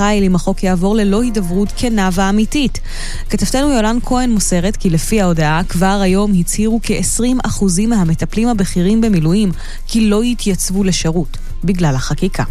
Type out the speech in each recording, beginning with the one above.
חיל אם החוק יעבור ללא הידברות כנה ואמיתית. כתבתנו יולן כהן מוסרת כי לפי ההודעה כבר היום הצהירו כ-20% מהמטפלים הבכירים במילואים כי לא יתייצבו לשירות בגלל החקיקה.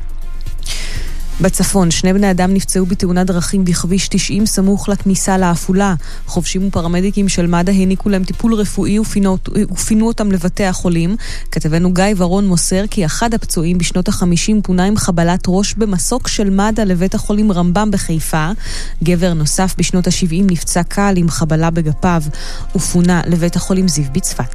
בצפון, 2 בני אדם נפצעו בתאונת דרכים בכביש 90 סמוך לכניסה לעפולה. חובשים ופרמדיקים של מד"א העניקו להם טיפול רפואי ופינו אותם לבתי החולים. כתבנו גיא ורון מוסר כי אחד הפצועים בשנות ה-50 פונה עם חבלת ראש במסוק של מד"א לבית החולים רמב"ם בחיפה. גבר נוסף בשנות ה-70 נפצע קל עם חבלה בגפיו ופונה לבית החולים זיו בצפת.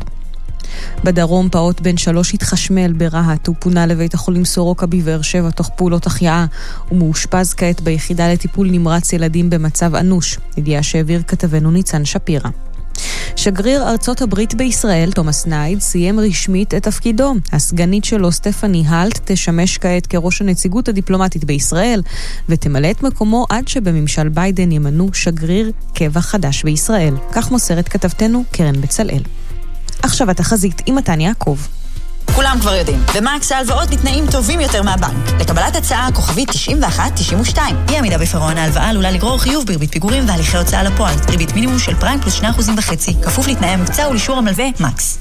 בדרום פעוט בן 3 התחשמל ברהט ופונה לבית החולים סורוקה בבאר שבע תוך פעולות החייאה ומאושפז כעת ביחידה לטיפול נמרץ ילדים במצב אנוש. ידיעה שהעביר כתבנו ניצן שפירא. שגריר ארצות הברית בישראל, תומאס נייד, סיים רשמית את תפקידו. הסגנית שלו, סטפני הלט, תשמש כעת כראש הנציגות הדיפלומטית בישראל, ותמלא את מקומו עד שבממשל ביידן ימנו שגריר קבע חדש בישראל. כך מוסרת כתבתנו קרן בצלאל. עכשיו התחזית עם מתן יעקב. כולם כבר יודעים, במקס ההלוואות בתנאים טובים יותר מהבנק. לקבלת הצעה כוכבית 91-92. אי עמידה בפירעון ההלוואה עלולה לגרור חיוב בריבית פיגורים והליכי הוצאה לפועל. ריבית מינימום של פריים פלוס 2.5%. כפוף לתנאי המבצע ולאישור המלווה מקס.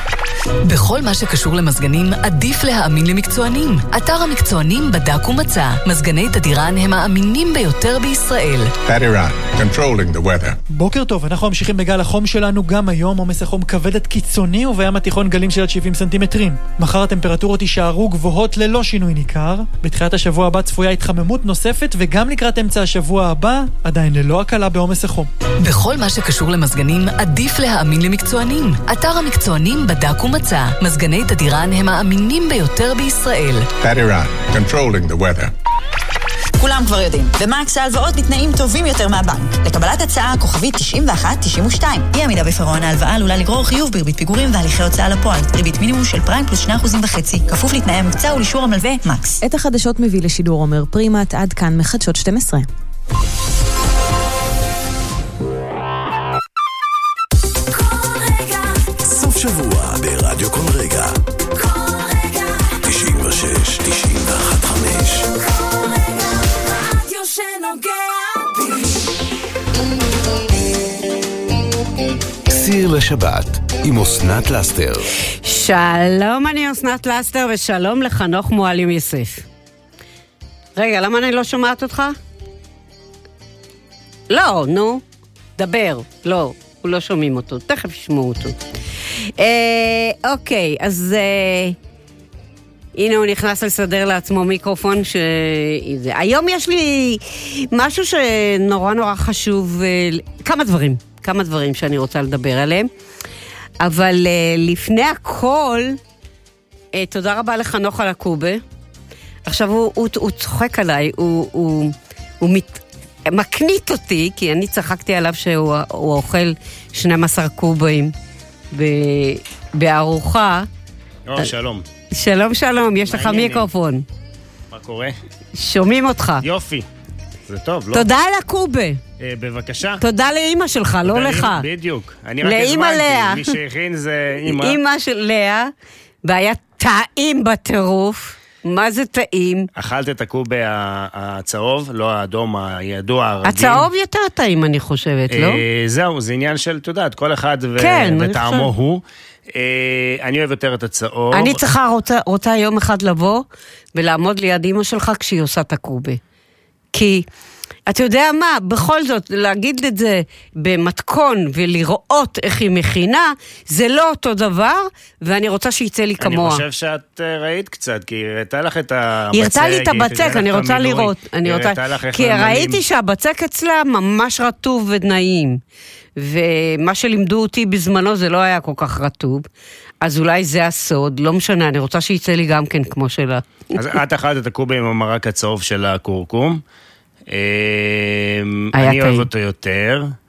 בכל מה שקשור למזגנים, עדיף להאמין למקצוענים. אתר המקצוענים בדק ומצא. מזגני תדירן הם האמינים ביותר בישראל. תדירן, controlling the weather. בוקר טוב, אנחנו ממשיכים בגל החום שלנו גם היום. עומס החום כבד עד קיצוני ובים התיכון גלים של עד 70 סנטימטרים. מחר הטמפרטורות יישארו גבוהות ללא שינוי ניכר. בתחילת השבוע הבא צפויה התחממות נוספת וגם לקראת אמצע השבוע הבא עדיין ללא הקלה בעומס החום. בכל מה שקשור למזגנים, עדיף להאמין למקצוענים. אתר המקצוענים בדק ומצא. מזגני תדירן הם האמינים ביותר בישראל. תדירן, controlling the weather. כולם כבר יודעים, במקס ההלוואות בתנאים טובים יותר מהבנק. לקבלת הצעה כוכבית 91-92. אי עמידה בפירעון ההלוואה עלולה לגרור חיוב בריבית פיגורים והליכי הוצאה לפועל. ריבית מינימום של פריים פלוס 2.5%. כפוף לתנאי המבצע ולאישור המלווה מקס. את החדשות מביא לשידור עומר פרימט, עד כאן מחדשות 12. סוף שבוע ברדיו כל רגע. 96, 91, 5. סיר לשבת עם אסנת לסטר. שלום, אני אסנת לסטר ושלום לחנוך מועלים יוסף. רגע, למה אני לא שומעת אותך? לא, נו, דבר. לא, הוא לא שומעים אותו, תכף ישמעו אותו. אוקיי, אז הנה הוא נכנס לסדר לעצמו מיקרופון היום יש לי משהו שנורא נורא חשוב, כמה דברים שאני רוצה לדבר עליהם, אבל לפני הכל, תודה רבה לחנוך על הקובה. עכשיו הוא צוחק עליי, הוא מקנית אותי, כי אני צחקתי עליו שהוא אוכל 12 קובים בארוחה. שלום. שלום, יש לך מיקרופון. מה קורה? שומעים אותך. יופי. זה טוב, לא? תודה על הקובה. בבקשה. תודה לאמא שלך, לא לך. בדיוק. אני רק הזמנתי, מי שהכין זה אמא. אמא של לאה, והיה טעים בטירוף. מה זה טעים? אכלת את הקובה הצהוב, לא האדום הידוע הרגיל. הצהוב יותר טעים, אני חושבת, לא? זהו, זה עניין של, תודעת, כל אחד וטעמו הוא. אני אוהב יותר את הצהוב. אני רוצה יום אחד לבוא ולעמוד ליד אמא שלך כשהיא עושה את הקובה. כי אתה יודע מה, בכל זאת, להגיד את זה במתכון ולראות איך היא מכינה, זה לא אותו דבר, ואני רוצה שיצא לי כמוה. אני חושב שאת ראית קצת, כי הראתה לך את הבצק. היא הראתה לי את הבצק, אני רוצה לראות. כי ראיתי שהבצק אצלה ממש רטוב ונעים. ומה שלימדו אותי בזמנו זה לא היה כל כך רטוב, אז אולי זה הסוד, לא משנה, אני רוצה שיצא לי גם כן כמו שלה. אז את אכלת את הקובה עם המרק הצהוב של הקורקום, אני אוהב אותו יותר.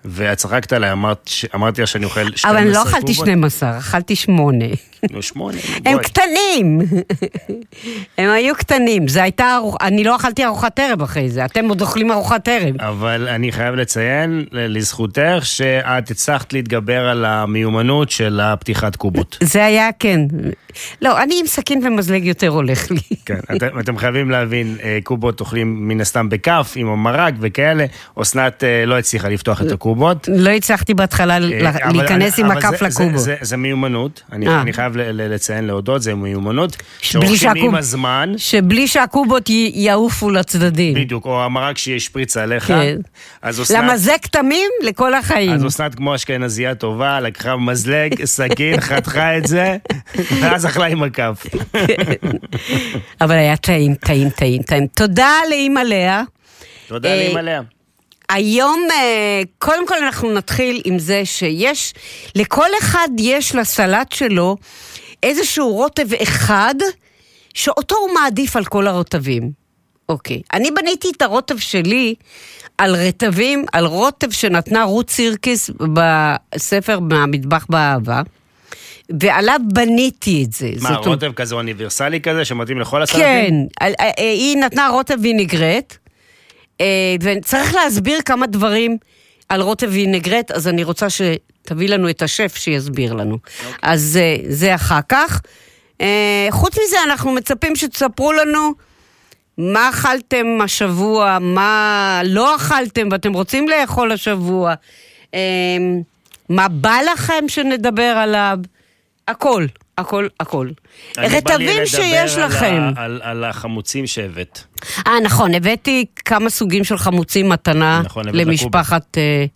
והצחקת עליי, אמרתי לה שאני אוכל 12 אבל אני לא אכלתי 12, אכלתי 8. 8. הם קטנים. הם היו קטנים. זה הייתה, אני לא אכלתי ארוחת ערב אחרי זה, אתם עוד אוכלים ארוחת ערב. אבל אני חייב לציין לזכותך שאת הצלחת להתגבר על המיומנות של הפתיחת קובות. זה היה, כן. לא, אני עם סכין ומזלג יותר הולך לי. כן, אתם חייבים להבין, קובות אוכלים מן הסתם בכף, עם המרק וכאלה, אסנת לא הצליחה לפתוח את הקובות. לא הצלחתי בהתחלה להיכנס עם הכף לקובות. זה מיומנות, אני חייב לציין להודות, זה מיומנות, שהולכים עם הזמן. שבלי שהקובות יעופו לצדדים. בדיוק, או המרק שישפריץ עליך. כן. למה זה כתמים לכל החיים. אז אסנת כמו אשכנזייה טובה, לקחה מזלג, סכין, חתכה את זה, ואז אכלה עם הכף. אבל היה טעים, טעים, טעים, טעים. תודה לאמא לאה. תודה לאמא לאה. היום, קודם כל אנחנו נתחיל עם זה שיש, לכל אחד יש לסלט שלו איזשהו רוטב אחד, שאותו הוא מעדיף על כל הרוטבים. אוקיי. אני בניתי את הרוטב שלי על רטבים, על רוטב שנתנה רות סירקיס בספר מהמטבח באהבה, ועליו בניתי את זה. מה, רוטב כזה אוניברסלי כזה, שמתאים לכל הסלטים? כן, היא נתנה רוטב וינגרט, וצריך להסביר כמה דברים על רוטב וינגרט, אז אני רוצה שתביא לנו את השף שיסביר לנו. אז זה אחר כך. חוץ מזה, אנחנו מצפים שתספרו לנו מה אכלתם השבוע, מה לא אכלתם ואתם רוצים לאכול השבוע, מה בא לכם שנדבר עליו, הכל, הכל, הכל. רטבים שיש לכם. על החמוצים שהבאת. נכון, הבאתי כמה סוגים של חמוצים מתנה למשפחת...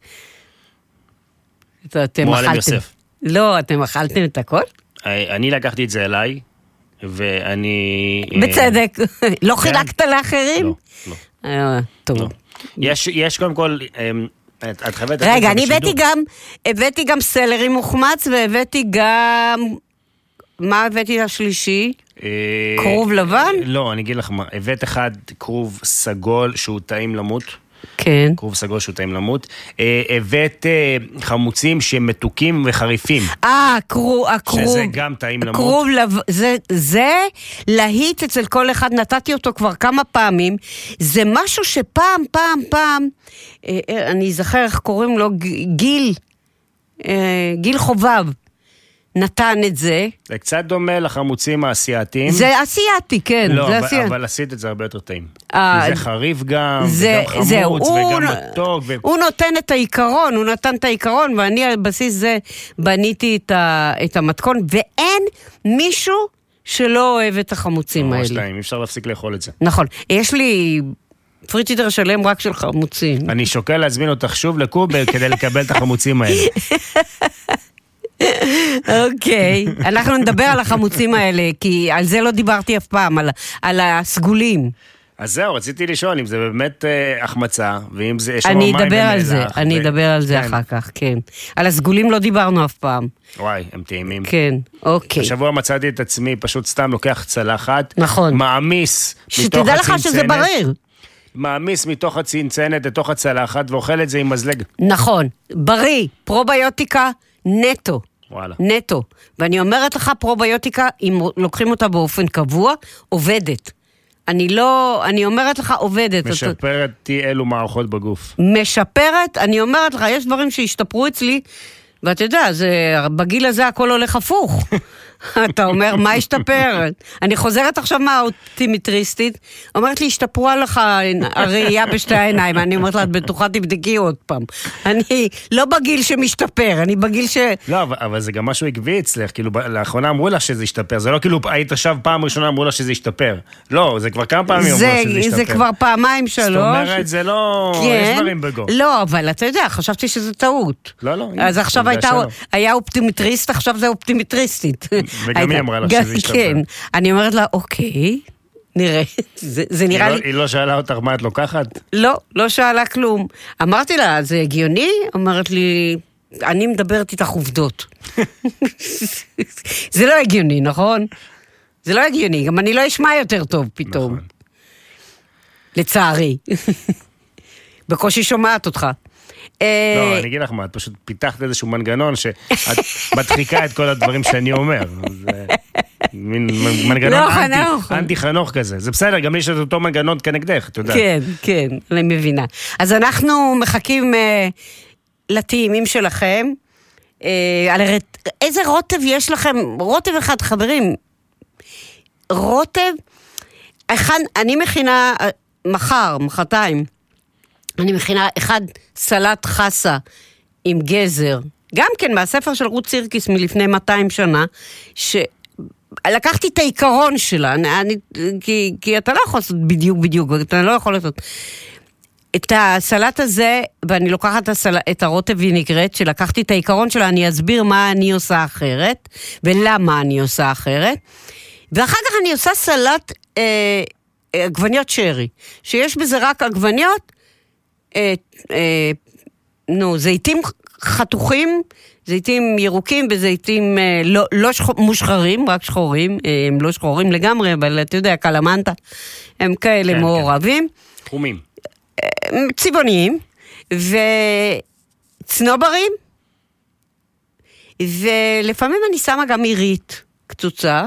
מועלם יוסף. לא, אתם אכלתם את הכל? אני לקחתי את זה אליי, ואני... בצדק. לא חילקת לאחרים? לא. טוב. יש קודם כל... רגע, אני הבאתי גם סלרי מוחמץ, והבאתי גם... מה הבאתי השלישי? כרוב לבן? לא, אני אגיד לך מה. הבאת אחד כרוב סגול שהוא טעים למות. כן. כרוב סגול שהוא טעים למות. הבאת חמוצים שמתוקים וחריפים. הכרוב. שזה גם טעים למות. כרוב לבן, זה להיט אצל כל אחד, נתתי אותו כבר כמה פעמים. זה משהו שפעם, אני אזכר איך קוראים לו, גיל חובב. נתן את זה. זה קצת דומה לחמוצים האסייתיים. זה אסייתי, כן. לא, אבל עשית את זה הרבה יותר טעים. זה חריף גם, וגם חמוץ, וגם מתוק. הוא נותן את העיקרון, הוא נתן את העיקרון, ואני על בסיס זה בניתי את המתכון, ואין מישהו שלא אוהב את החמוצים האלה. ממש טעים, אי אפשר להפסיק לאכול את זה. נכון. יש לי... פריצ'ידר שלם רק של חמוצים. אני שוקל להזמין אותך שוב לקובל כדי לקבל את החמוצים האלה. אוקיי, אנחנו נדבר על החמוצים האלה, כי על זה לא דיברתי אף פעם, על הסגולים. אז זהו, רציתי לשאול אם זה באמת החמצה, ואם זה יש לו מים אני אדבר על זה אחר כך, כן. על הסגולים לא דיברנו אף פעם. וואי, הם טעימים. כן, אוקיי. השבוע מצאתי את עצמי, פשוט סתם לוקח צלחת, נכון. מעמיס מתוך הצנצנת. שתדע לך שזה בריר. מעמיס מתוך הצנצנת לתוך הצלחת, ואוכל את זה עם מזלג. נכון, בריא, פרוביוטיקה, נטו. וואלה. נטו. ואני אומרת לך, פרוביוטיקה, אם לוקחים אותה באופן קבוע, עובדת. אני אומרת לך, עובדת. משפרת תהיה אלו מערכות בגוף. משפרת, אני אומרת לך, יש דברים שהשתפרו אצלי, ואתה יודע, בגיל הזה הכל הולך הפוך. אתה אומר, מה השתפר? אני חוזרת עכשיו מהאופטימטריסטית, אומרת לי, השתפרו לך הראייה בשתי העיניים, אני אומרת לה, את בטוחה תבדקי עוד פעם. אני לא בגיל שמשתפר, אני בגיל ש... לא, אבל זה גם משהו עקבי אצלך, כאילו, לאחרונה אמרו לך שזה השתפר, זה לא כאילו, היית עכשיו פעם ראשונה אמרו לך שזה השתפר. לא, זה כבר כמה פעמים אמרו לך שזה השתפר. זה כבר פעמיים, שלוש. זאת אומרת, זה לא... יש דברים בגו. לא, אבל אתה יודע, חשבתי שזה טעות. לא. אז עכשיו היה אופטימטריסט, עכשיו זה אופטימטריסטית. וגם היא אמרה לך שזה השתפר. כן, אני אומרת לה, אוקיי, נראה, זה נראה לי... היא לא שאלה אותך מה את לוקחת? לא שאלה כלום. אמרתי לה, זה הגיוני? אומרת לי, אני מדברת איתך עובדות. זה לא הגיוני, נכון? זה לא הגיוני, גם אני לא אשמע יותר טוב פתאום. לצערי. בקושי שומעת אותך. לא, אני אגיד לך מה, את פשוט פיתחת איזשהו מנגנון שאת מדחיקה את כל הדברים שאני אומר. זה מין מנגנון אנטי חנוך כזה. זה בסדר, גם יש את אותו מנגנון כנגדך, אתה יודע. כן, כן, אני מבינה. אז אנחנו מחכים לטעימים שלכם. איזה רוטב יש לכם? רוטב אחד, חברים. רוטב, אני מכינה מחרתיים, אני מכינה אחד סלט חסה עם גזר, גם כן מהספר של רות סירקיס מלפני 200 שנה, שלקחתי את העיקרון שלה, כי אתה לא יכול לעשות בדיוק, אתה לא יכול לעשות. את הסלט הזה, ואני לוקחת את הרוטב וינגרט, שלקחתי את העיקרון שלה, אני אסביר מה אני עושה אחרת, ולמה אני עושה אחרת, ואחר כך אני עושה סלט עגבניות שרי, שיש בזה רק עגבניות, זיתים חתוכים, זיתים ירוקים וזיתים לא מושחרים, רק שחורים, הם לא שחורים לגמרי, אבל אתה יודע, קלמנטה, הם כאלה כן, מעורבים. חומים. צבעוניים, וצנוברים, ולפעמים אני שמה גם עירית קצוצה,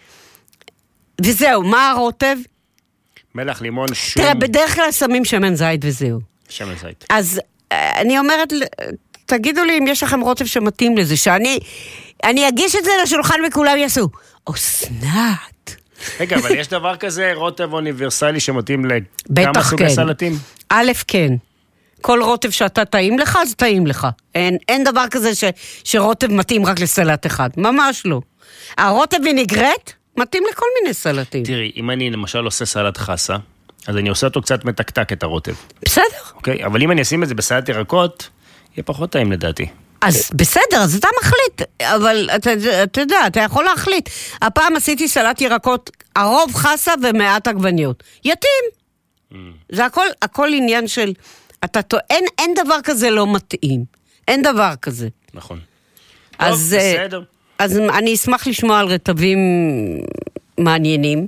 וזהו, מה הרוטב? מלח, לימון, שום. תראה, בדרך כלל שמים שמן זית וזהו. שמן זית. אז אני אומרת, תגידו לי אם יש לכם רוטב שמתאים לזה, שאני אגיש את זה לשולחן וכולם יעשו, אסנת. רגע, אבל יש דבר כזה, רוטב אוניברסלי שמתאים לכמה סוגי סלטים? א', כן. כל רוטב שאתה טעים לך, אז טעים לך. אין דבר כזה שרוטב מתאים רק לסלט אחד. ממש לא. הרוטב וינגרט מתאים לכל מיני סלטים. תראי, אם אני למשל עושה סלט חסה, אז אני עושה אותו קצת מתקתק את הרוטב. בסדר. אוקיי? אבל אם אני אשים את זה בסלט ירקות, יהיה פחות טעים לדעתי. אז בסדר, אז אתה מחליט, אבל אתה יודע, אתה יכול להחליט. הפעם עשיתי סלט ירקות, הרוב חסה ומעט עגבניות. יתאים. זה הכל עניין של, אין דבר כזה לא מתאים. אין דבר כזה. נכון. טוב, בסדר. אז אני אשמח לשמוע על רטבים מעניינים.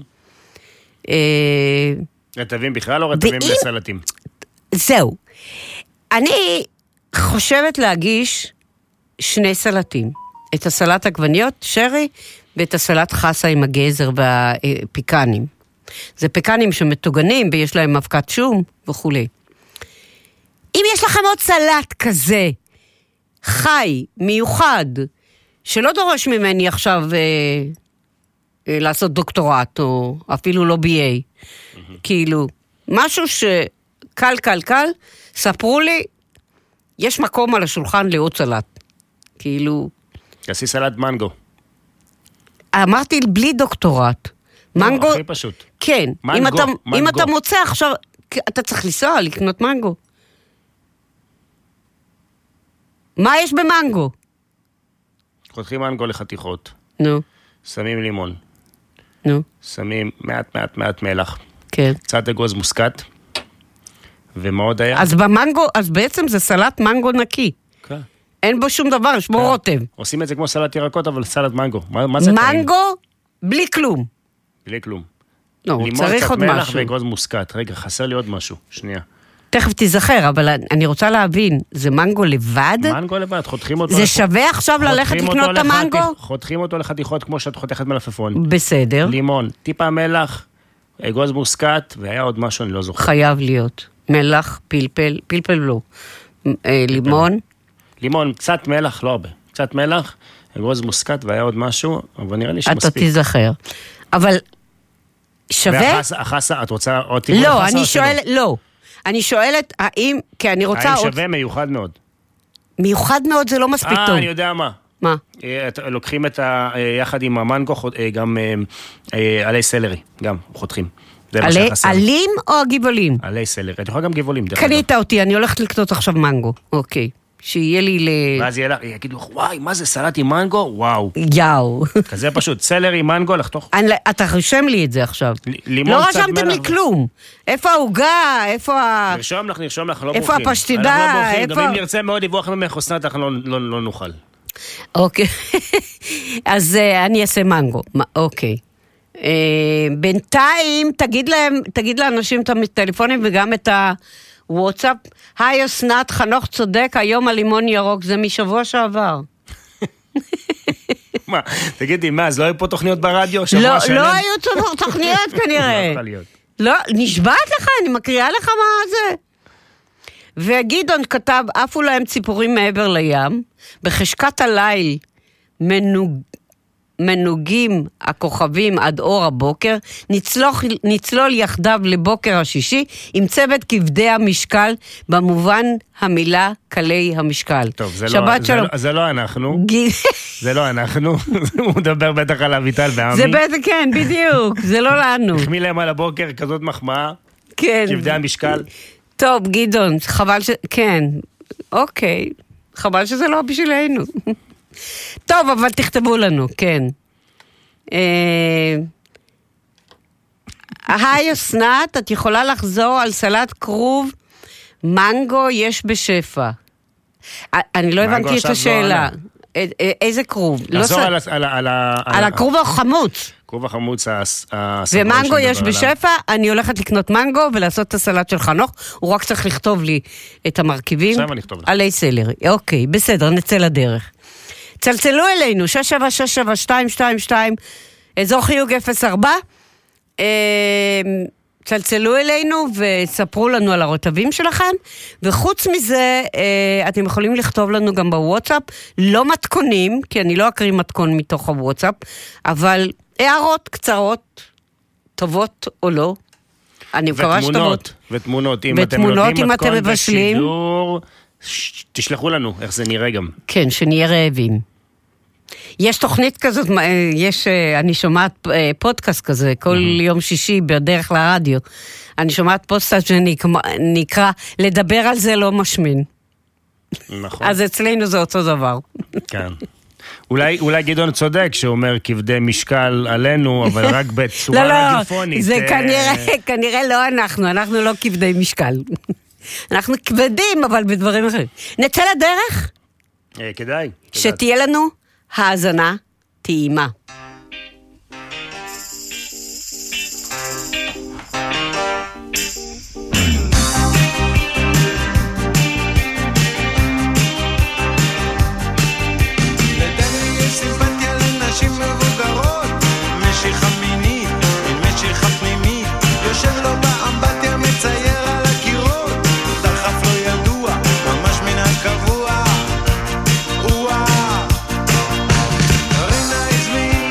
רטבים בכלל או רטבים בסלטים? זהו. אני חושבת להגיש 2 סלטים. את הסלט עגבניות שרי ואת הסלט חסה עם הגזר והפיקנים. זה פיקנים שמתוגנים ויש להם אבקת שום וכו'. אם יש לכם עוד סלט כזה, חי, מיוחד, שלא דורש ממני עכשיו לעשות דוקטורט, או אפילו לא BA, כאילו, משהו שקל, ספרו לי, יש מקום על השולחן לעוד סלט. כאילו... תעשי סלט מנגו. אמרתי, בלי דוקטורט. מנגו... הכי פשוט. כן. מנגו. אם אתה מוצא עכשיו, אתה צריך לנסוע, לקנות מנגו. מה יש במנגו? חותכים מנגו לחתיכות. נו. שמים לימון. נו. שמים מעט מלח. כן. קצת אגוז מוסקת. ומה עוד היה? אז במנגו, אז בעצם זה סלט מנגו נקי. כן. אין בו שום דבר, יש בו רוטב. עושים את זה כמו סלט ירקות, אבל סלט מנגו. מה זה? מנגו בלי כלום. בלי כלום. לא, צריך עוד משהו. לימון, קצת מלח ואגוז מוסקת. רגע, חסר לי עוד משהו. שנייה. תכף תיזכר, אבל אני רוצה להבין, זה מנגו לבד? מנגו לבד, חותכים אותו. זה שווה עכשיו ללכת לקנות את המנגו? חותכים אותו לחתיכות כמו שאת חותכת מלפפון. בסדר. לימון, טיפה מלח, אגוז מוסקת, והיה עוד משהו, אני לא זוכר. חייב להיות. מלח, פלפל לא. לימון. לימון, קצת מלח, לא הרבה. קצת מלח, אגוז מוסקת, והיה עוד משהו, אבל נראה לי שמספיק. אתה תיזכר. אבל שווה? והחסה, את רוצה עוד טיפול לחסה? לא, אני שואלת, לא. אני שואלת, האם, כי אני רוצה... האם שווה מיוחד מאוד? מיוחד מאוד זה לא מספיק טוב. אני יודע מה. מה? לוקחים את יחד עם המנגו, גם עלי סלרי, גם חותכים. עלים או הגבעולים? עלי סלרי, את יכולה גם גבעולים. קנית אותי, אני הולכת לקנות עכשיו מנגו. אוקיי. שיהיה לי ואז יגידו לך, וואי, מה זה סלט עם מנגו? וואו. יאו. כזה פשוט, סלרי, מנגו, לחתוך. אתה רושם לי את זה עכשיו. לימון, לא רשמתם לי כלום. איפה העוגה? איפה נרשום לך, לא בורחים. איפה הפשטידה? גם אם נרצה מאוד לברוח ממך, אסנת, אנחנו לא נוכל. אוקיי. אז אני אעשה מנגו. אוקיי. בינתיים, תגיד לאנשים את הטלפונים וגם את וואטסאפ, היי אסנת, חנוך צודק, היום הלימון ירוק, זה משבוע שעבר. מה, תגידי, מה, אז לא היו פה תוכניות ברדיו? לא היו תוכניות כנראה. לא, נשבעת לך, אני מקריאה לך מה זה. וגדעון כתב, עפו להם ציפורים מעבר לים, בחשקת הליל מנוגים הכוכבים עד אור הבוקר, נצלול יחדיו לבוקר השישי, עם צוות כבדי המשקל, במובן המילה קלי המשקל. טוב, זה לא אנחנו. זה לא אנחנו. הוא מדבר בטח על אביטל בעמי. זה בטח, כן, בדיוק. זה לא לנו. החמיא להם על הבוקר, כזאת מחמאה. כן. כבדי המשקל. טוב, גדעון, חבל כן. אוקיי. חבל שזה לא בשבילנו. טוב, אבל תכתבו לנו, כן. היי אסנת, את יכולה לחזור על סלט כרוב מנגו יש בשפע. אני לא הבנתי את השאלה. איזה כרוב? לחזור על הכרוב החמוץ. כרוב החמוץ, ומנגו יש בשפע, אני הולכת לקנות מנגו ולעשות את הסלט של חנוך, הוא רק צריך לכתוב לי את המרכיבים. עכשיו אני אכתוב לך. עלי סלרי, אוקיי, בסדר, נצא לדרך. צלצלו אלינו, 6767222, אזור חיוג 04, צלצלו אלינו וספרו לנו על הרטבים שלכם, וחוץ מזה, אתם יכולים לכתוב לנו גם בוואטסאפ, לא מתכונים, כי אני לא אקריא מתכון מתוך הוואטסאפ, אבל הערות קצרות, טובות או לא, אני מקווה שטובות. ותמונות, אם אתם נותנים מתכון בשידור, תשלחו לנו איך זה נראה גם. כן, שנהיה רעבים. יש תוכנית כזאת, אני שומעת פודקאסט כזה, כל יום שישי בדרך לרדיו. אני שומעת פודקאסט שנקרא, לדבר על זה לא משמין. נכון. אז אצלנו זה אותו דבר. כן. אולי גדעון צודק שאומר כבדי משקל עלינו, אבל רק בצורה רדיופונית. זה כנראה לא אנחנו לא כבדי משקל. אנחנו כבדים, אבל בדברים אחרים. נצא לדרך? כדאי. שתהיה לנו האזנה טעימה. Rinna is me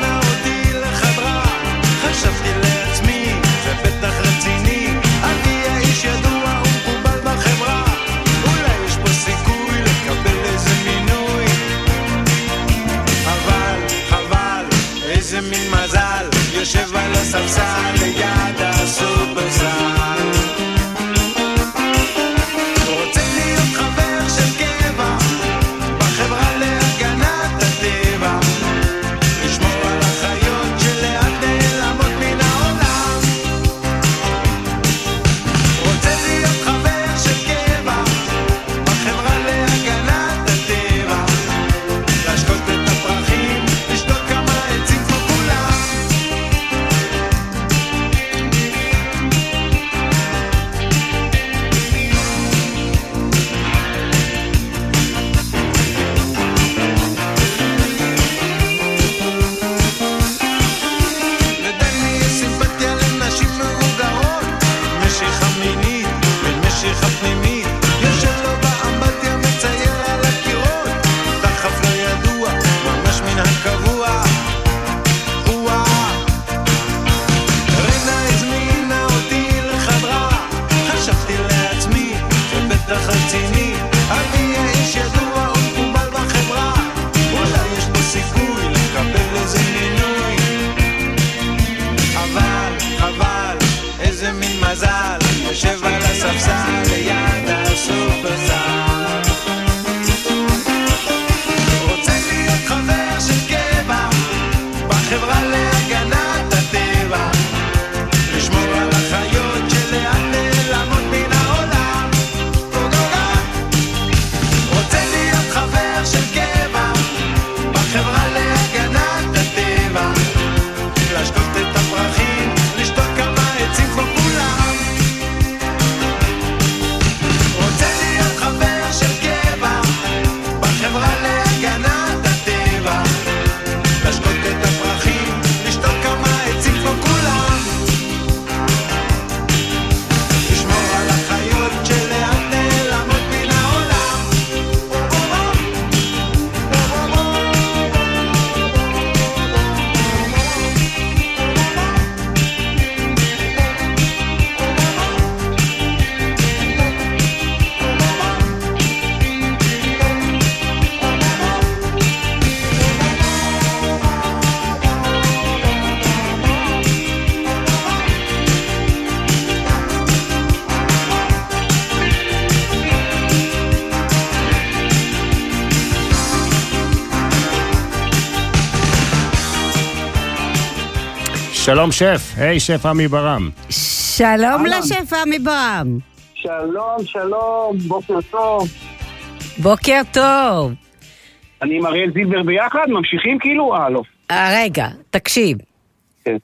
שלום שף, היי שף עמי ברם. שלום לשף עמי ברם. שלום, בוקר טוב. בוקר טוב. אני עם אריאל זילבר ביחד, ממשיכים כאילו? לא. רגע, תקשיב. כן.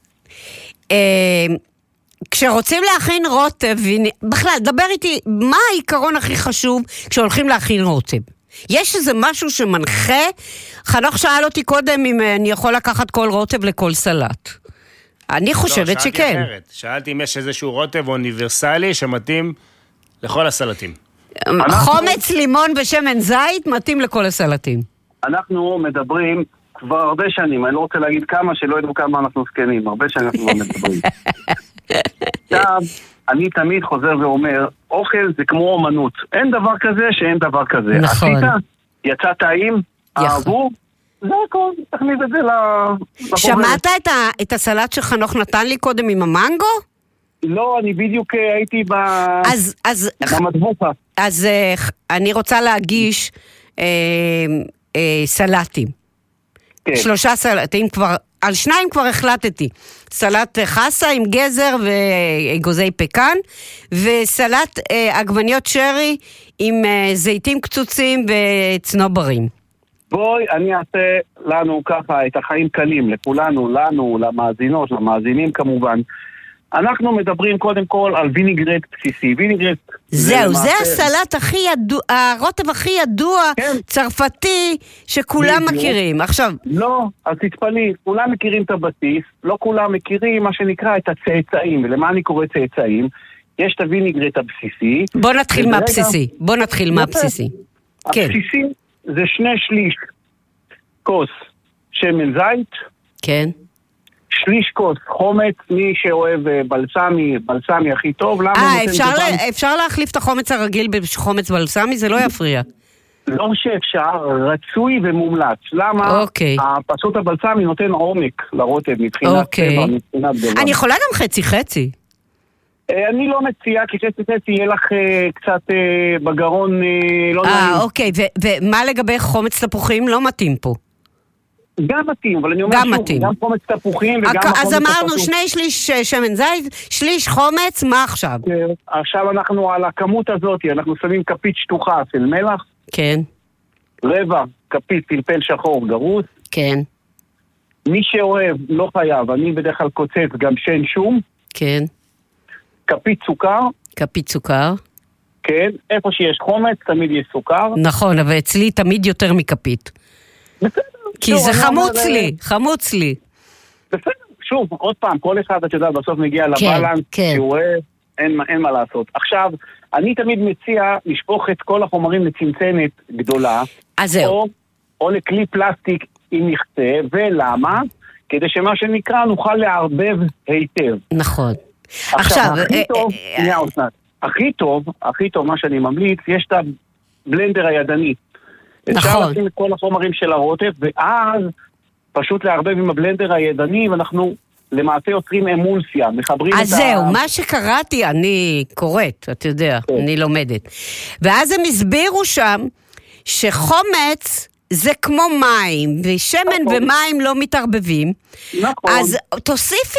כשרוצים להכין רוטב, בכלל, דבר איתי, מה העיקרון הכי חשוב כשהולכים להכין רוטב? יש איזה משהו שמנחה? חנוך שאל אותי קודם אם אני יכול לקחת כל רוטב לכל סלט. אני חושבת שכן. שאלתי אם יש איזשהו רוטב אוניברסלי שמתאים לכל הסלטים. חומץ, לימון ושמן זית מתאים לכל הסלטים. אנחנו מדברים כבר הרבה שנים, אני לא רוצה להגיד כמה, שלא ידעו כמה אנחנו זקנים, הרבה שנים אנחנו לא מדברים. עכשיו, אני תמיד חוזר ואומר, אוכל זה כמו אומנות, אין דבר כזה שאין דבר כזה. נכון. עשית, יצא טעים, אהבו, זה הכל, תכניס את זה לחוברת. שמעת את הסלט שחנוך נתן לי קודם עם המנגו? לא, אני בדיוק הייתי במדבוקה. אז אני רוצה להגיש סלטים. כן. 3 סלטים כבר, על 2 כבר החלטתי. סלט חסה עם גזר ואגוזי פקן, וסלט עגבניות שרי עם זיתים קצוצים וצנוברים. בואי, אני אעשה לנו ככה את החיים קלים, לכולנו, לנו, למאזינות, למאזינים כמובן. אנחנו מדברים קודם כל על ויניגרט בסיסי. ויניגרט זהו, זה הסלט הכי ידוע, הרוטב הכי ידוע, כן. צרפתי, שכולם מכירים. עכשיו... לא, אז תתפלאי, כולם מכירים את הבסיס, לא כולם מכירים מה שנקרא את הצאצאים. ולמה אני קורא צאצאים? יש את הוויניגרט הבסיסי. בוא נתחיל מהבסיסי. כן. הבסיסי זה 2/3 כוס שמן זית. כן. 1/3 כוס חומץ, מי שאוהב בלסמי הכי טוב. אפשר להחליף את החומץ הרגיל בחומץ בלסמי? זה לא יפריע. לא שאפשר, רצוי ומומלץ. למה? פשוט הבלסמי נותן עומק לרוטב מבחינת צבע, מבחינת גדולה. אני יכולה גם חצי-חצי. אני לא מציע, כי חצי יהיה לך קצת בגרון לא נעים. אוקיי, ומה לגבי חומץ תפוחים? לא מתאים פה. גם מתאים, אבל אני אומר שוב, גם חומץ תפוחים וגם החומץ אז אמרנו 2/3 שמן זית, 1/3 חומץ, מה עכשיו? עכשיו אנחנו על הכמות הזאת, אנחנו שמים כפית שטוחה של מלח. כן. 1/4 כפית פלפל שחור גרוס. כן. מי שאוהב, לא חייב, אני בדרך כלל קוצץ גם שן שום. כן. כפית סוכר. כן, איפה שיש חומץ תמיד יש סוכר. נכון, אבל אצלי תמיד יותר מכפית. בסדר. כי זה חמוץ לי. בסדר, שוב, עוד פעם, כל אחד, את יודעת, בסוף מגיע לבלנס, שהוא רואה, אין מה לעשות. עכשיו, אני תמיד מציע לשפוך את כל החומרים לצנצנת גדולה, או לכלי פלסטיק עם מכסה, ולמה? כדי שמה שנקרא נוכל לערבב היטב. נכון. עכשיו, הכי טוב, מה שאני ממליץ, יש את הבלנדר הידני. אפשר לשים את כל החומרים של הרוטב, ואז פשוט לערבב עם הבלנדר הידני, ואנחנו למעשה יוצרים אמולסיה, מחברים את אז זהו, מה שקראתי, אני קוראת, אתה יודע, אני לומדת. ואז הם הסבירו שם, שחומץ זה כמו מים, ושמן ומים לא מתערבבים, אז תוסיפי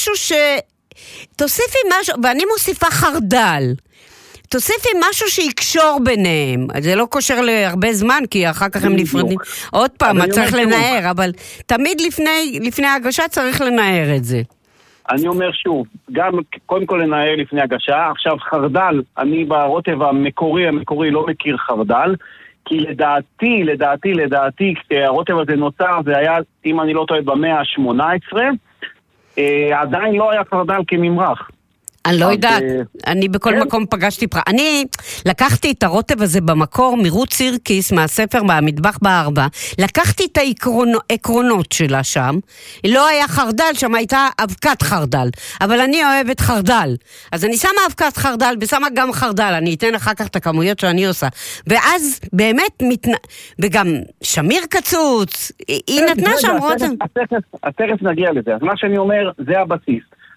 משהו, ואני מוסיפה חרדל. תוסיפי משהו שיקשור ביניהם. זה לא קושר להרבה זמן, כי אחר כך הם נפרדים. עוד פעם, צריך לנער, אבל תמיד לפני ההגשה צריך לנער את זה. אני אומר שוב, גם קודם כל לנער לפני הגשה. עכשיו חרדל, אני ברוטב המקורי לא מכיר חרדל, כי לדעתי, כשהרוטב הזה נוצר, זה היה, אם אני לא טועה, במאה ה-18, עדיין לא היה חרדל כממרח. אני לא יודעת, אני בכל מקום פגשתי אני לקחתי את הרוטב הזה במקור מרות סירקיס מהספר מהמטבח בארבע, לקחתי את העקרונות שלה שם, לא היה חרדל, שם הייתה אבקת חרדל, אבל אני אוהבת חרדל, אז אני שמה אבקת חרדל ושמה גם חרדל, אני אתן אחר כך את הכמויות שאני עושה, ואז באמת, וגם שמיר קצוץ, היא נתנה שם רוטב. התכף נגיע לזה, אז מה שאני אומר, זה הבסיס.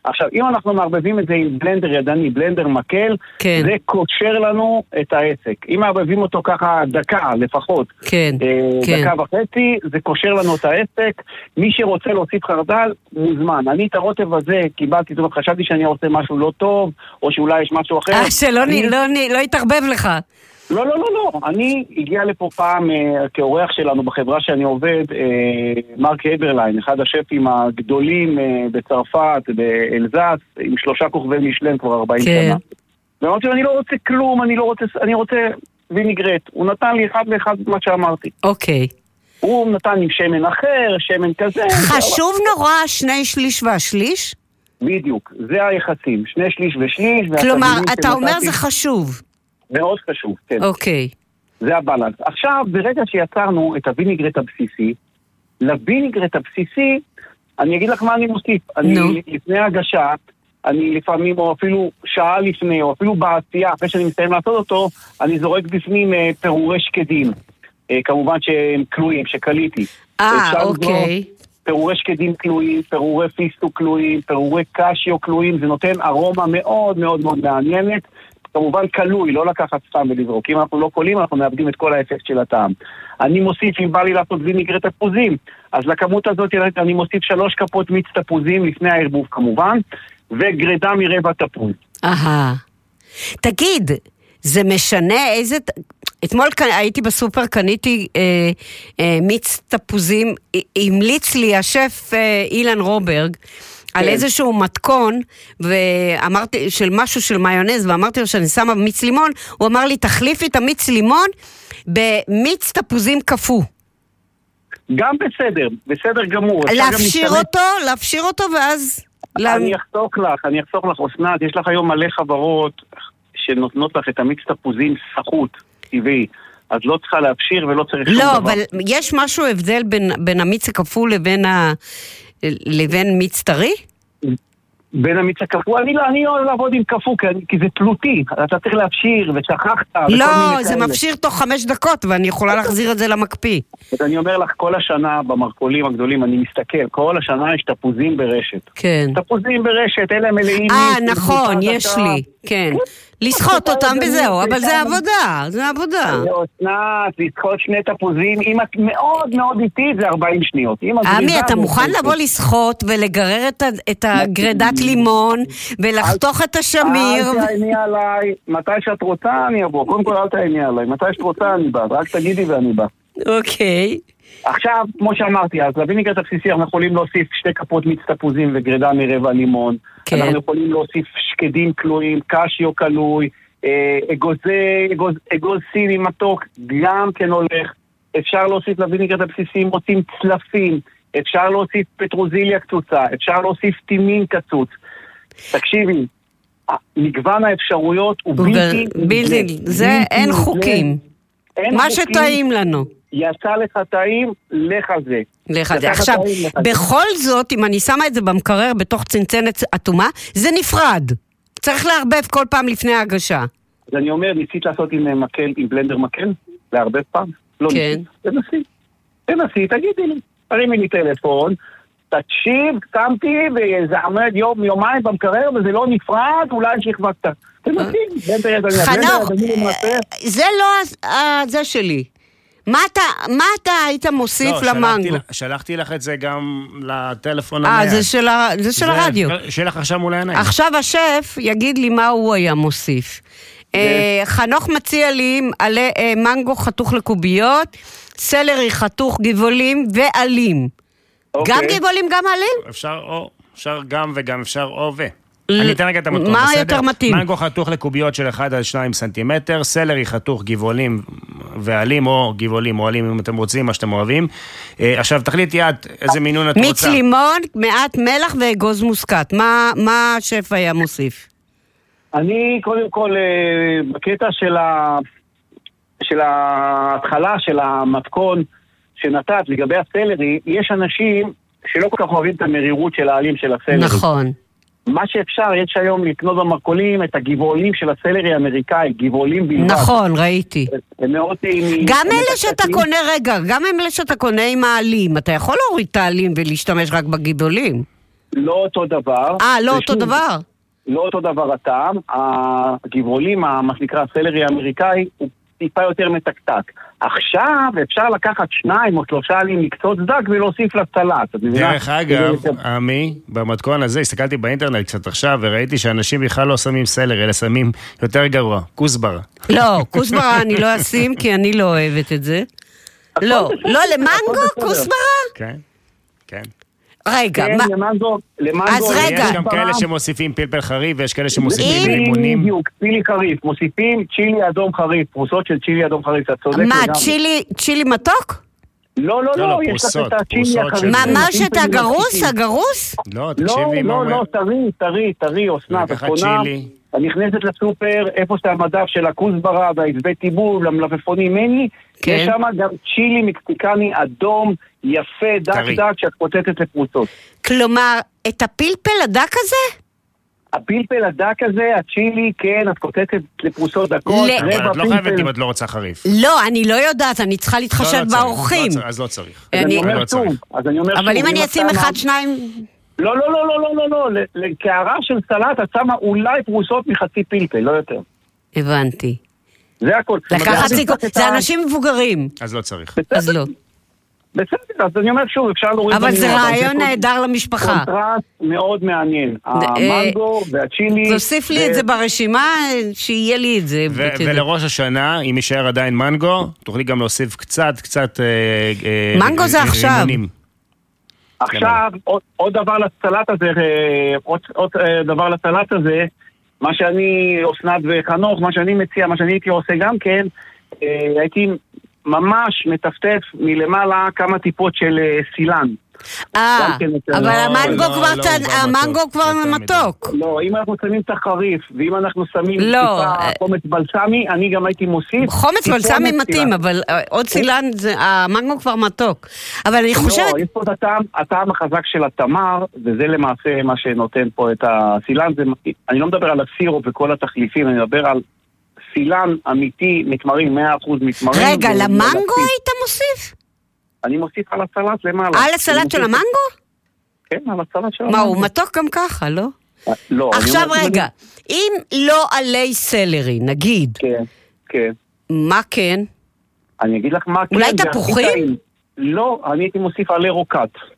עכשיו, אם אנחנו מערבבים את זה עם בלנדר ידני, בלנדר מקל, כן. זה קושר לנו את העסק. אם מערבבים אותו ככה דקה לפחות, כן. דקה וחצי, זה קושר לנו את העסק. מי שרוצה להוסיף חרדל, מוזמן. אני את הרוטב הזה קיבלתי, זאת אומרת, חשבתי שאני עושה משהו לא טוב, או שאולי יש משהו אחר. שלא יתערבב לך. לא. אני הגיע לפה פעם כאורח שלנו בחברה שאני עובד, מרק הברליין, אחד השפים הגדולים בצרפת, באלזס, עם 3 כוכבי משלן כבר 40 שנה. ואמרתי לו, אני לא רוצה כלום, אני רוצה ויניגרט. הוא נתן לי אחד לאחד מה שאמרתי. אוקיי. הוא נתן לי שמן אחר, שמן כזה. חשוב נורא 2/3 והשליש? בדיוק, זה היחסים, 2/3 ושליש. כלומר, אתה אומר זה חשוב. מאוד חשוב, כן. אוקיי. זה הבלנס. עכשיו, ברגע שיצרנו את הוויניגרט הבסיסי, לוויניגרט הבסיסי, אני אגיד לך מה אני מוסיף. אני לפני הגשה, אני לפעמים, או אפילו שעה לפני, או אפילו בעשייה, אחרי שאני מסיים לעשות אותו, אני זורק בפנים פירורי שקדים. כמובן שהם כלואים, שקליתי. אוקיי. פירורי שקדים כלואים, פירורי פיסטוק כלואים, פירורי קשיו כלואים, זה נותן ארומה מאוד מאוד מאוד מעניינת. כמובן קלוי, לא לקחת סתם ולזרוק. אם אנחנו לא קולים, אנחנו מאבדים את כל האפקט של הטעם. אני מוסיף, אם בא לי לעשות ויניגרט תפוזים, אז לכמות הזאת אני מוסיף 3 כפות מיץ תפוזים לפני הערבוב כמובן, וגרידה מרבע תפוז. תגיד, זה משנה איזה... אתמול הייתי בסופר, קניתי מיץ תפוזים, המליץ לי השף אילן רוברג, על איזשהו מתכון, ואמרתי, של משהו של מיונז, ואמרתי לו שאני שמה מיץ לימון, הוא אמר לי, תחליפי את המיץ לימון במיץ תפוזים קפוא. גם בסדר גמור. להפשיר אותו, ואז... אני אחסוך לך, אסנת, יש לך היום מלא חברות שנותנות לך את המיץ תפוזים סחוט, טבעי. אז לא צריכה להפשיר ולא צריך שום דבר. לא, אבל יש משהו הבדל בין המיץ הקפוא לבין מיץ טרי? בין המיץ הקפוא, אני לא אוהב לעבוד עם קפוא, כי זה תלותי, אתה צריך להפשיר ושכחת. לא, זה מפשיר תוך 5 דקות, ואני יכולה להחזיר את זה למקפיא. אז אני אומר לך, כל השנה במרכולים הגדולים, אני מסתכל, כל השנה יש תפוזים ברשת. כן. תפוזים ברשת, אלה מלאים. נכון, יש לי, כן. לשחוט אותם וזהו, אבל זה עבודה, זה עבודה. אסנת, לשחוט 2 תפוזים, אם את מאוד מאוד איטית, זה 40 שניות. עמי, אתה מוכן לבוא לשחוט ולגרר את הגרדת לימון, ולחתוך את השמיר? אל תעני עליי, מתי שאת רוצה אני אבוא. קודם כל אל תעני עליי, מתי שאת רוצה אני בא, רק תגידי ואני בא. אוקיי. עכשיו, כמו שאמרתי, אז לוויניגרט הבסיסי אנחנו יכולים להוסיף 2 כפות מיץ תפוזים וגרידה מרבע לימון. כן. אנחנו יכולים להוסיף שקדים כלואים, קשיו כלוי, אגוז סיני מתוק, גם כן הולך. אפשר להוסיף לוויניגרט הבסיסי, מוצאים צלפים, אפשר להוסיף פטרוזיליה קצוצה, אפשר להוסיף טימין קצוץ. תקשיבי, מגוון האפשרויות הוא בלתי... זה אין חוקים. מה שטעים לנו. יצא לך טעים, לך זה. עכשיו, בכל זאת, אם אני שמה את זה במקרר בתוך צנצנת אטומה, זה נפרד. צריך להרבב כל פעם לפני ההגשה. אז אני אומר, ניסית לעשות עם מקל, עם בלנדר מקל? להרבב פעם? לא ניסית. תנסי, תגידי לי. תרימי לי טלפון, תקשיב, קמתי, וזה עומד יומיים במקרר, וזה לא נפרד, אולי שכבקת. תנסי. חנוך, זה לא זה שלי. מה אתה היית מוסיף למנגו? שלחתי לך את זה גם לטלפון הנייד. זה של הרדיו. שלך עכשיו מול העיניים. עכשיו השף יגיד לי מה הוא היה מוסיף. חנוך מציע לי מנגו חתוך לקוביות, סלרי חתוך, גבעולים ועלים. גם גבעולים גם עלים? אפשר גם וגם, אפשר או ו. אני אתן רגע את המתכון, בסדר? מה יותר מתאים? מנגו חתוך לקוביות של 1-2 סנטימטר, סלרי חתוך גבעולים ועלים, או גבעולים או עלים, אם אתם רוצים, מה שאתם אוהבים. עכשיו, תחליטי את איזה מינון את רוצה. מיץ לימון, מעט מלח ואגוז מוסקת. מה השף היה מוסיף? אני, קודם כל, בקטע של ההתחלה, של המתכון שנתת לגבי הסלרי, יש אנשים שלא כל כך אוהבים את המרירות של העלים של הסלרי. נכון. מה שאפשר, יש היום לקנות במרכולים את הגבעולים של הסלרי האמריקאי, גבעולים בלבד. נכון, ראיתי. הם מאוד טעימים. גם אלה שאתה קונה, רגע, גם אלה שאתה קונה עם העלים, אתה יכול להוריד את העלים ולהשתמש רק בגבעולים. לא אותו דבר. לא אותו דבר? לא אותו דבר הטעם. הגברולים, מה שנקרא הסלרי האמריקאי, הוא טיפה יותר מתקתק. עכשיו אפשר לקחת 2 או 3 עלים מקצות דק ולהוסיף לסלט. דרך אגב, עמי, במתכון הזה, הסתכלתי באינטרנט קצת עכשיו, וראיתי שאנשים בכלל לא שמים סלרי, אלא שמים יותר גרוע, כוסברה. לא, כוסברה אני לא אשים, כי אני לא אוהבת את זה. לא, למנגו, כוסברה? כן, כן. רגע, כן, למנגו, אז רגע. יש גם כאלה שמוסיפים פלפל חריף, ויש כאלה שמוסיפים לימונים. בדיוק, צילי חריף, מוסיפים צ'ילי אדום חריף, פרוסות של צ'ילי אדום חריף, אתה צודק. מה, צ'ילי מתוק? לא, יש לך את הצ'ילי החריף. ממש את הגרוס? לא, תקשיבי מה אומר. לא, טרי, אסנת, הקונה. נכנסת לסופר, איפה שהמדף של הכוסברה והעצבי טיבול, למלפפונים מני, יש שם גם צ'ילי מקסיקני אדום, יפה, דק, שאת פוצצת לפרוסות. כלומר, את הפלפל הדק הזה? הפלפל הדק הזה, הצ'ילי, כן, את פוצצת לפרוסות דקות. אבל את לא חייבת אם את לא רוצה חריף. לא, אני לא יודעת, אני צריכה להתחשב באורחים. אז לא צריך. אני אומר שוב. אבל אם אני אשים 1-2... לא, לקערה של סלט את שמה אולי פרוסות מחצי פלפל, לא יותר. הבנתי. זה הכל. זה אנשים מבוגרים. אז לא צריך. אז לא. בסדר, אז אני אומר שוב, אפשר להוריד... אבל זה רעיון נהדר למשפחה. קונטרסט מאוד מעניין. המנגו והצ'ילי... תוסיף לי את זה ברשימה, שיהיה לי את זה. ולראש השנה, אם יישאר עדיין מנגו, תוכלי גם להוסיף קצת... מנגו זה עכשיו. עכשיו, עוד דבר לסלט הזה, מה שאני, אסנת וחנוך, מה שאני מציע, מה שאני הייתי עושה גם כן, הייתי ממש מטפטף מלמעלה כמה טיפות של סילן. אבל המנגו כבר מתוק. לא, אם אנחנו שמים את החריף, ואם אנחנו שמים טיפה חומץ בלסמי, אני גם הייתי מוסיף. חומץ בלסמי מתאים, אבל עוד סילן, המנגו כבר מתוק. אבל אני חושבת... לא, יש פה את הטעם החזק של התמר, וזה למעשה מה שנותן פה את הסילן. אני לא מדבר על הסירופ וכל התחליפים, אני מדבר על סילן אמיתי, מתמרים, 100% מתמרים. רגע, למנגו היית מוסיף? אני מוסיף על הסלט למעלה. על הסלט של המנגו? כן, על הסלט של המנגו. מה, הוא מתוק גם ככה, לא? לא. עכשיו רגע, אם לא עלי סלרי, נגיד. כן. מה כן? אני אגיד לך מה כן. אולי תפוחים? לא, אני הייתי מוסיף עלי רוקט.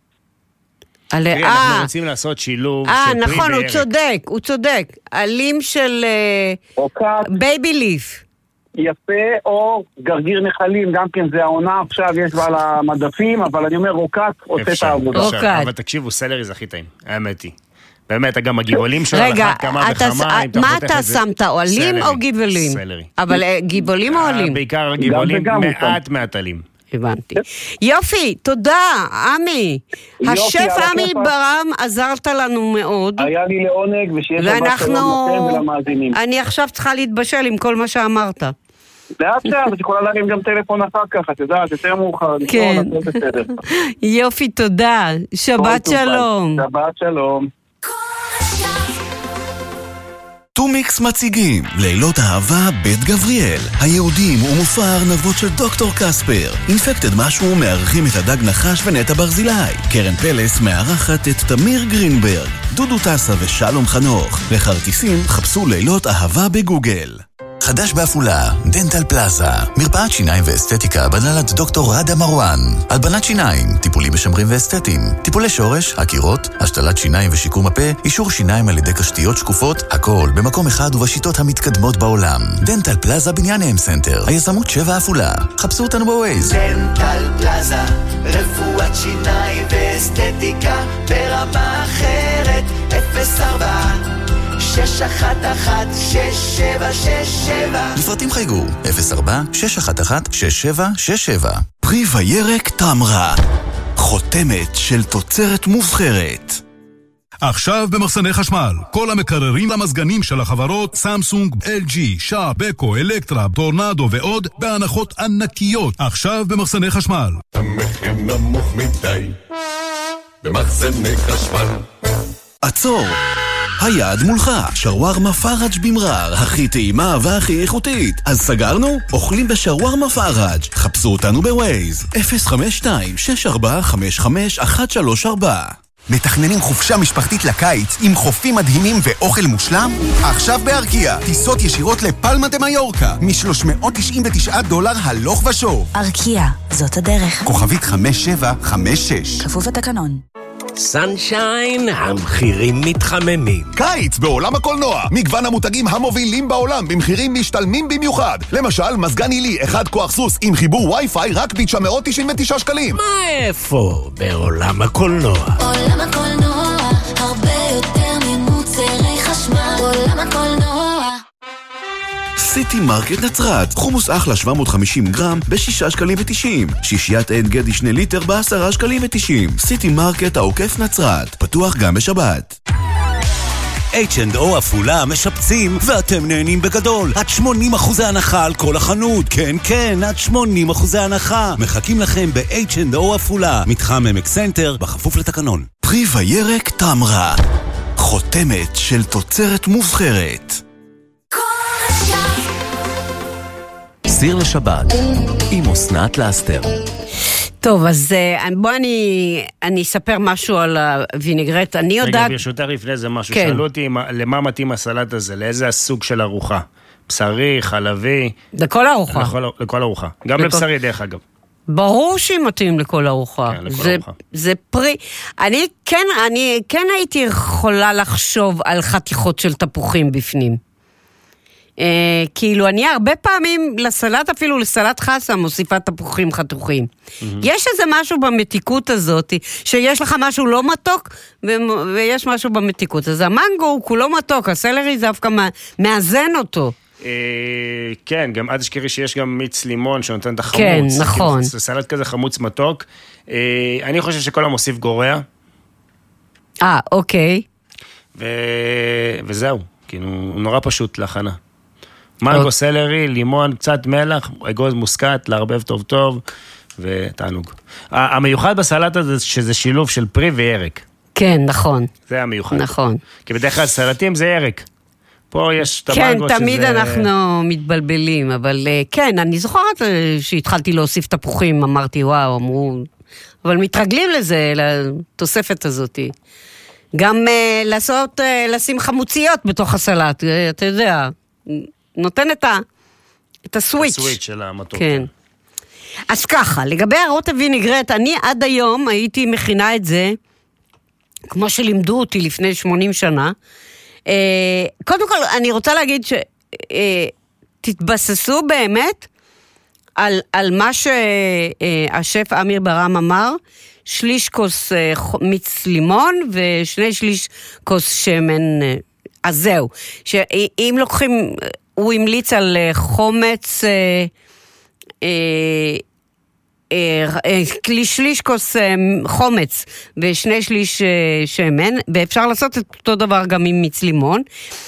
אנחנו רוצים לעשות שילוב של פרי וירק. נכון, הוא צודק. עלים של בייבי ליף. יפה, או גרגיר נחלים, גם כן זה העונה, עכשיו יש בה על המדפים, אבל אני אומר רוקט עושה את העבודה. אבל תקשיבו, סלרי זה הכי טעים, האמת היא. באמת, גם הגבעולים שלו, רגע, מה אתה שמת, עלים או גבעולים? סלרי. אבל גבעולים או עלים? בעיקר גבעולים, מעט עלים. הבנתי. יופי, תודה, עמי. השף עמי ברם עזרת לנו מאוד. היה לי לעונג, ושיהיה שבת שלום לכם ולמאזינים. אני עכשיו צריכה להתבשל עם כל מה שאמרת. לאט, את יכולה להרים גם טלפון אחר כך, את יודעת, יותר מאוחר. כן. יופי, תודה. שבת שלום. שבת שלום. טומיקס מציגים לילות אהבה בית גבריאל. היהודים ומופע הארנבות של דוקטור קספר. אינפקטד משהו מארחים את הדג נחש ונטע ברזילי. קרן פלס מארחת את תמיר גרינברג. דודו טסה ושלום חנוך. לכרטיסים חפשו לילות אהבה בגוגל. חדש באפולה, דנטל פלאזה, מרפאת שיניים ואסתטיקה בהנהלת דוקטור רדה מרואן, הלבנת שיניים, טיפולים משמרים ואסתטיים, טיפולי שורש, הקירות, השתלת שיניים ושיקום הפה, אישור שיניים על ידי קשתיות שקופות, הכל במקום אחד ובשיטות המתקדמות בעולם. דנטל פלאזה בניין אם סנטר, היזמות 7 אפולה. חפשו אותנו בווייז. דנטל פלאזה, רפואת שיניים ואסתטיקה ברמה אחרת, 04 611-6767. לפרטים חייגו 04-611-6767. פרי וירק תמרה, חותמת של תוצרת מובחרת. עכשיו במחסני חשמל, כל המקררים למזגנים של החברות סמסונג, LG, שאפ, בקו, אלקטרה, טורנדו ועוד בהנחות ענקיות. עכשיו במחסני חשמל. המחיר נמוך מדי במחסני חשמל. עצור, היד מולך, שווארמה פראג' במרר, הכי טעימה והכי איכותית. אז סגרנו? אוכלים בשווארמה פראג'. חפשו אותנו בווייז 052-6455-134. מתכננים חופשה משפחתית לקיץ עם חופים מדהימים ואוכל מושלם? עכשיו בארקיה, טיסות ישירות לפלמה דה מיורקה, $399 הלוך ושוב. ארקיה, זאת הדרך. כוכבית 5756. כפוף לתקנון. סנשיין, המחירים מתחממים. קיץ בעולם הקולנוע. מגוון המותגים המובילים בעולם במחירים משתלמים במיוחד. למשל, מזגן עילי 1 כוח סוס עם חיבור וי-פיי רק ב-999 שקלים. מה איפה? בעולם הקולנוע. עולם הקולנוע, הרבה יותר ממוצרי חשמל. עולם הקולנוע. סיטי מרקט נצרת, חומוס אחלה 750 גרם ב6 שקלים ו90, שישיית עין גדי 2 ליטר ב10 שקלים ו90. סיטי מרקט העוקף נצרת, פתוח גם בשבת. H&O אפולה משפצים ואתם נהנים בגדול עד 80% הנחה על כל החנות. כן, כן, עד 80% הנחה. מחכים לכם ב-H&O אפולה, מתחם עמק סנטר, בכפוף לתקנון. פרי וירק תמרה, חותמת של תוצרת מובחרת. סיר לשבת עם אסנת לאסתר. טוב, אז בוא אני אספר משהו על הווינגרט. אני יודעת... רגע, ברשותך לפני זה משהו. שאלו אותי למה מתאים הסלט הזה, לאיזה הסוג של ארוחה. בשרי, חלבי. לכל ארוחה. לכל ארוחה. גם לבשרי דרך אגב. ברור שהיא מתאים לכל ארוחה. כן, לכל ארוחה. זה פרי. אני כן הייתי יכולה לחשוב על חתיכות של תפוחים בפנים. כאילו אני הרבה פעמים לסלט, אפילו לסלט חסה מוסיפה תפוחים חתוכים. יש איזה משהו במתיקות הזאת, שיש לך משהו לא מתוק ויש משהו במתיקות. אז המנגו הוא כולו מתוק, הסלרי זה דווקא מאזן אותו. כן, גם עד אשכרי שיש גם מיץ לימון שנותן את החמוץ. כן, נכון. זה סלט כזה חמוץ מתוק. אני חושב שכל המוסיף גורע. אוקיי. וזהו, כאילו הוא נורא פשוט להכנה. מנגו, סלרי, לימון, קצת מלח, אגוז מוסקת, לערבב טוב טוב, ותענוג. המיוחד בסלט הזה שזה שילוב של פרי וירק. כן, נכון. זה המיוחד. נכון. כי בדרך כלל סלטים זה ירק. פה יש את המנגו כן, תמיד אנחנו מתבלבלים, אבל כן, אני זוכרת שהתחלתי להוסיף תפוחים, אמרתי וואו, אמרו, אבל מתרגלים לזה, לתוספת הזאת. גם לשים חמוציות בתוך הסלט, אתה יודע, נותן את הסוויץ'. הסוויץ' של המתוק. כן. אז ככה, לגבי הרוטב וינגרט, אני עד היום הייתי מכינה את זה, כמו שלימדו אותי לפני 80 שנה. קודם כל, אני רוצה להגיד שתתבססו באמת על מה שהשף אמיר ברם אמר, 1/3 כוס מיץ לימון ו2/3 כוס שמן. אז זהו, שאם לוקחים, הוא המליץ על חומץ, 1/3 כוס חומץ ו2/3 שמן, ואפשר לעשות את אותו דבר גם עם מיץ לימון,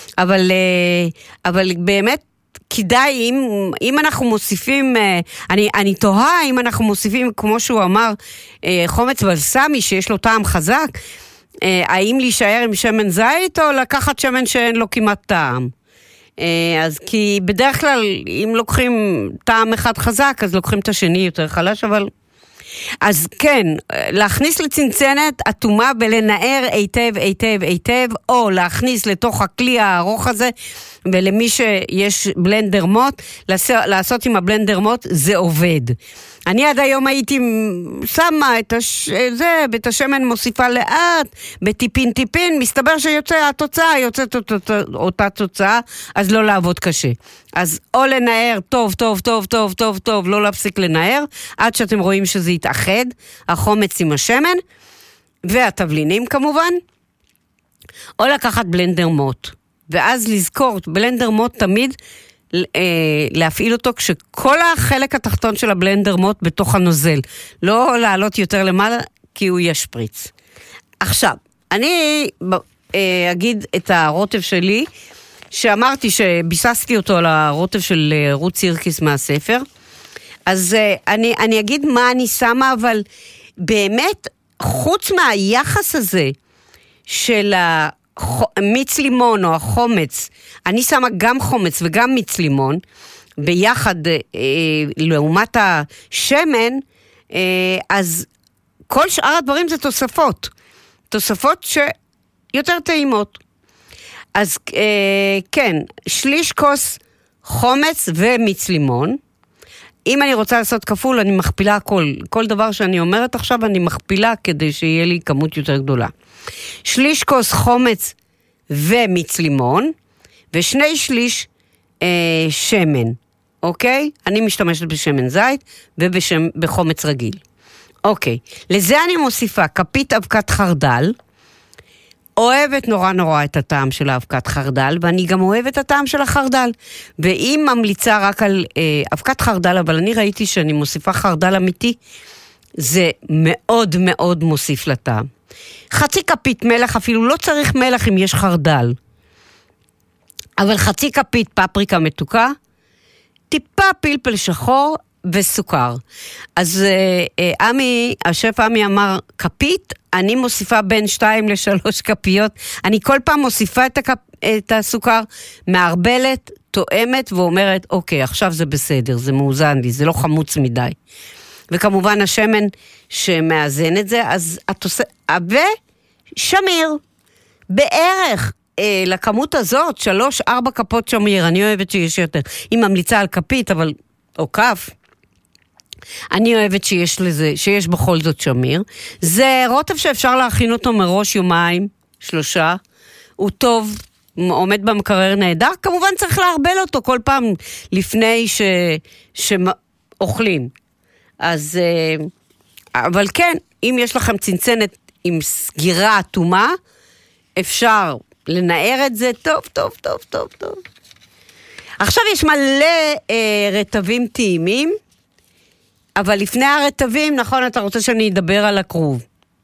אבל באמת כדאי, אם אנחנו מוסיפים, אני תוהה אם אנחנו מוסיפים, כמו שהוא אמר, חומץ בלסמי שיש לו טעם חזק, האם להישאר עם שמן זית או לקחת שמן שאין לו כמעט טעם. אז כי בדרך כלל אם לוקחים טעם אחד חזק אז לוקחים את השני יותר חלש, אבל אז כן, להכניס לצנצנת אטומה ולנער היטב היטב היטב, או להכניס לתוך הכלי הארוך הזה, ולמי שיש בלנדר מוט, לעשות עם הבלנדר מוט, זה עובד. אני עד היום הייתי שמה את השמן מוסיפה לאט, בטיפין טיפין, מסתבר שיוצא התוצאה, יוצאת אותה תוצאה, אז לא לעבוד קשה. אז או לנער טוב, טוב, טוב, טוב, טוב, טוב, לא להפסיק לנער, עד שאתם רואים שזה יתאחד, החומץ עם השמן, והתבלינים כמובן, או לקחת בלנדר מוט. ואז לזכור, בלנדר מוט תמיד להפעיל אותו כשכל החלק התחתון של הבלנדר מוט בתוך הנוזל. לא לעלות יותר למעלה, כי הוא ישפריץ. עכשיו, אני אגיד את הרוטב שלי, שאמרתי שביססתי אותו על הרוטב של רות סירקיס מהספר. אז אני אגיד מה אני שמה, אבל באמת, חוץ מהיחס הזה של מיץ לימון או החומץ, אני שמה גם חומץ וגם מיץ לימון, ביחד לעומת השמן, אז כל שאר הדברים זה תוספות. תוספות שיותר טעימות. אז כן, שליש כוס חומץ ומיץ לימון. אם אני רוצה לעשות כפול, אני מכפילה הכל. כל דבר שאני אומרת עכשיו, אני מכפילה כדי שיהיה לי כמות יותר גדולה. שליש כוס חומץ ומיץ לימון, ושני שליש שמן, אוקיי? אני משתמשת בשמן זית ובחומץ רגיל. אוקיי, לזה אני מוסיפה כפית אבקת חרדל, אוהבת נורא את הטעם של האבקת חרדל, ואני גם אוהבת את הטעם של החרדל. והיא ממליצה רק על אבקת חרדל, אבל אני ראיתי שאני מוסיפה חרדל אמיתי, זה מאוד מאוד מוסיף לטעם. חצי כפית מלח, אפילו לא צריך מלח אם יש חרדל. אבל חצי כפית פפריקה מתוקה, טיפה פלפל שחור וסוכר. אז השף עמי אמר כפית, אני מוסיפה בין 2 ל3 כפיות, אני כל פעם מוסיפה את הסוכר, מערבלת, תואמת ואומרת, אוקיי, עכשיו זה בסדר, זה מאוזן לי, זה לא חמוץ מדי. וכמובן השמן שמאזן את זה, אז ושמיר, בערך לכמות הזאת, 3-4 כפות שמיר, אני אוהבת שיש יותר, היא ממליצה על כפית, אבל, או כף, אני אוהבת שיש בכל זאת שמיר. זה רוטב שאפשר להכין אותו מראש 2-3, הוא טוב, עומד במקרר נהדר, כמובן צריך להרבל אותו כל פעם לפני שאוכלים. אז, אבל כן, אם יש לכם צנצנת עם סגירה אטומה, אפשר לנער את זה טוב. עכשיו יש מלא רטבים טעימים, אבל לפני הרטבים, נכון, אתה רוצה שאני אדבר על הכרוב.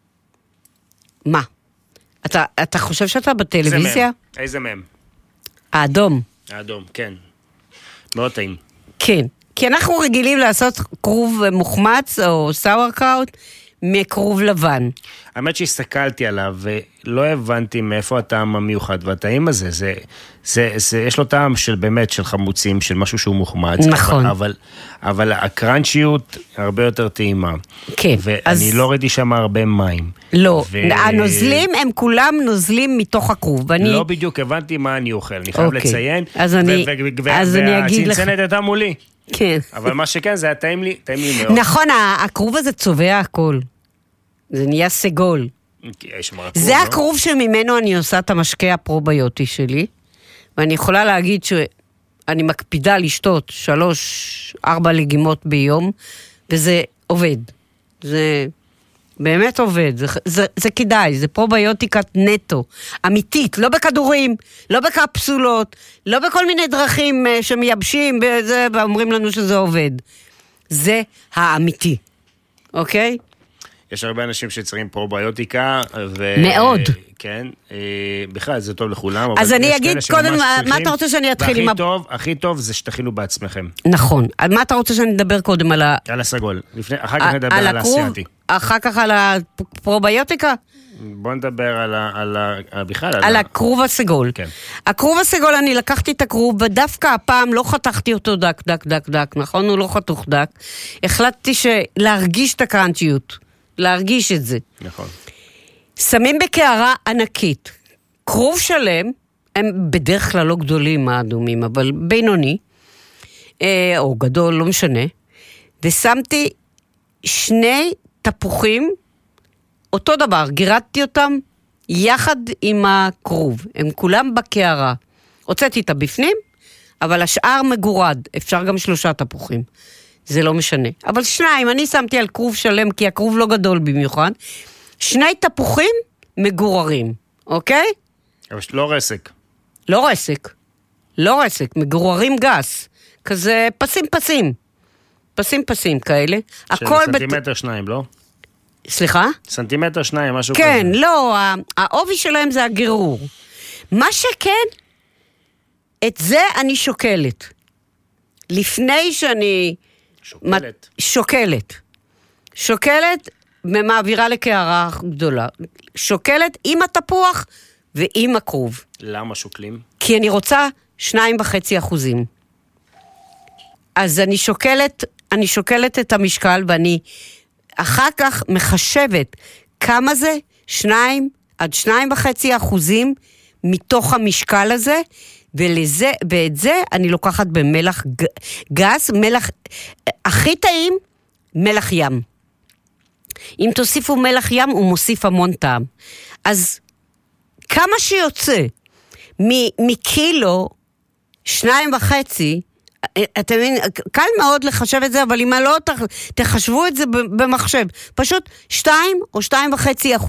מה? אתה חושב שאתה בטלוויזיה? איזה מהם? האדום. האדום, כן. מאוד טעים. כן, כי אנחנו רגילים לעשות כרוב מוחמץ או סאורקראוט מכרוב לבן. האמת שהסתכלתי עליו ולא הבנתי מאיפה הטעם המיוחד, והטעים הזה, יש לו טעם של באמת, של חמוצים, של משהו שהוא מוחמץ. נכון. אבל הקרנצ'יות הרבה יותר טעימה. כן. ואני לא ראיתי שם הרבה מים. לא, הנוזלים הם כולם נוזלים מתוך הכרוב. לא בדיוק הבנתי מה אני אוכל, אני חייב לציין. אז אני אגיד לך. והצנצנת הייתה מולי. כן. אבל מה שכן, זה היה טעים לי מאוד. נכון, הכרוב הזה צובע הכל. זה נהיה סגול. זה הכרוב שממנו אני עושה את המשקה הפרוביוטי שלי, ואני יכולה להגיד שאני מקפידה לשתות 3-4 לגימות ביום, וזה עובד. זה באמת עובד. זה כדאי, זה פרוביוטיקת נטו. אמיתית, לא בכדורים, לא בקפסולות, לא בכל מיני דרכים שמייבשים בזה, ואומרים לנו שזה עובד. זה האמיתי. אוקיי? יש הרבה אנשים שצריכים פרוביוטיקה. מאוד. כן, בכלל זה טוב לכולם. אז אני אגיד קודם, מה אתה רוצה שאני אתחיל עם... הכי טוב זה שתכינו בעצמכם. נכון. על מה אתה רוצה שאני אדבר קודם על ה... על הסגול. אחר כך נדבר על האסיאתי. אחר כך על הפרוביוטיקה? בוא נדבר בכלל. על הכרוב הסגול. כן. הכרוב הסגול, אני לקחתי את הכרוב, ודווקא הפעם לא חתכתי אותו דק, נכון? הוא לא חתוך דק. החלטתי להרגיש את הקרנצ'יות. להרגיש את זה. נכון. שמים בקערה ענקית. כרוב שלם, הם בדרך כלל לא גדולים האדומים, אבל בינוני, או גדול, לא משנה, ושמתי 2 תפוחים, אותו דבר, גירדתי אותם יחד עם הכרוב. הם כולם בקערה. הוצאתי את הבפנים, אבל השאר מגורד. אפשר גם 3 תפוחים. זה לא משנה. אבל 2, אני שמתי על כרוב שלם, כי הכרוב לא גדול במיוחד. 2 תפוחים מגוררים, אוקיי? אבל לא רסק. לא רסק, מגוררים גס. כזה פסים כאלה. של סנטימטר 2, לא? סליחה? סנטימטר 2, משהו כזה. כן, לא, העובי שלהם זה הגירור. מה שכן, את זה אני שוקלת. לפני שאני... שוקלת ומעבירה לקערה גדולה. שוקלת עם התפוח ועם הכרוב. למה שוקלים? כי אני רוצה 2.5%. אז אני שוקלת את המשקל, ואני אחר כך מחשבת כמה זה 2-2.5% מתוך המשקל הזה, ואת זה אני לוקחת במלח גס, מלח הכי טעים, מלח ים. אם תוסיפו מלח ים, הוא מוסיף המון טעם. אז כמה שיוצא מקילו 2.5, אתם מבינים, קל מאוד לחשב את זה, אבל אם לא תחשבו את זה במחשב, פשוט 2 או 2.5%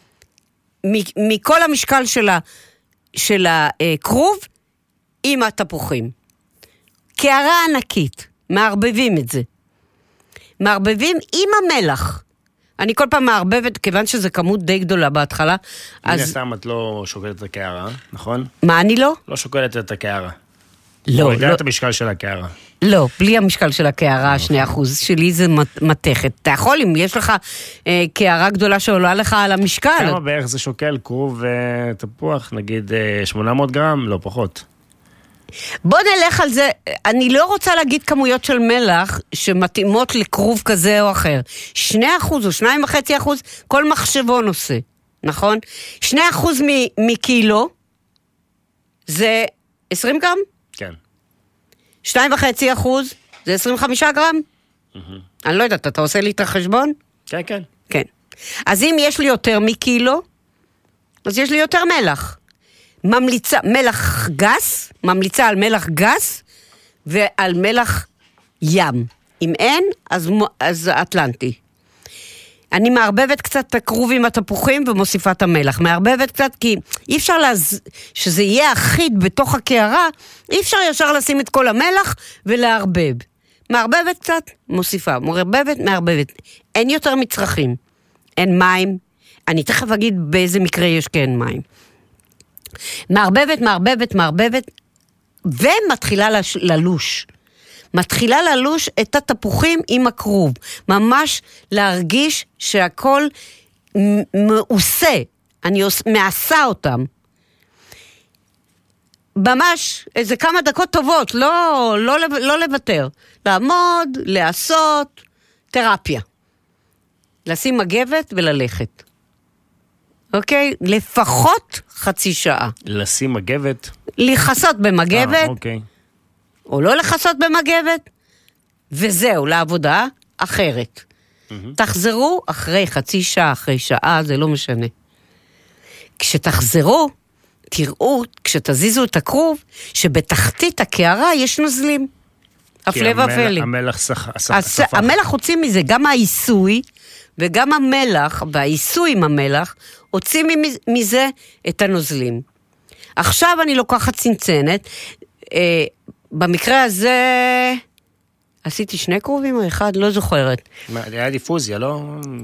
מכל המשקל של הכרוב עם התפוחים. קערה ענקית, מערבבים את זה. מערבבים עם המלח. אני כל פעם מערבבת, כיוון שזה כמות די גדולה בהתחלה. הנה סתם את לא שוקלת את הקערה, נכון? מה אני לא? לא שוקלת את הקערה. לא. יודע את המשקל של הקערה. לא, בלי המשקל של הקערה, 2%. שלי זה מתכת. אתה יכול, אם יש לך קערה גדולה שעולה לך על המשקל. כמה בערך זה שוקל כרוב תפוח? נגיד 800 גרם? לא, פחות. בוא נלך על זה, אני לא רוצה להגיד כמויות של מלח שמתאימות לכרוב כזה או אחר. 2% או 2.5%, כל מחשבון עושה, נכון? 2% מקילו, זה 20 גרם? כן. 2.5% זה 25 גרם? אני לא יודעת, אתה עושה לי את החשבון? כן, כן. כן. אז אם יש לי יותר מקילו, אז יש לי יותר מלח. מלח גס, ממליצה על מלח גס ועל מלח ים. אם אין, אז אטלנטי. אני מערבבת קצת את הכרוב עם התפוחים ומוסיפה את המלח. מערבבת קצת כי אי אפשר שזה יהיה אחיד בתוך הקערה, אי אפשר ישר לשים את כל המלח ולערבב. מערבבת קצת, מוסיפה. מערבבת. אין יותר מצרכים. אין מים. אני תכף אגיד באיזה מקרה יש כן מים. מערבבת, ומתחילה ללוש. מתחילה ללוש את התפוחים עם הכרוב. ממש להרגיש שהכל מעושה. אני מעשה אותם. ממש איזה כמה דקות טובות, לא לוותר. לעמוד, לעשות, תרפיה. לשים מגבת וללכת. אוקיי? לפחות חצי שעה. לשים מגבת? לחסות במגבת. אוקיי. או לא לחסות במגבת. וזהו, לעבודה אחרת. תחזרו אחרי חצי שעה, אחרי שעה, זה לא משנה. כשתחזרו, תראו, כשתזיזו את הכרוב, שבתחתית הקערה יש נוזלים. הפלא והפלא. המלח ספח. המלח הוציא מזה, גם העיסוי, וגם המלח, והעיסוי עם המלח, הוציא מזה את הנוזלים. עכשיו אני לוקחת צנצנת, במקרה הזה, עשיתי 2 כרובים או 1, לא זוכרת. היה דיפוזיה, לא?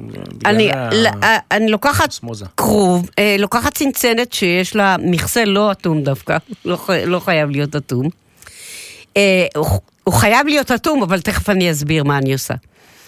אני לוקחת כרוב, לוקחת צנצנת שיש לה מכסה לא אטום דווקא, לא חייב להיות אטום. הוא חייב להיות אטום, אבל תכף אני אסביר מה אני עושה.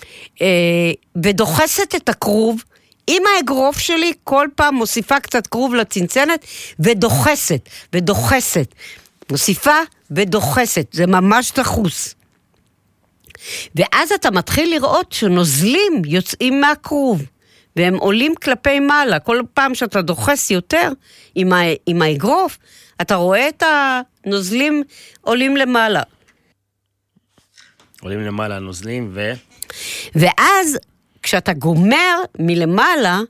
ודוחסת את הכרוב, עם האגרוף שלי כל פעם מוסיפה קצת כרוב לצנצנת, ודוחסת. מוסיפה ודוחסת, זה ממש דחוס. ואז אתה מתחיל לראות שנוזלים יוצאים מהכרוב, והם עולים כלפי מעלה. כל פעם שאתה דוחס יותר עם האגרוף, אתה רואה את הנוזלים עולים למעלה. עולים למעלה הנוזלים ואז כשאתה גומר מלמעלה,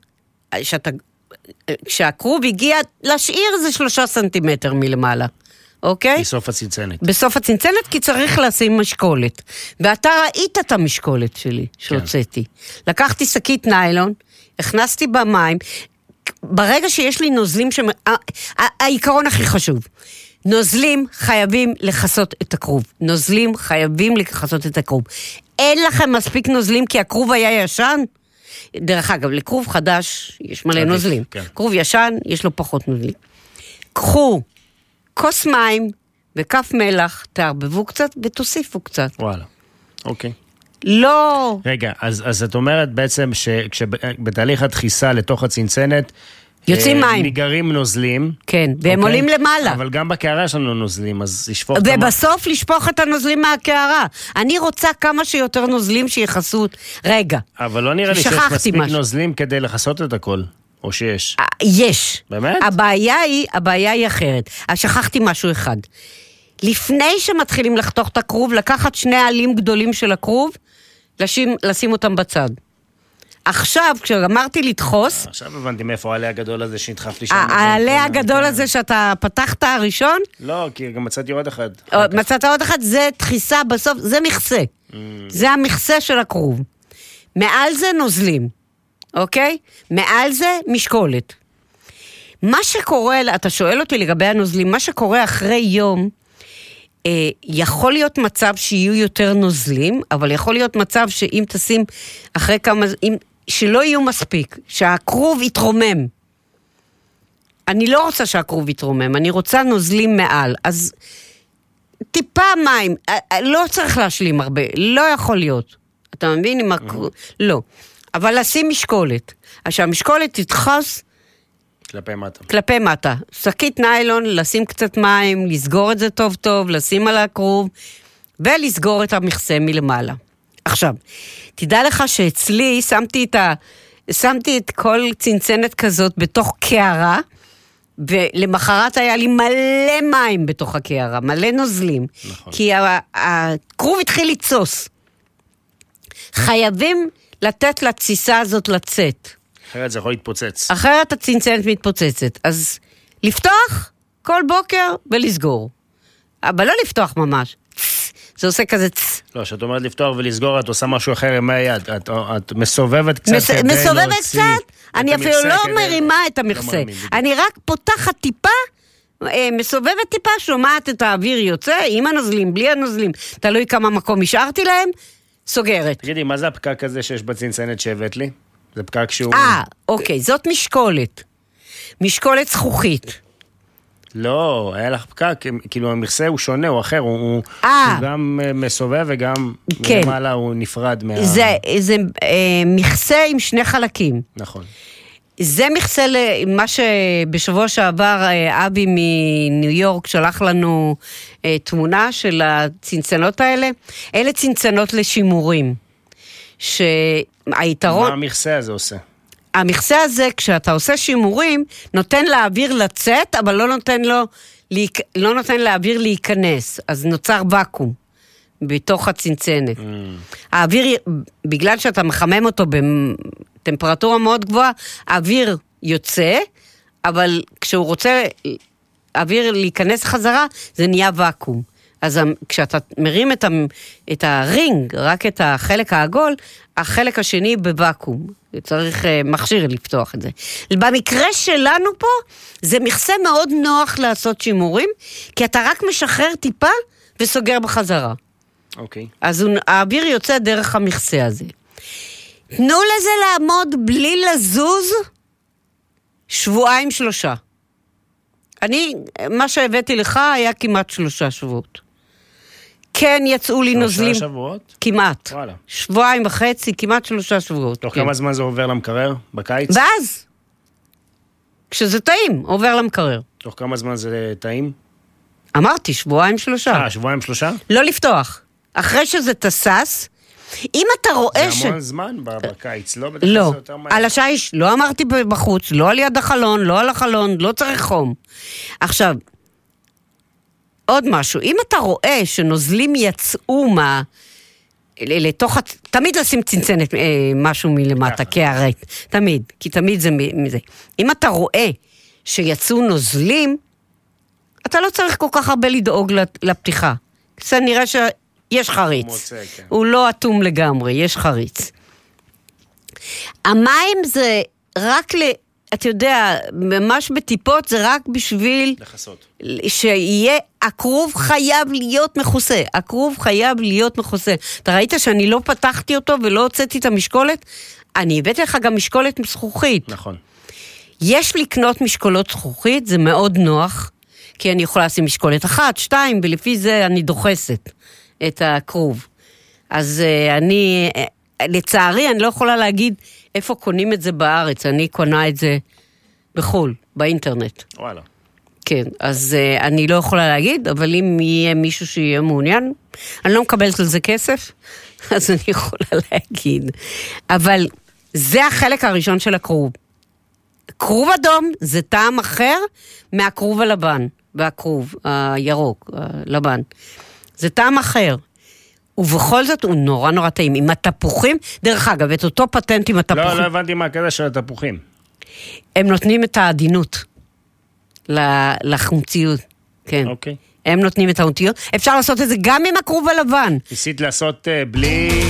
כשהכרוב הגיע, להשאיר זה 3 סנטימטר מלמעלה. אוקיי? בסוף הצנצנת. בסוף הצנצנת, כי צריך לשים משקולת. ואתה ראית את המשקולת שלי, שהוצאתי. לקחתי שקית ניילון, הכנסתי במים, ברגע שיש לי נוזלים, העיקרון הכי חשוב, נוזלים חייבים לחסות את הכרוב. נוזלים חייבים לחסות את הכרוב. אין לכם מספיק נוזלים, כי הכרוב היה ישן? דרך אגב, לכרוב חדש יש מלא נוזלים. כרוב ישן, יש לו פחות נוזלים. קחו כוס מים וכף מלח, תערבבו קצת ותוסיפו קצת. וואלה, אוקיי. לא. רגע, אז את אומרת בעצם שבתהליך הדחיסה לתוך הצנצנת, יוצאים מים. ניגרים נוזלים. כן, והם עולים למעלה. אבל גם בקערה יש לנו נוזלים, אז לשפוך ובסוף לשפוך את הנוזלים מהקערה. אני רוצה כמה שיותר נוזלים שיחסות. רגע, אבל לא נראה לי שיש מספיק נוזלים כדי לחסות את הכל. או שיש? יש. באמת? הבעיה היא אחרת. אז שכחתי משהו אחד. לפני שמתחילים לחתוך את הכרוב, לקחת 2 עלים גדולים של הכרוב, לשים אותם בצד. עכשיו, כשאמרתי לדחוס... עכשיו הבנתי מאיפה העלה הגדול הזה שנדחף לי שם. העלה הגדול הזה שאתה פתחת הראשון? לא, כי גם מצאתי עוד אחד. מצאת עוד אחד, זה דחיסה בסוף, זה מכסה. זה המכסה של הכרוב. מעל זה נוזלים, אוקיי? מעל זה משקולת. מה שקורה, אתה שואל אותי לגבי הנוזלים, מה שקורה אחרי יום, יכול להיות מצב שיהיו יותר נוזלים, אבל יכול להיות מצב שאם תשים אחרי כמה, שלא יהיו מספיק, שהכרוב יתרומם. אני לא רוצה שהכרוב יתרומם, אני רוצה נוזלים מעל. אז טיפה מים, לא צריך להשלים הרבה, לא יכול להיות. אתה מבין? עם הכרוב? לא. אבל לשים משקולת. אז שהמשקולת תדחס כלפי מטה. שקית ניילון, לשים קצת מים, לסגור את זה טוב טוב, לשים על הכרוב, ולסגור את המכסה מלמעלה. עכשיו, תדע לך שאצלי שמתי את כל צנצנת כזאת בתוך קערה, ולמחרת היה לי מלא מים בתוך הקערה, מלא נוזלים. נכון. כי הכרוב התחיל לצוס. חייבים לתת לתסיסה הזאת לצאת. אחרת זה יכול להתפוצץ. אחרת הצנצנת מתפוצצת. אז לפתוח כל בוקר ולסגור. אבל לא לפתוח ממש. זה עושה כזה צ. לא, שאת אומרת לפתוח ולסגור, את עושה משהו אחר מהיד. את מסובבת קצת כדי להוציא. מסובבת קצת? אני אפילו לא מרימה את המכסה. אני רק פותחת טיפה, מסובבת טיפה, שומעת את האוויר יוצא, עם הנוזלים, בלי הנוזלים. תלוי כמה מקום השארתי להם, סוגרת. תגידי, מה זה הפקק הזה שיש בצנצנת שהבאת לי? זה פקק שהוא... אוקיי, זאת משקולת. משקולת זכוכית. לא, היה לך פקק, כאילו המכסה הוא שונה, הוא אחר, הוא גם מסובב וגם למעלה הוא נפרד מה... זה מכסה עם 2 חלקים. נכון. זה מכסה למה שבשבוע שעבר אבי מניו יורק שלח לנו תמונה של הצנצנות האלה. אלה צנצנות לשימורים. שהיתרון... מה המכסה הזה עושה? המכסה הזה, כשאתה עושה שימורים, נותן לאוויר לצאת, אבל לא נותן לאוויר להיכנס. אז נוצר וקום בתוך הצנצנת. האוויר, בגלל שאתה מחמם אותו בטמפרטורה מאוד גבוהה, האוויר יוצא, אבל כשהוא רוצה האוויר להיכנס חזרה, זה נהיה וקום. אז כשאתה מרים את הרינג, רק את החלק העגול, החלק השני בוואקום. צריך מכשיר לפתוח את זה. במקרה שלנו פה, זה מכסה מאוד נוח לעשות שימורים, כי אתה רק משחרר טיפה וסוגר בחזרה. אוקיי. אז האוויר יוצא דרך המכסה הזה. תנו לזה לעמוד בלי לזוז 2-3 שבועות. מה שהבאתי לך היה כמעט 3 שבועות. כן, יצאו לי נוזלים. 3 שבועות? כמעט. וואלה. 2.5, כמעט 3 שבועות. תוך כמה זמן זה עובר למקרר? בקיץ? ואז, כשזה טעים, עובר למקרר. תוך כמה זמן זה טעים? אמרתי, 2-3 שבועיים 3? לא לפתוח. אחרי שזה תסס, אם אתה רואה זה המון זמן בקיץ, לא? לא, על השיש, לא אמרתי בחוץ, לא על יד החלון, לא על החלון, לא צריך חום. עכשיו, עוד משהו, אם אתה רואה שנוזלים יצאו לתוך, תמיד לשים צנצנת משהו מלמטה, כערית, תמיד, כי תמיד זה מזה. אם אתה רואה שיצאו נוזלים, אתה לא צריך כל כך הרבה לדאוג לפתיחה. זה נראה שיש חריץ. הוא לא אטום לגמרי, יש חריץ. המים זה רק אתה יודע, ממש בטיפות זה רק בשביל... לחסות. שיהיה, הכרוב חייב להיות מכוסה. הכרוב חייב להיות מכוסה. אתה ראית שאני לא פתחתי אותו ולא הוצאתי את המשקולת? אני הבאתי לך גם משקולת זכוכית. נכון. יש לקנות משקולות זכוכית, זה מאוד נוח, כי אני יכולה לשים משקולת 1, 2, ולפי זה אני דוחסת את הכרוב. אז לצערי, אני לא יכולה להגיד איפה קונים את זה בארץ, אני קונה את זה בחול, באינטרנט. וואלה. כן, אז אני לא יכולה להגיד, אבל אם יהיה מישהו שיהיה מעוניין, אני לא מקבלת על זה כסף, אז אני יכולה להגיד. אבל זה החלק הראשון של הכרוב. כרוב אדום זה טעם אחר מהכרוב הלבן, והכרוב הירוק, הלבן. זה טעם אחר. ובכל זאת הוא נורא נורא טעים. עם התפוחים, דרך אגב, את אותו פטנט עם התפוחים. לא הבנתי מה הקטע של התפוחים. הם נותנים את העדינות לחומציות. כן. אוקיי. הם נותנים את העוntיות. אפשר לעשות את זה גם עם הכרוב הלבן. ניסית לעשות בלי...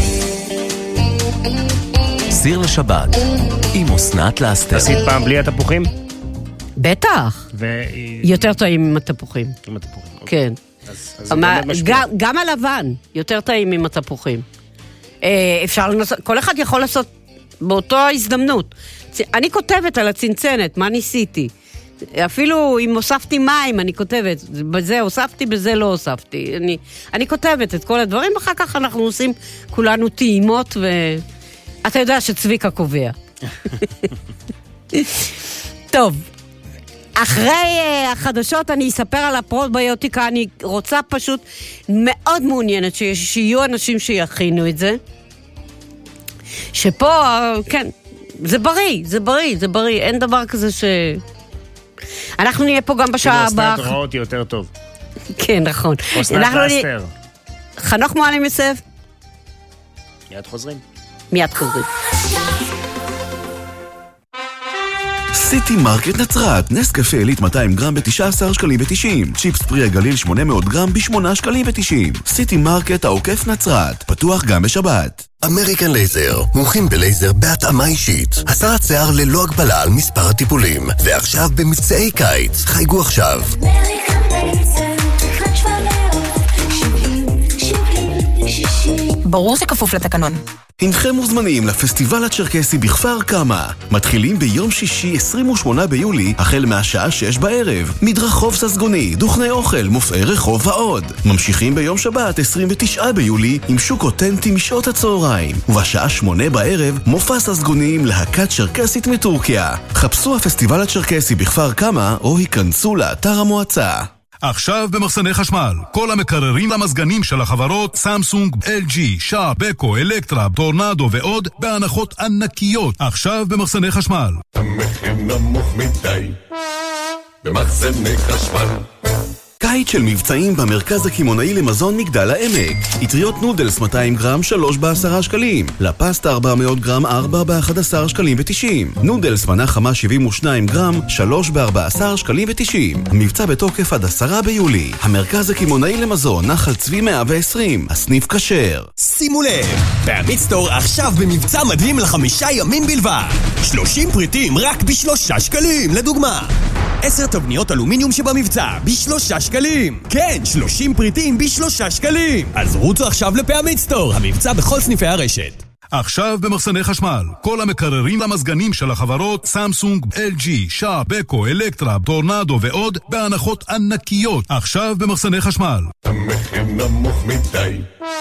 סיר לשבת, עם אסנת לאסתר. עשית פעם בלי התפוחים? בטח. יותר טעים עם התפוחים. עם התפוחים. כן. גם הלבן, יותר טעים עם התפוחים. אפשר לנסות, כל אחד יכול לעשות באותו הזדמנות. אני כותבת על הצנצנת, מה ניסיתי? אפילו אם הוספתי מים, אני כותבת, בזה הוספתי, בזה לא הוספתי. אני כותבת את כל הדברים, אחר כך אנחנו עושים כולנו טעימות, ואתה יודע שצביקה קובע. טוב, אחרי החדשות אני אספר על הפרוביוטיקה, אני רוצה פשוט מאוד מעוניינת שיהיו אנשים שיכינו את זה. שפה, כן, זה בריא, אין דבר כזה אנחנו נהיה פה גם בשעה הבאה. אסנת רואה אותי יותר טוב. כן, נכון. אסנת לאסתר. חנוך מועלם יוסף. מיד חוזרים. סיטי מרקט נצרת, נס קפה עילית 200 גרם ב-19 שקלים ו-90, צ'יפס פרי הגליל 800 גרם ב-8 שקלים ו-90. סיטי מרקט העוקף נצרת, פתוח גם בשבת. אמריקן לייזר, מומחים בלייזר בהתאמה אישית. הסרת שיער ללא הגבלה על מספר הטיפולים. ועכשיו במבצעי קיץ, חייגו עכשיו. ברור שכפוף לתקנון. הנכם מוזמנים לפסטיבל הצ'רקסי בכפר קמה. מתחילים ביום שישי 28 ביולי, החל מהשעה 6 בערב. מדרחוב ססגוני, דוכני אוכל, מופעי רחוב ועוד. ממשיכים ביום שבת 29 ביולי עם שוק אותנטי משעות הצהריים. ובשעה 8 בערב, מופע ססגוני עם להקת צ'רקסית מטורקיה. חפשו הפסטיבל הצ'רקסי בכפר קמה או היכנסו לאתר המועצה. עכשיו במחסני חשמל, כל המקררים למזגנים של החברות סמסונג, LG, שעה, בקו, אלקטרה, טורנדו ועוד בהנחות ענקיות. עכשיו במחסני חשמל. המחיר נמוך מדי במחסני חשמל. קיץ של מבצעים במרכז הקמעונאי למזון מגדל העמק. יטריות נודלס 200 גרם 3 ב-10 שקלים. לפסטה 400 גרם 4 ב-11 שקלים ו-90. נודלס מנה חמה 72 גרם 3 ב-14 שקלים ו-90. המבצע בתוקף עד 10 ביולי. המרכז הקמעונאי למזון נחל צבי 120. הסניף כשר. שימו לב, בעמית סטור עכשיו במבצע מדהים ל5 ימים בלבד. 30 פריטים רק ב3 שקלים, לדוגמה. 10 תבניות אלומיניום שבמבצע ב3 שקלים. כן, 30 פריטים ב3 שקלים. אז רוצו עכשיו לפעמית סטור, המבצע בכל סניפי הרשת. עכשיו במחסני חשמל, כל המקררים למזגנים של החברות סמסונג, LG, שעה, בקו, אלקטרה, טורנדו ועוד בהנחות ענקיות. עכשיו במחסני חשמל. המחיר נמוך מדי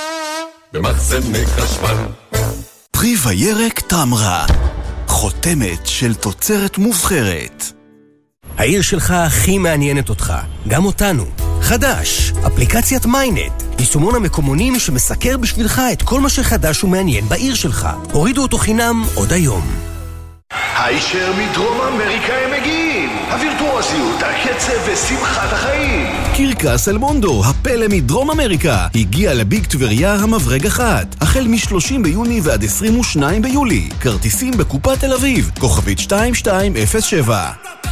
במחסני חשמל. פרי וירק תמרה, חותמת של תוצרת מובחרת. העיר שלך הכי מעניינת אותך, גם אותנו. חדש, אפליקציית מיינט, יישומון המקומונים שמסקר בשבילך את כל מה שחדש ומעניין בעיר שלך. הורידו אותו חינם עוד היום. הישר מדרום אמריקה הם מגיעים. הווירטואוזיות, הקצב ושמחת החיים. קירקס אלמונדו, הפלא מדרום אמריקה, הגיע לביג טבריה המברג 1, החל מ-30 ביוני ועד 22 ביולי. כרטיסים בקופת תל אביב, כוכבית 2207.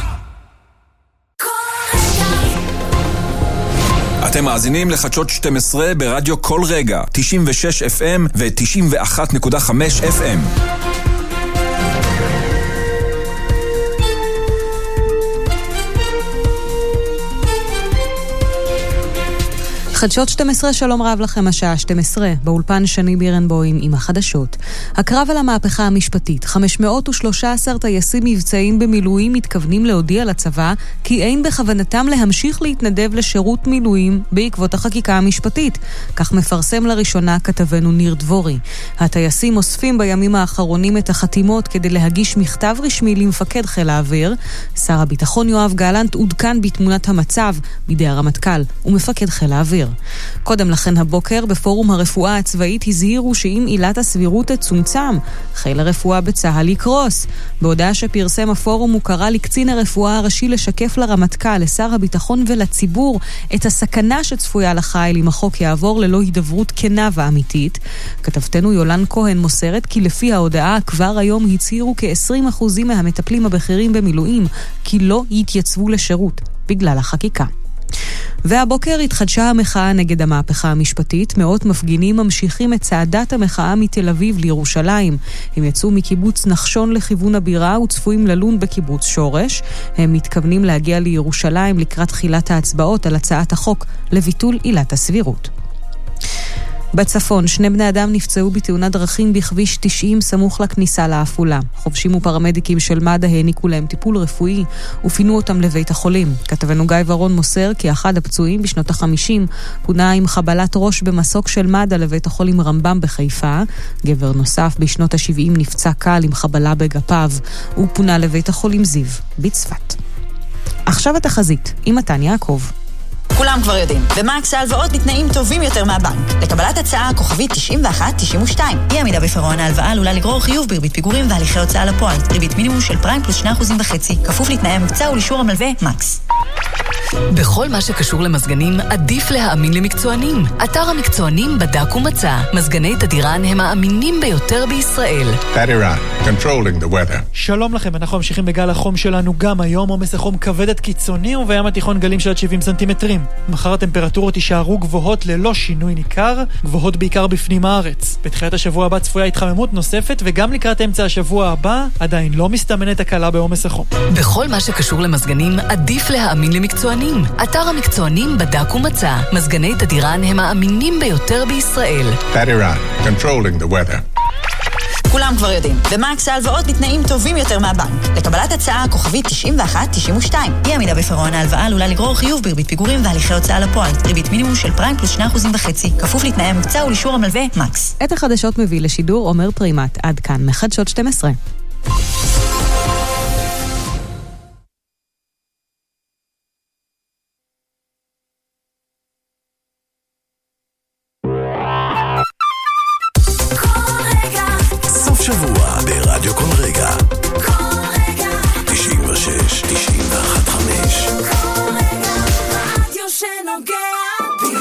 אתם מאזינים לחדשות 12 ברדיו כל רגע, 96 FM ו-91.5 FM. חדשות 12, שלום רב לכם, השעה 12, באולפן שני בירנבוים עם החדשות. הקרב על המהפכה המשפטית, 513 טייסים מבצעים במילואים מתכוונים להודיע לצבא כי אין בכוונתם להמשיך להתנדב לשירות מילואים בעקבות החקיקה המשפטית. כך מפרסם לראשונה כתבנו ניר דבורי. הטייסים אוספים בימים האחרונים את החתימות כדי להגיש מכתב רשמי למפקד חיל האוויר. שר הביטחון יואב גלנט עודכן בתמונת המצב בידי הרמטכ"ל ומפקד חיל האוויר. קודם לכן הבוקר, בפורום הרפואה הצבאית הזהירו שאם עילת הסבירות תצומצם, חיל הרפואה בצהל יקרוס. בהודעה שפרסם הפורום הוא קרא לקצין הרפואה הראשי לשקף לרמטכ"ל, לשר הביטחון ולציבור את הסכנה שצפויה לחיל אם החוק יעבור ללא הידברות כנה ואמיתית. כתבתנו יולן כהן מוסרת כי לפי ההודעה כבר היום הצהירו כ-20% מהמטפלים הבכירים במילואים כי לא יתייצבו לשירות בגלל החקיקה. והבוקר התחדשה המחאה נגד המהפכה המשפטית. מאות מפגינים ממשיכים את צעדת המחאה מתל אביב לירושלים. הם יצאו מקיבוץ נחשון לכיוון הבירה וצפויים ללון בקיבוץ שורש. הם מתכוונים להגיע לירושלים לקראת תחילת ההצבעות על הצעת החוק לביטול עילת הסבירות. בצפון, 2 בני אדם נפצעו בתאונת דרכים בכביש 90 סמוך לכניסה לעפולה. חובשים ופרמדיקים של מד"א העניקו להם טיפול רפואי ופינו אותם לבית החולים. כתבנו גיא ורון מוסר כי אחד הפצועים בשנות ה-50 פונה עם חבלת ראש במסוק של מד"א לבית החולים רמב"ם בחיפה. גבר נוסף בשנות ה-70 נפצע קל עם חבלה בגפיו. הוא פונה לבית החולים זיו בצפת. עכשיו התחזית עם מתן יעקב. כולם כבר יודעים, במקס ההלוואות בתנאים טובים יותר מהבנק. לקבלת הצעה כוכבית 91-92. אי עמידה בפירעון ההלוואה עלולה לגרור חיוב בריבית פיגורים והליכי הוצאה לפועל. ריבית מינימום של פריים פלוס 2.5%. כפוף לתנאי המבצע ולאישור המלווה מקס. בכל מה שקשור למזגנים, עדיף להאמין למקצוענים. אתר המקצוענים בדק ומצא. מזגני תדירן הם האמינים ביותר בישראל. תדירן, controlling the weather. שלום לכם, אנחנו ממשיכים בגל החום שלנו גם היום. עומס החום כבד עד קיצוני ובים התיכון גלים של עד 70 סנטימטרים. מחר הטמפרטורות יישארו גבוהות ללא שינוי ניכר, גבוהות בעיקר בפנים הארץ. בתחילת השבוע הבא צפויה התחממות נוספת, וגם לקראת אמצע השבוע הבא עדיין לא מסתמנת הקלה בעומס החום. בכל מה שקשור למזגנים, עדיף להאמין למקצוענים. אתר המקצוענים בדק ומצא. מזגני תדירן הם האמינים ביותר בישראל. תדירן, controlling the weather. כולם כבר יודעים, במקס ההלוואות בתנאים טובים יותר מהבנק. לקבלת הצעה כוכבית 91-92. אי עמידה בפירעון ההלוואה עלולה לגרור חיוב בריבית פיגורים והליכי הוצאה לפועל. ריבית מינימום של פריים פלוס 2.5%. כפוף לתנאי המבצע ולאישור המלווה מקס. את החדשות מביא לשידור עומר פרימת. עד כאן מחדשות 12. שבוע ברדיו כל רגע 96, 91, 5 רדיו שנוגע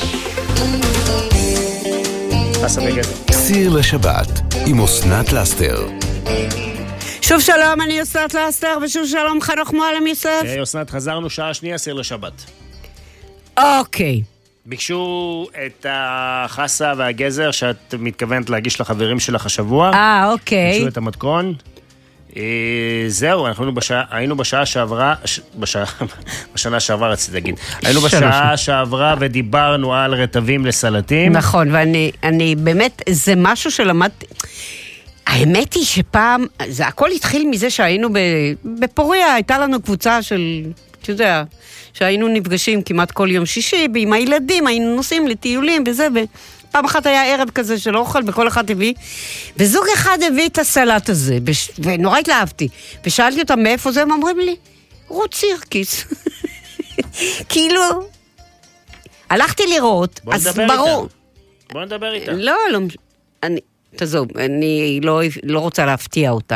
בי. סיר לשבת עם אסנת לסטר. שוב שלום, אני אסנת לסטר, ושוב שלום חנוך מועלם יוסף. אסנת, חזרנו שעה שנייה סיר לשבת. אוקיי. ביקשו את החסה והגזר שאת מתכוונת להגיש לחברים שלך השבוע. אוקיי. ביקשו את המתכון. זהו, אנחנו היינו בשעה שעברה, בשנה שעברה רציתי להגיד. היינו בשעה שעברה ודיברנו על רטבים לסלטים. נכון, ואני באמת, זה משהו שלמדתי. האמת היא שפעם, זה הכל התחיל מזה שהיינו בפוריה, הייתה לנו קבוצה של, אתה יודע, שהיינו נפגשים כמעט כל יום שישי, ועם הילדים היינו נוסעים לטיולים וזה, ופעם אחת היה ערב כזה של אוכל, וכל אחד הביא, וזוג אחד הביא את הסלט הזה, ונורא התלהבתי, ושאלתי אותם מאיפה זה, הם אומרים לי, רות סירקיס. כאילו, הלכתי לראות, אז ברור. בוא נדבר איתה. לא, תעזוב, אני לא רוצה להפתיע אותה.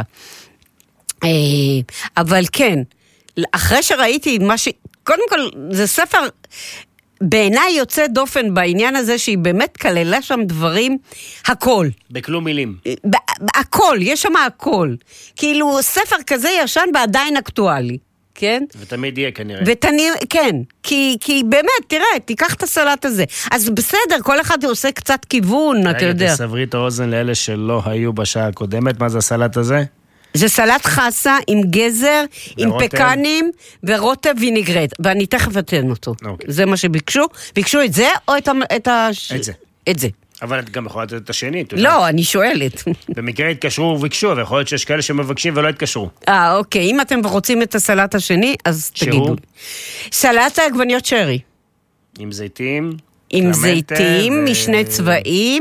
אבל כן, אחרי שראיתי מה קודם כל, זה ספר בעיניי יוצא דופן בעניין הזה שהיא באמת כללה שם דברים, הכל. בכלום מילים. הכל, יש שם הכל. כאילו ספר כזה ישן ועדיין אקטואלי, כן? ותמיד יהיה כנראה. כן, כי באמת, תראה, תיקח את הסלט הזה. אז בסדר, כל אחד עושה קצת כיוון, אתה יודע. תסברי את האוזן לאלה שלא היו בשעה הקודמת, מה זה הסלט הזה? זה סלט חסה עם גזר, עם פקנים ורוטב וינגרט, ואני תכף אתן אותו. זה מה שביקשו. ביקשו את זה או את זה. את זה. אבל את גם יכולה לתת את השני. לא, אני שואלת. במקרה התקשרו וביקשו, ויכול להיות שיש כאלה שמבקשים ולא התקשרו. אוקיי. אם אתם רוצים את הסלט השני, אז תגידו. סלט העגבניות שרי. עם זיתים. עם זיתים, משני צבעים,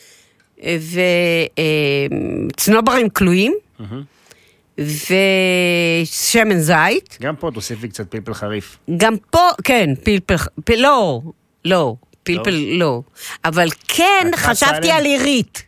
וצנוברים כלואים. ושמן זית. גם פה תוסיפי קצת פלפל חריף. גם פה, כן, פלפל, לא, פלפל לא. אבל כן, חשבתי על עירית.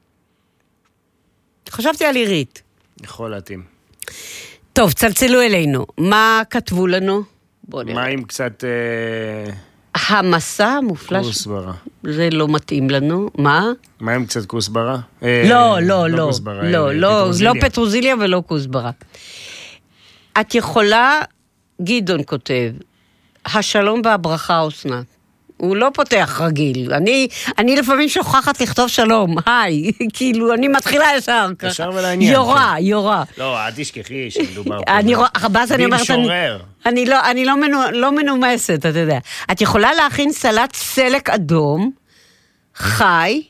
יכול להתאים. טוב, צלצלו אלינו. מה כתבו לנו? מה עם קצת... המסע המופלש... כוסברה. זה לא מתאים לנו. מה? מה עם קצת כוסברה? לא. לא פטרוזיליה ולא כוסברה. את יכולה, גדעון כותב, השלום והברכה אסנת. הוא לא פותח רגיל. אני לפעמים שוכחת לכתוב שלום, היי, כאילו, אני מתחילה ישר ככה. ישר ולעניין. יורה. לא, אל תשכחי שמדובר פה. במשורר. אני לא מנומסת, אתה יודע. את יכולה להכין סלט סלק אדום, חי,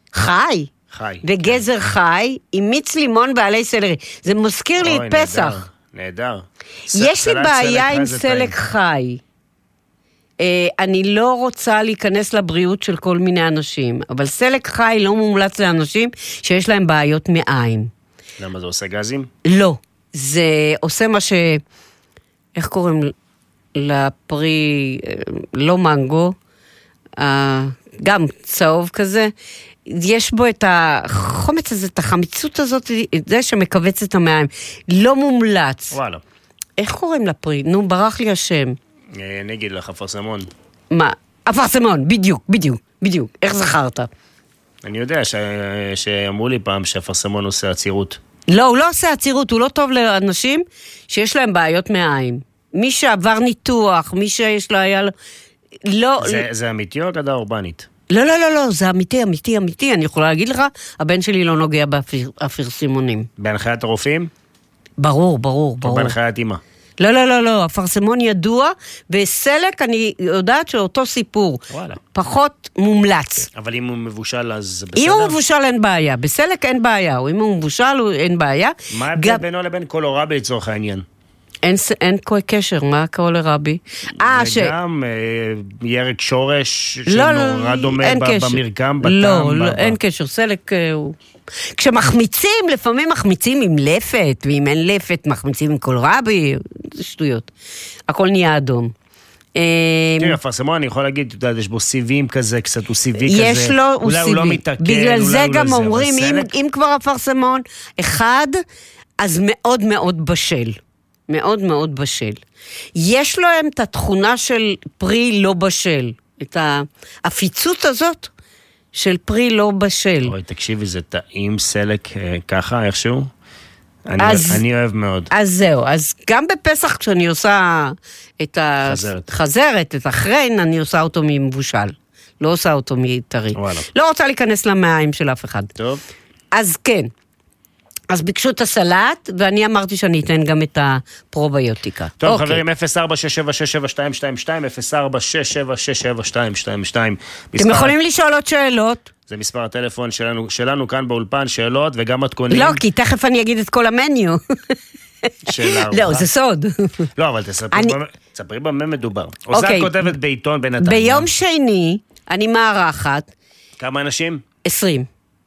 וגזר חי, עם מיץ לימון ועלי סלרי. זה מזכיר לי את פסח. נהדר. יש לי בעיה עם סלק חי. אני לא רוצה להיכנס לבריאות של כל מיני אנשים, אבל סלק חי לא מומלץ לאנשים שיש להם בעיות מעיים. למה זה עושה גזים? לא, זה עושה מה ש... איך קוראים לפרי, לא מנגו, גם צהוב כזה, יש בו את החומץ הזה, את החמיצות הזאת, זה שמקבץ את המעיים. לא מומלץ. וואלה. איך קוראים לפרי? נו, ברח לי השם. אני אגיד לך, אפרסמון. מה? אפרסמון, בדיוק. איך זכרת? אני יודע שאמרו לי פעם שאפרסמון עושה עצירות. לא, הוא לא עושה עצירות, הוא לא טוב לאנשים שיש להם בעיות מעיים. מי שעבר ניתוח, מי שיש לו היה... לא... זה אמיתי או אגדה אורבנית? לא, זה אמיתי. אני יכולה להגיד לך, הבן שלי לא נוגע באפרסמונים. בהנחיית הרופאים? ברור. או בהנחיית אמא? לא, אפרסמון ידוע, בסלק אני יודעת שאותו סיפור. וואלה. פחות מומלץ. אבל אם הוא מבושל אז זה בסדר? אם הוא מבושל אין בעיה, בסלק אין בעיה, או אם הוא מבושל אין בעיה. מה ההבדל בינו לבין קולורבי לצורך העניין? אין כל קשר, מה קולרבי? זה גם ירק שורש שנורא דומה במרקם, בטעם. לא, אין קשר, סלק הוא... כשמחמיצים, לפעמים מחמיצים עם לפת, ואם אין לפת, מחמיצים עם קולרבי, זה שטויות. הכל נהיה אדום. תראה, אפרסמון, אני יכול להגיד, אתה יודע, יש בו סיבים כזה, קצת הוא סיבי כזה. יש לו, הוא סיבי. אולי הוא לא מתעכל, בגלל זה גם אומרים, אם כבר אפרסמון, אחד, אז מאוד מאוד בשל. מאוד בשל. יש להם את התכונה של פרי לא בשל. את האפיצות הזאת של לא בשל. אוי, תקשיבי, זה טעים סלק ככה, איכשהו? אני אוהב מאוד. אז זהו, אז גם בפסח כשאני עושה את החזרת, את החרן, אני עושה אותו ממבושל. לא עושה אותו מטרי. לא רוצה להיכנס למעיים של אף אחד. טוב. אז כן. אז ביקשו את הסלט, ואני אמרתי שאני אתן גם את הפרוביוטיקה. טוב, חברים, 04-6767222, 04-6767222. אתם יכולים לשאול עוד שאלות? זה מספר הטלפון שלנו כאן באולפן, שאלות וגם מתכונים. לא, כי תכף אני אגיד את כל המניו. לא, זה סוד. לא, אבל תספרי במה מדובר. עושה כותבת בעיתון בנתניה. ביום שני, אני מארחת. כמה אנשים? 20.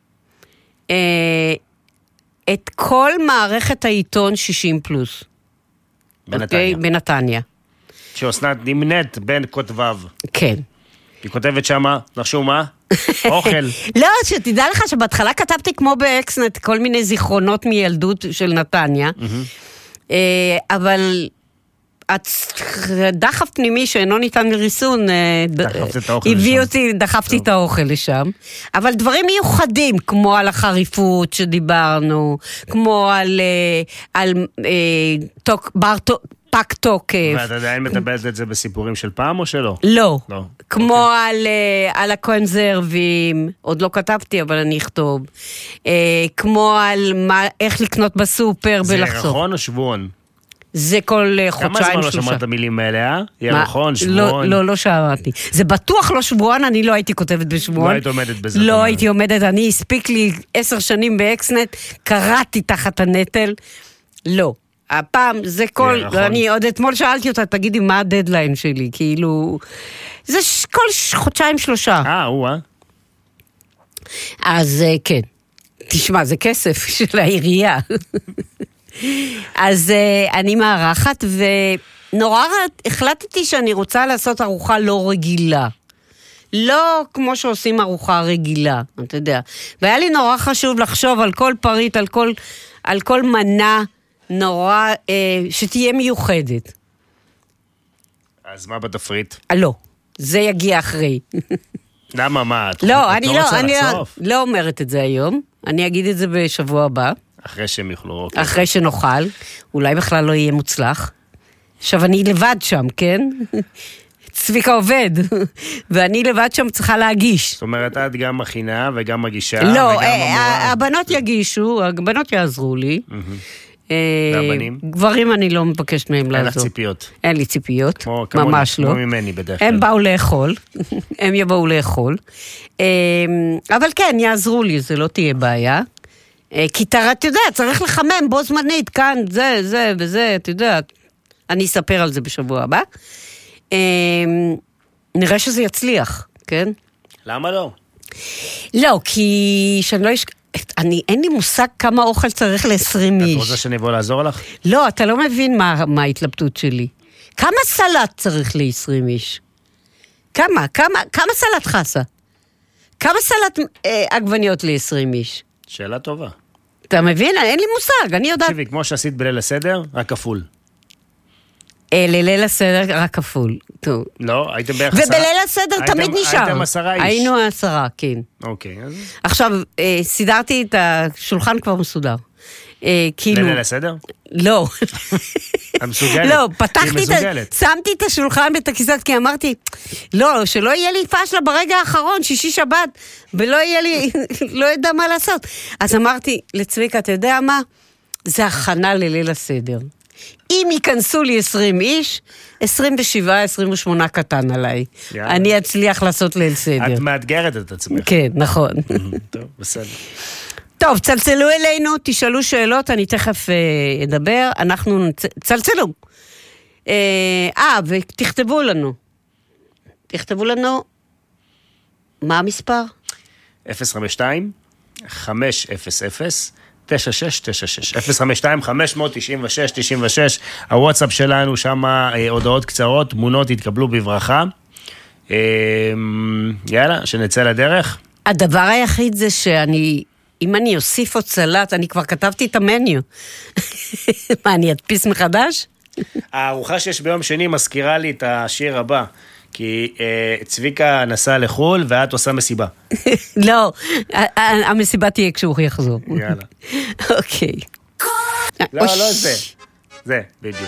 את כל מערכת העיתון 60 פלוס. בנתניה. בנתניה. שאסנת נמנית בין כותביו. כן. היא כותבת שמה, נחשו מה? אוכל. לא, שתדע לך שבהתחלה כתבתי כמו באקסנט, כל מיני זיכרונות מילדות של נתניה, אבל דחף פנימי שאינו ניתן לריסון, הביא אותי, דחפתי את האוכל לשם, אבל דברים מיוחדים, כמו על החריפות שדיברנו, כמו על פק תוקף. ואת עדיין מטבלת את זה בסיפורים של פעם או שלא? לא. כמו על הקונסרבים, עוד לא כתבתי אבל אני אכתוב, כמו על איך לקנות בסופר ולחסוך. זה ירחון או שבועון? זה כל חודשיים שלושה. כמה זמן לא שמעת המילים האלה, ירחון, שבועון? לא שמעתי. זה בטוח לא שבועון, אני לא הייתי כותבת בשבועון. לא היית עומדת בזה. לא הייתי עומדת, אני הספיק לי 10 שנים באקסנט, קראתי תחת הנטל, לא. הפעם זה כל, אני עוד אתמול שאלתי אותה, תגידי מה הדדליין שלי, כאילו, זה כל חודשיים שלושה. אז כן, תשמע, זה כסף של העירייה. אז אני מערכת, ונורא החלטתי שאני רוצה לעשות ארוחה לא רגילה. לא כמו שעושים ארוחה רגילה, אתה יודע. והיה לי נורא חשוב לחשוב על כל פריט, על כל מנה נורא, שתהיה מיוחדת. אז מה בתפריט? לא, זה יגיע אחרי. למה, מה? לא, אני לא אומרת את זה היום, אני אגיד את זה בשבוע הבא. אחרי שהם יוכלו. אחרי שנאכל, אולי בכלל לא יהיה מוצלח. עכשיו אני לבד שם, כן? צביקה עובד, ואני לבד שם צריכה להגיש. זאת אומרת, את גם מכינה וגם מגישה. לא, הבנות יגישו, הבנות יעזרו לי. והבנים? גברים אני לא מבקשת מהם לעזור. אין לך ציפיות. אין לי ציפיות, ממש לא. כמו ממני בדרך כלל. הם באו לאכול, הם יבואו לאכול. אבל כן, יעזרו לי, זה לא תהיה בעיה. כי אתה יודע, צריך לחמם בו זמנית, כאן, זה וזה, אתה יודע. אני אספר על זה בשבוע הבא. נראה שזה יצליח, כן? למה לא? לא, כי שאני לא אין לי מושג כמה אוכל צריך ל-20 איש. את רוצה שאני אבוא לעזור לך? לא, אתה לא מבין מה ההתלבטות שלי. כמה סלט צריך ל-20 איש? כמה סלט חסה? כמה סלט עגבניות ל-20 איש? שאלה טובה. אתה מבין? אין לי מושג, אני יודעת. תקשיבי, כמו שעשית בליל הסדר, רק כפול. לליל הסדר רק כפול. טוב. לא, הייתם בערך 10. ובליל הסדר תמיד נשאר. הייתם 10 איש. היינו 10, כן. אוקיי, אז... עכשיו, סידרתי את השולחן כבר מסודר. כאילו... לליל הסדר? לא. המסוגלת. לא, שמתי את השולחן ואת הכיסאות, כי אמרתי, לא, שלא יהיה לי פשלה ברגע האחרון, שישי שבת, ולא יהיה לי, לא ידע מה לעשות. אז אמרתי לצביקה, אתה יודע מה? זה הכנה לליל הסדר. אם ייכנסו לי 20 איש, 27, 28 קטן עליי. אני אצליח לעשות ליל סדר. את מאתגרת את עצמך. כן, נכון. טוב, בסדר. טוב, צלצלו אלינו, תשאלו שאלות, אני תכף אדבר, אנחנו צלצלו. ותכתבו לנו. תכתבו לנו, מה המספר? 052 500 9696 052-596-96, הוואטסאפ שלנו, שם הודעות קצרות, תמונות התקבלו בברכה. יאללה, שנצא לדרך. הדבר היחיד זה אם אני אוסיף עוד סלט, אני כבר כתבתי את המניו. מה, אני אדפיס מחדש? הארוחה שיש ביום שני מזכירה לי את השיר הבא. כי צביקה נסע לחול ואת עושה מסיבה. לא, המסיבה תהיה כשהוא יחזור. יאללה. אוקיי. לא, לא זה. זה, בדיוק.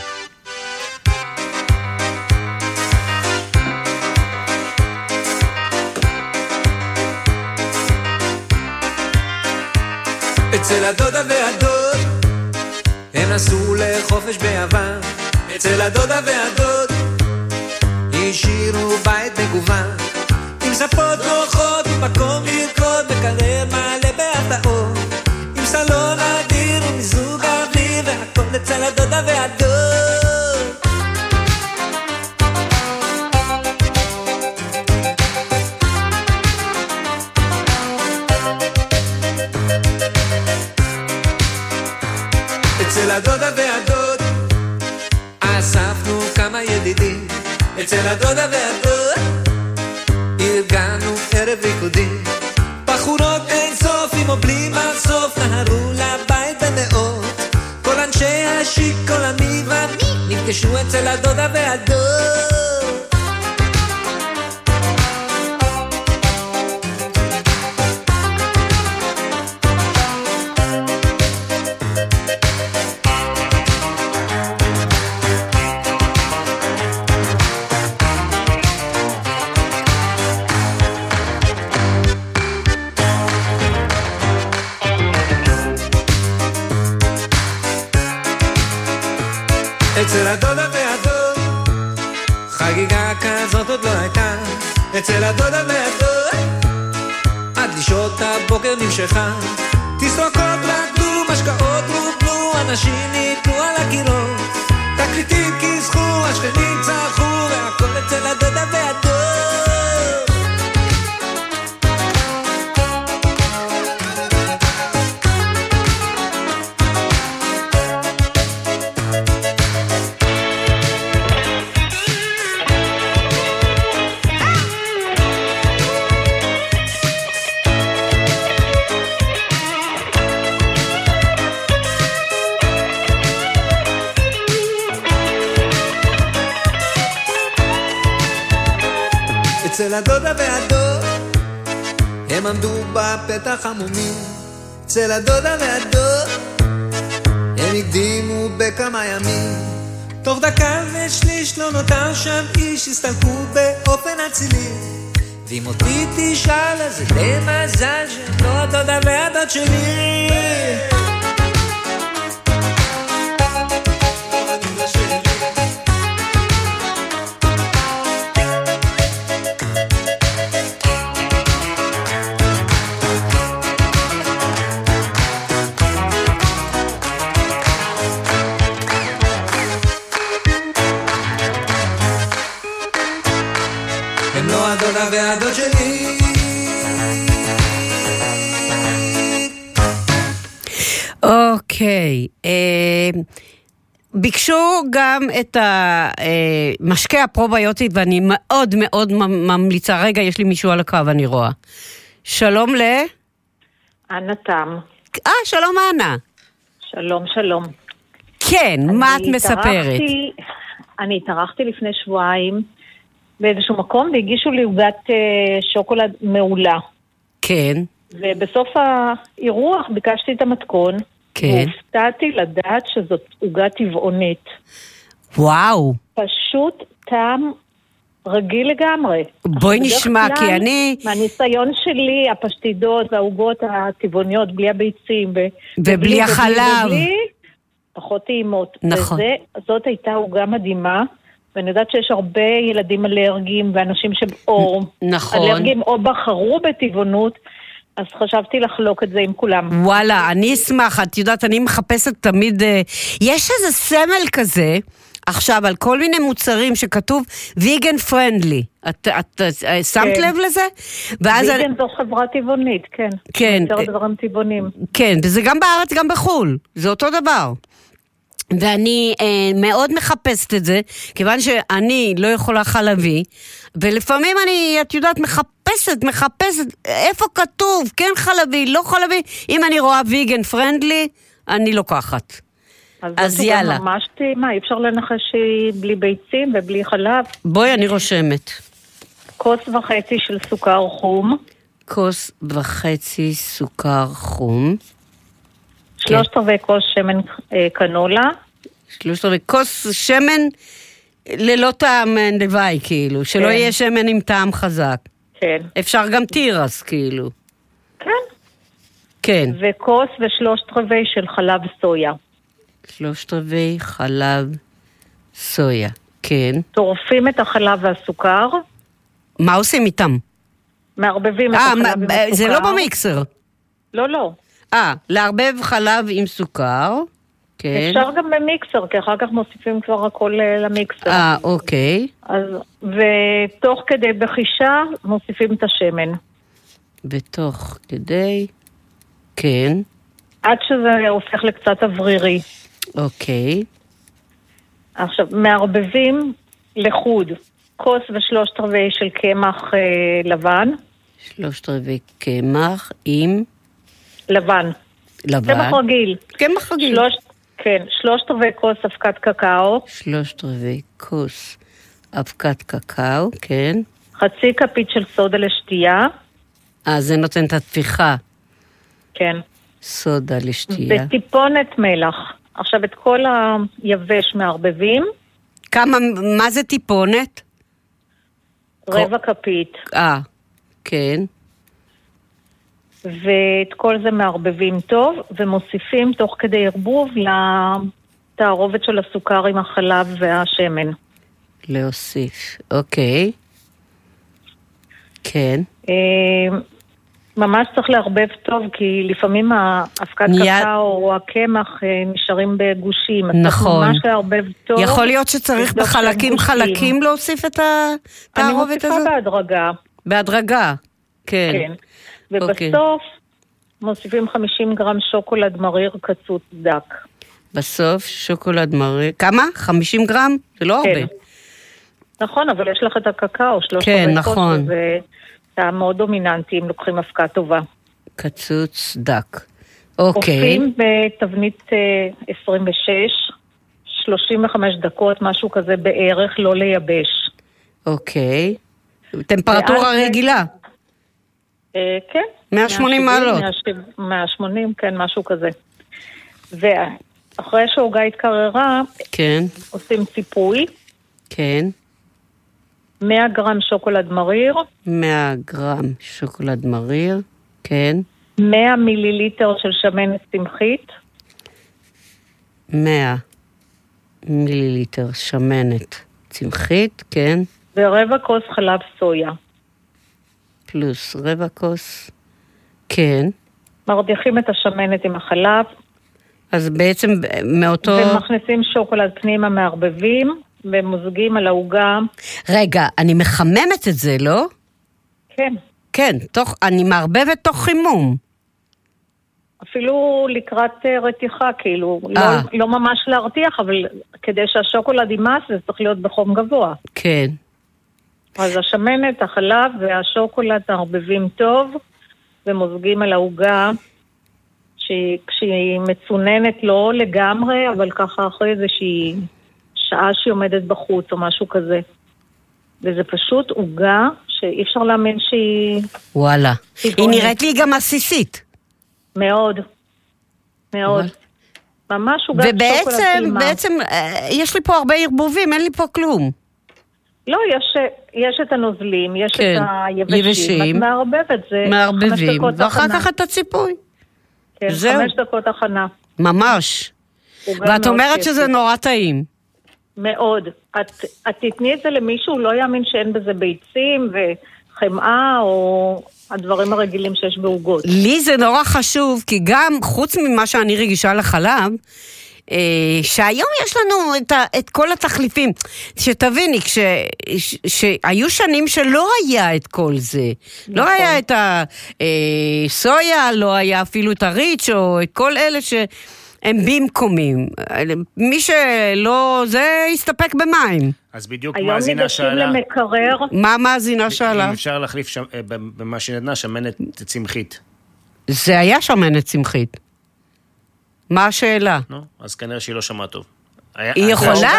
אצל הדודה והדוד הם נסעו לחופש ביוון. אצל הדודה והדוד השאירו בית מגוון, עם ספות נוחות, עם מקום לרקוד, מקרר מלא בהפתעות, עם סלון אדיר ומיזוג אוויר, והכל אצל הדודה והדוד. אצל הדודה והדוד אספנו כמה ידידים, אצל הדודה והדוד ארגנו ערב ריקודים, בחורות אין סוף עם או בלי מסוף נהרו לבית במאות, כל אנשי השיק, כל המי ומי נפגשו אצל הדודה והדוד. אצל הדודה והדוד חגיגה כזאת עוד לא הייתה, אצל הדודה והדוד עד לשעות הבוקר נמשכה, תסרוקות רקדו, משקאות רוקנו, אנשים ניתנו על הקירות, תקליטים כיסחו, השכנים צרחו, והכל אצל הדודה והדוד. אצל הדודה והדוד, הם עמדו בפתח עמומים. אצל הדודה והדוד, הם הקדימו בכמה ימים. תוך דקה ושליש לא נותר שם איש, הסתלקו באופן אצילי. ואם אותי תשאל, אז זה די מזל שלא הדודה והדוד שלי. הם לא הדודה והדוד שלי. אוקיי, ביקשו גם את המשקה הפרוביוטית, ואני מאוד מאוד ממליצה. רגע, יש לי מישהו על הקו, אני רואה. שלום אנה תם. שלום אנה. שלום, שלום. כן, מה את מספרת? אני התארחתי לפני שבועיים באיזשהו מקום, והגישו לי עוגת שוקולד מעולה. כן. ובסוף האירוח ביקשתי את המתכון. כן. והופתעתי לדעת שזאת עוגה טבעונית. וואו. פשוט טעם רגיל לגמרי. בואי נשמע, כי אני... מהניסיון שלי, הפשטידות והעוגות הטבעוניות, בלי הביצים. ובלי החלב. פחות טעימות. נכון. זאת הייתה עוגה מדהימה. ואני יודעת שיש הרבה ילדים אלרגיים ואנשים או נכון. אלרגיים או בחרו בטבעונות, אז חשבתי לחלוק את זה עם כולם. וואלה, אני אשמח, את יודעת, אני מחפשת תמיד, יש איזה סמל כזה, עכשיו על כל מיני מוצרים שכתוב ויגן פרנדלי, את שמת לב לזה? ויגן זו חברה טבעונית, כן. כן. יותר דברים טבעונים. כן, וזה גם בארץ, גם בחול, זה אותו דבר. ואני מאוד מחפשת את זה, כיוון שאני לא יכולה חלבי, ולפעמים אני, את יודעת, מחפשת, איפה כתוב, כן חלבי, לא חלבי, אם אני רואה ויגן פרנדלי, אני לוקחת. אז יאללה. ממש טעימה, אי אפשר לנחש שהיא בלי ביצים ובלי חלב. בואי, אני רושמת. כוס וחצי של סוכר חום. כוס וחצי סוכר חום. 3/4 כוס שמן קנולה. 3/4 כוס שמן ללא טעם לוואי, כאילו. שלא יהיה שמן עם טעם חזק. כן. אפשר גם תירס, כאילו. כן. כן. וכוס ו3/4 של חלב סויה. 3/4 חלב סויה, כן. טורפים את החלב והסוכר. מה עושים איתם? מערבבים את החלב עם הסוכר. זה לא במיקסר. לא. לערבב חלב עם סוכר. כן. אפשר גם במיקסר, כי אחר כך מוסיפים כבר הכל למיקסר. אוקיי. ותוך כדי בחישה מוסיפים את השמן. בתוך כדי, כן. עד שזה הופך לקצת אוורירי. אוקיי. עכשיו, מערבבים לחוד כוס ו3/4 של קמח לבן. 3/4 קמח עם... לבן. קמח רגיל. קמח רגיל. כן, 3/4 כוס אבקת קקאו. 3/4 כוס אבקת קקאו, כן. חצי כפית של סודה לשתייה. זה נותן את התפיחה. כן. סודה לשתייה. וטיפונת מלח. עכשיו את כל היבש מערבבים. מה זה טיפונת? 1/4 כפית. כן. ואת כל זה מערבבים טוב, ומוסיפים תוך כדי ערבוב לתערובת של הסוכר עם החלב והשמן. להוסיף, אוקיי. כן. ממש צריך לערבב טוב, כי לפעמים האבקת קקאו או הקמח נשארים בגושים. נכון. ממש לערבב טוב. יכול להיות שצריך בחלקים להוסיף את התערובת הזאת? אני מוסיפה בהדרגה. בהדרגה, כן. כן. ובסוף מוסיפים 50 גרם שוקולד מריר קצוץ דק. בסוף שוקולד מריר, כמה? 50 גרם? זה לא הרבה. נכון, אבל יש לך את הקקאו, 3/4 כן, נכון. זה טעם מאוד דומיננטי אם לוקחים אבקה טובה. קצוץ דק. אוקיי. אופים בתבנית 26, 35 דקות, משהו כזה בערך, לא לייבש. אוקיי. טמפרטורה רגילה. כן. 180 מעלות. 180, כן, משהו כזה. ואחרי שהעוגה התקררה, כן. עושים ציפוי. כן. 100 גרם שוקולד מריר. 100 גרם שוקולד מריר, כן. 100 מיליליטר של שמנת צמחית. 100 מיליליטר שמנת צמחית, כן. ורבע כוס חלב סויה. פלוס רבע כוס, כן. מרתיחים את השמנת עם החלב. אז בעצם מאותו... ומכניסים שוקולד פנימה, מערבבים, ומוזגים על העוגה. רגע, אני מחממת את זה, לא? כן. כן, אני מערבבת תוך חימום. אפילו לקראת רתיחה, כאילו, לא ממש להרתיח, אבל כדי שהשוקולד יימס, זה צריך להיות בחום גבוה. כן. אז השמנת, החלב והשוקולד מערבבים טוב, ומוזגים על העוגה, כשהיא מצוננת לא לגמרי, אבל ככה אחרי איזושהי שעה שהיא עומדת בחוץ או משהו כזה. וזה פשוט עוגה שאי אפשר להאמין שהיא... וואלה. היא נראית לי גם עסיסית. מאוד. מאוד. ממש עוגה שוקולד טעימה. ובעצם יש לי פה הרבה ערבובים, אין לי פה כלום. לא, יש את הנוזלים, יש את היבשים. את מערבבת, זה מערבבים, ואחר כך את הציפוי. כן, 5 דקות הכנה. ממש. ואת אומרת שזה נורא טעים. מאוד. את תתני את זה למישהו, לא יאמין שאין בזה ביצים וחמאה או הדברים הרגילים שיש בעוגות. לי זה נורא חשוב, כי גם חוץ ממה שאני רגישה לחלב, שהיום יש לנו את כל התחליפים. שתביני, שהיו שנים שלא היה את כל זה. לא היה את הסויה, לא היה אפילו את הריץ' או את כל אלה הם במקומים. מי שלא, זה יסתפק במים. אז בדיוק מאזינה שאלה... היום ניגשים למקרר. מה מאזינה שאלה? אם אפשר להחליף במה שנתנה שמנת צמחית. זה היה שמנת צמחית. מה השאלה? אז כנראה שהיא לא שמעה טוב. היא יכולה,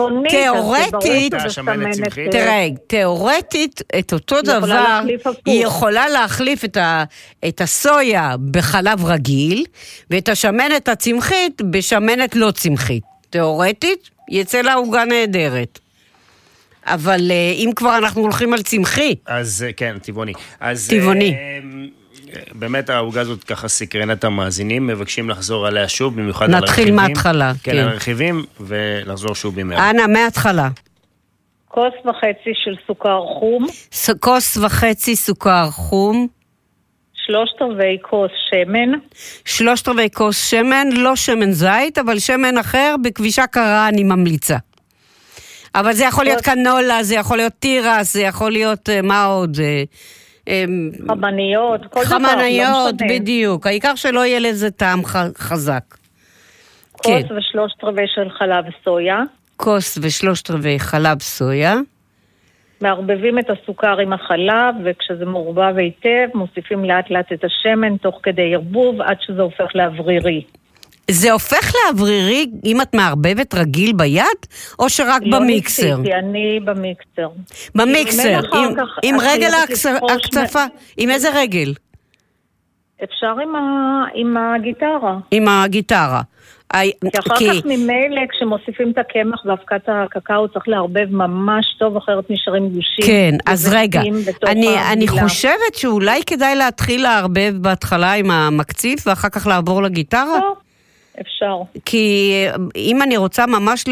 תיאורטית, את אותו דבר, היא יכולה להחליף את הסויה בחלב רגיל, ואת השמנת הצמחית בשמנת לא צמחית. תיאורטית, יצא לה עוגה נהדרת. אבל אם כבר אנחנו הולכים על צמחי. אז כן, טבעוני. טבעוני. באמת העוגה הזאת ככה סקרנת המאזינים, מבקשים לחזור עליה שוב, במיוחד על הרכיבים. נתחיל מההתחלה. כן, על הרכיבים, ולחזור שוב במהרה. אנה, מההתחלה. 1.5 כוס של סוכר חום. 1.5 כוס סוכר חום. 3/4 כוס שמן. 3/4 כוס שמן, לא שמן זית, אבל שמן אחר, בכבישה קרה אני ממליצה. אבל זה יכול להיות קנולה, זה יכול להיות טירס, זה יכול להיות, מה עוד? חמניות, כל דבר, חמניות, בדיוק. העיקר שלא יהיה לזה טעם חזק. כוס ו3/4 של חלב סויה. כוס ו3/4 חלב סויה. מערבבים את הסוכר עם החלב, וכשזה מעורבב היטב, מוסיפים לאט לאט את השמן תוך כדי ערבוב, עד שזה הופך לאוורירי. זה הופך לאוורירי אם את מערבבת רגיל ביד, או שרק במיקסר? לא ניסיתי, אני במיקסר. במיקסר, עם רגל הקצפה. עם איזה רגל? אפשר עם הגיטרה. עם הגיטרה. כי אחר כך ממילא כשמוסיפים את הקמח ואבקת הקקאו צריך לערבב ממש טוב, אחרת נשארים גושים. כן, אז רגע, אני חושבת שאולי כדאי להתחיל לערבב בהתחלה עם המקציף ואחר כך לעבור לגיטרה? אפשר. כי אם אני רוצה ממש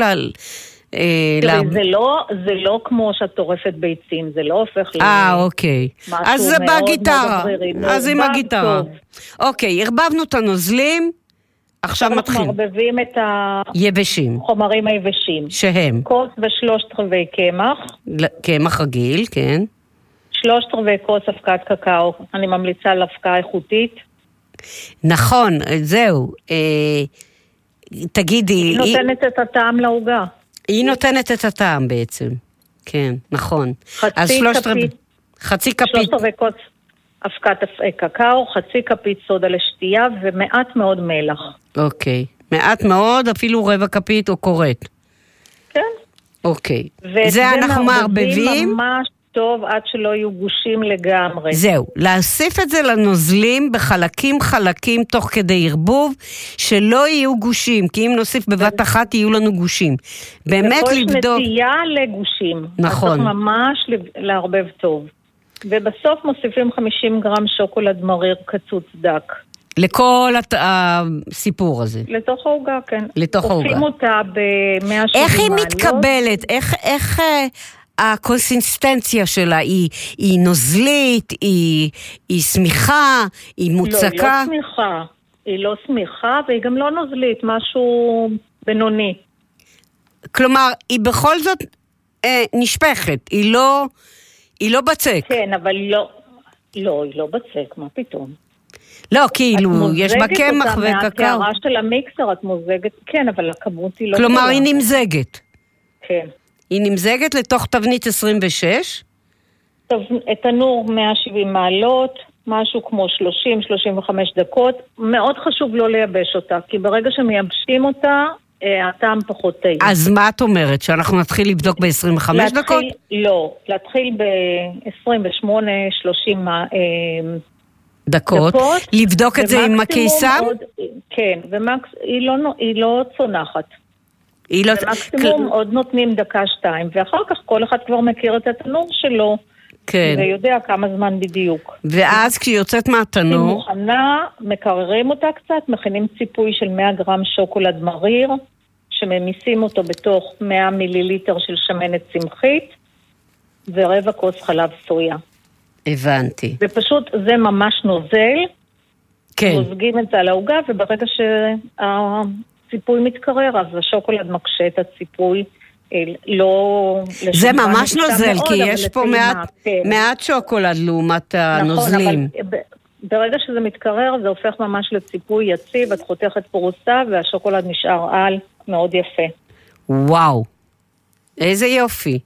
זה לא כמו שאת טורפת ביצים, זה לא הופך אוקיי. אז זה בגיטרה. אז עם הגיטרה. אוקיי, הרבבנו את הנוזלים. עכשיו מתחיל. אנחנו מערבבים את היבשים. חומרים היבשים. שהם? 1.3 כוס קמח. קמח רגיל, כן. 3/4 כוס אבקת קקאו. אני ממליצה על אבקה איכותית. נכון, זהו. תגידי. היא נותנת את הטעם לעוגה. היא נותנת את הטעם בעצם. כן, נכון. חצי כפית. 3/4 כוס אבקת קקאו, חצי כפית סודה לשתייה ומעט מאוד מלח. אוקיי. מעט מאוד, אפילו רבע כפית או קוראת. כן. אוקיי. זה אנחנו מערבבים. טוב עד שלא יהיו גושים לגמרי. זהו, להוסיף את זה לנוזלים בחלקים תוך כדי ערבוב, שלא יהיו גושים, כי אם נוסיף בבת אחת יהיו לנו גושים. באמת לבדוק... יש נטייה לגושים. נכון. אז צריך ממש לערבב טוב. ובסוף מוסיפים 50 גרם שוקולד מריר קצוץ דק. לכל הסיפור הזה. לתוך העוגה, כן. לתוך העוגה. עושים אותה ב-170 מעלות. איך היא מתקבלת? איך הקונסיסטנציה שלה? היא נוזלית? היא סמיכה? היא מוצקה? לא, היא לא סמיכה. היא לא סמיכה והיא גם לא נוזלית, משהו בינוני. כלומר, היא בכל זאת נשפכת. היא לא בצק. כן, אבל לא, היא לא בצק, מה פתאום? לא, כאילו, יש בה קמח וקקאו. מהקערה של המיקסר את מוזגת, כן, אבל הכמות היא לא... כלומר, היא נמזגת. כן. היא נמזגת לתוך תבנית 26? תנור 170 מעלות, משהו כמו 30-35 דקות. מאוד חשוב לא לייבש אותה, כי ברגע שמייבשים אותה, הטעם פחות טעים. אז מה את אומרת? שאנחנו נתחיל לבדוק ב-25 דקות? לא, להתחיל ב-28-30 דקות, לבדוק את זה עם הקיסם? כן, היא לא צונחת. במקסימום עוד נותנים דקה-שתיים, ואחר כך כל אחד כבר מכיר את התנור שלו, ויודע כמה זמן בדיוק. ואז כשהיא יוצאת מהתנור... היא מוכנה, מקררים אותה קצת, מכינים ציפוי של 100 גרם שוקולד מריר, שממיסים אותו בתוך 100 מיליליטר של שמנת צמחית, ורבע כוס חלב סויה. הבנתי. ופשוט זה ממש נוזל, כן. מוזגים את זה על העוגה, וברגע שהציפוי מתקרר, אז השוקולד מקשה את הציפוי, לא... זה ממש נוזל, כי יש פה מעט שוקולד לעומת הנוזלים. נכון, אבל ברגע שזה מתקרר, זה הופך ממש לציפוי יציב, את חותכת פרוסה, והשוקולד נשאר על מאוד יפה. וואו, איזה יופי.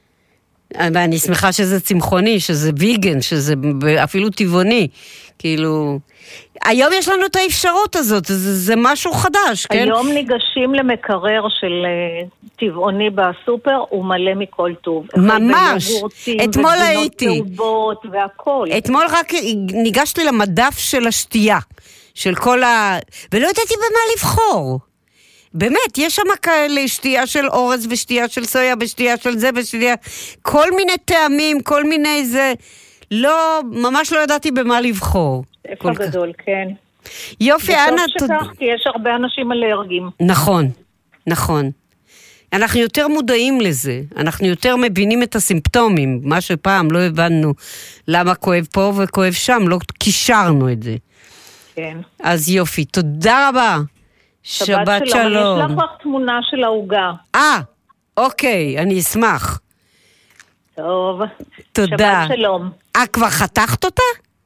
ואני שמחה שזה צמחוני, שזה ויגן, שזה אפילו טבעוני. כאילו, היום יש לנו את האפשרות הזאת, זה משהו חדש, כן? היום ניגשים למקרר של טבעוני בסופר, הוא מלא מכל טוב. ממש, אתמול הייתי. אתמול רק ניגשתי למדף של השתייה, של כל ולא ידעתי במה לבחור. באמת, יש שם כאלה שתייה של אורז ושתייה של סויה ושתייה של זה ושתייה, כל מיני טעמים, כל מיני זה, לא, ממש לא ידעתי במה לבחור. איפה גדול, כן. יופי, אנה... וטוב שכך, כי יש הרבה אנשים אלרגיים. נכון, נכון. אנחנו יותר מודעים לזה, אנחנו יותר מבינים את הסימפטומים, מה שפעם לא הבנו למה כואב פה וכואב שם, לא קישרנו את זה. כן. אז יופי, תודה רבה. שבת שלום. אני אשלח לך תמונה של העוגה. אוקיי, אני אשמח. טוב. תודה. שבת שלום. כבר חתכת אותה?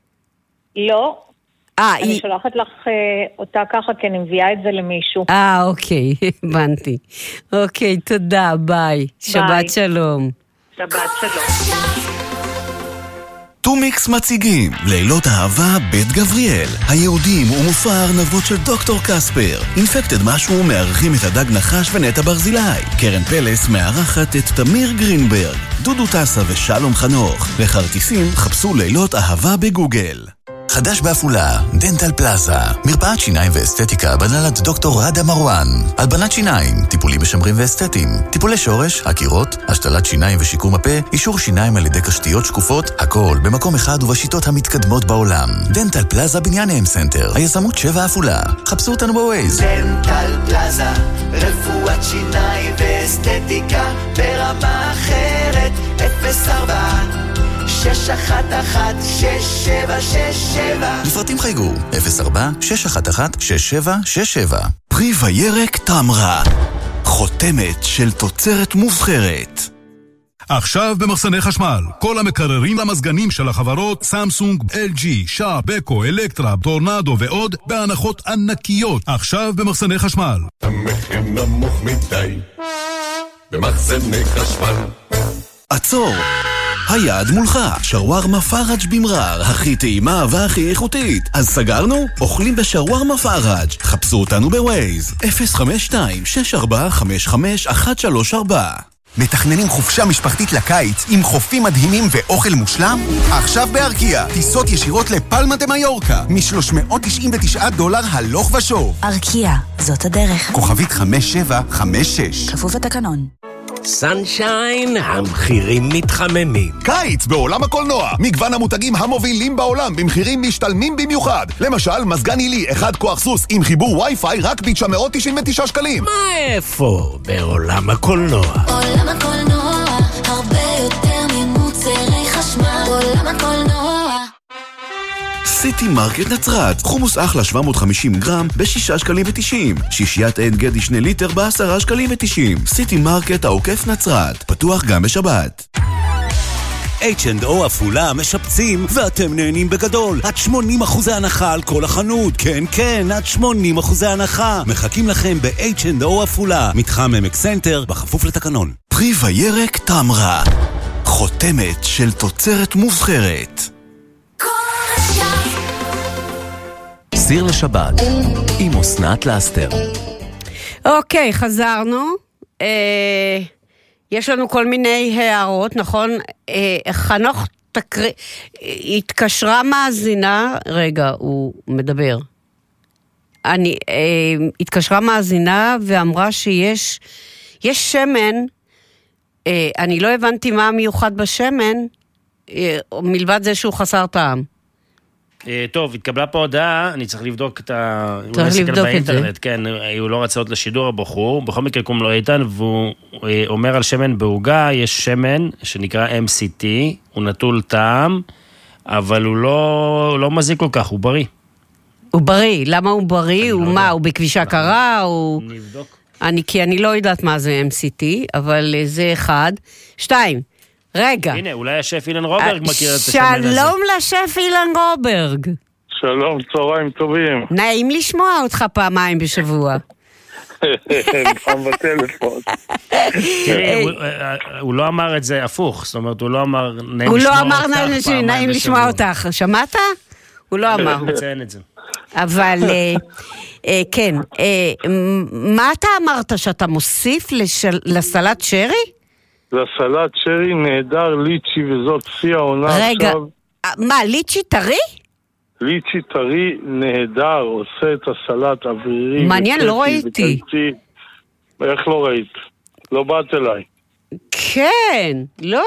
לא. אני שולחת לך אותה ככה, כי אני מביאה את זה למישהו. אוקיי, הבנתי. אוקיי, תודה, ביי. שבת שלום. שבת שלום. טומיקס מציגים לילות אהבה בית גבריאל. היהודים ומופע הארנבות של דוקטור קספר. אינפקטד משהו מארחים את הדג נחש ונטע ברזילי. קרן פלס מארחת את תמיר גרינברג, דודו טסה ושלום חנוך. לכרטיסים חפשו לילות אהבה בגוגל. חדש בעפולה, דנטל פלאזה, מרפאת שיניים ואסתטיקה בהנהלת דוקטור ראדה מרואן. הלבנת שיניים, טיפולים משמרים ואסתטיים, טיפולי שורש, הקירות, השתלת שיניים ושיקום הפה, אישור שיניים על ידי קשתיות שקופות, הכל במקום אחד ובשיטות המתקדמות בעולם. דנטל פלאזה בניין אם סנטר, היזמות 7 עפולה. חפשו אותנו בווייז. דנטל פלאזה, רפואת שיניים ואסתטיקה ברמה אחרת, 04 611-6767. לפרטים חייגו 04-611-6767. פרי וירק תמרה, חותמת של תוצרת מובחרת. עכשיו במחסני חשמל, כל המקררים למזגנים של החברות סמסונג, LG, שעה, בקו, אלקטרה, טורנדו ועוד בהנחות ענקיות. עכשיו במחסני חשמל. המחיר נמוך מדי במחסני חשמל. עצור, היד מולך, שווארמה פראג' במרר, הכי טעימה והכי איכותית. אז סגרנו? אוכלים בשווארמה פראג'. חפשו אותנו בווייז 052-6455-134. מתכננים חופשה משפחתית לקיץ עם חופים מדהימים ואוכל מושלם? עכשיו בארקיע, טיסות ישירות לפלמה דה מיורקה, $399 הלוך ושוב. ארקיע, זאת הדרך. כוכבית 5756. כפוף לתקנון. סנשיין, המחירים מתחממים. קיץ בעולם הקולנוע. מגוון המותגים המובילים בעולם במחירים משתלמים במיוחד. למשל, מזגן עילי 1 כוח סוס עם חיבור וי-פיי רק ב-999 מה איפה? בעולם הקולנוע. עולם הקולנוע, הרבה יותר ממוצרי חשמל. עולם הקולנוע. סיטי מרקט נצרת, חומוס אחלה 750 גרם ב$6.90. שישיית עין גדי 2 ליטר ב$10.90. סיטי מרקט העוקף נצרת, פתוח גם בשבת. H&O עפולה משפצים ואתם נהנים בגדול. עד 80% הנחה על כל החנות. כן, כן, עד 80% הנחה. מחכים לכם ב-H&O עפולה. מתחם עמק סנטר, בכפוף לתקנון. פרי וירק תמרה, חותמת של תוצרת מובחרת. סיר לשבת עם אסנת לאסתר. אוקיי, חזרנו. יש לנו כל מיני הערות, נכון? חנוך התקשרה מאזינה, רגע, הוא מדבר. התקשרה מאזינה ואמרה שיש שמן, אני לא הבנתי מה המיוחד בשמן, מלבד זה שהוא חסר טעם. טוב, התקבלה פה הודעה, אני צריך לבדוק את צריך לבדוק את זה. כן, הוא לא רצה עוד לשידור הבחור, בכל מקרה קום לו איתן, והוא אומר על שמן בעוגה, יש שמן שנקרא MCT, הוא נטול טעם, אבל הוא לא מזיק כל כך, הוא בריא. הוא בריא, למה הוא בריא? הוא מה, הוא בכבישה קרה? נבדוק. כי אני לא יודעת מה זה MCT, אבל זה 1. 2. רגע. הנה, אולי השף אילן רוברג מכיר את השמן הזה. שלום לשף אילן רוברג. שלום, צהריים טובים. נעים לשמוע אותך פעמיים בשבוע. פעם בטלפון. תראי, הוא לא אמר את זה הפוך, זאת אומרת, הוא לא אמר הוא לא אמר נעים לשמוע אותך. שמעת? הוא לא אמר. הוא מציין את זה. אבל, כן. מה אתה אמרת שאתה מוסיף לסלט שרי? לסלט שרי נהדר ליצ'י וזאת שיא העונה עכשיו. רגע, מה, ליצ'י טרי? ליצ'י טרי נהדר, עושה את הסלט אווירי. מעניין, לא ראיתי. איך לא ראית? לא באת אליי. כן, לא,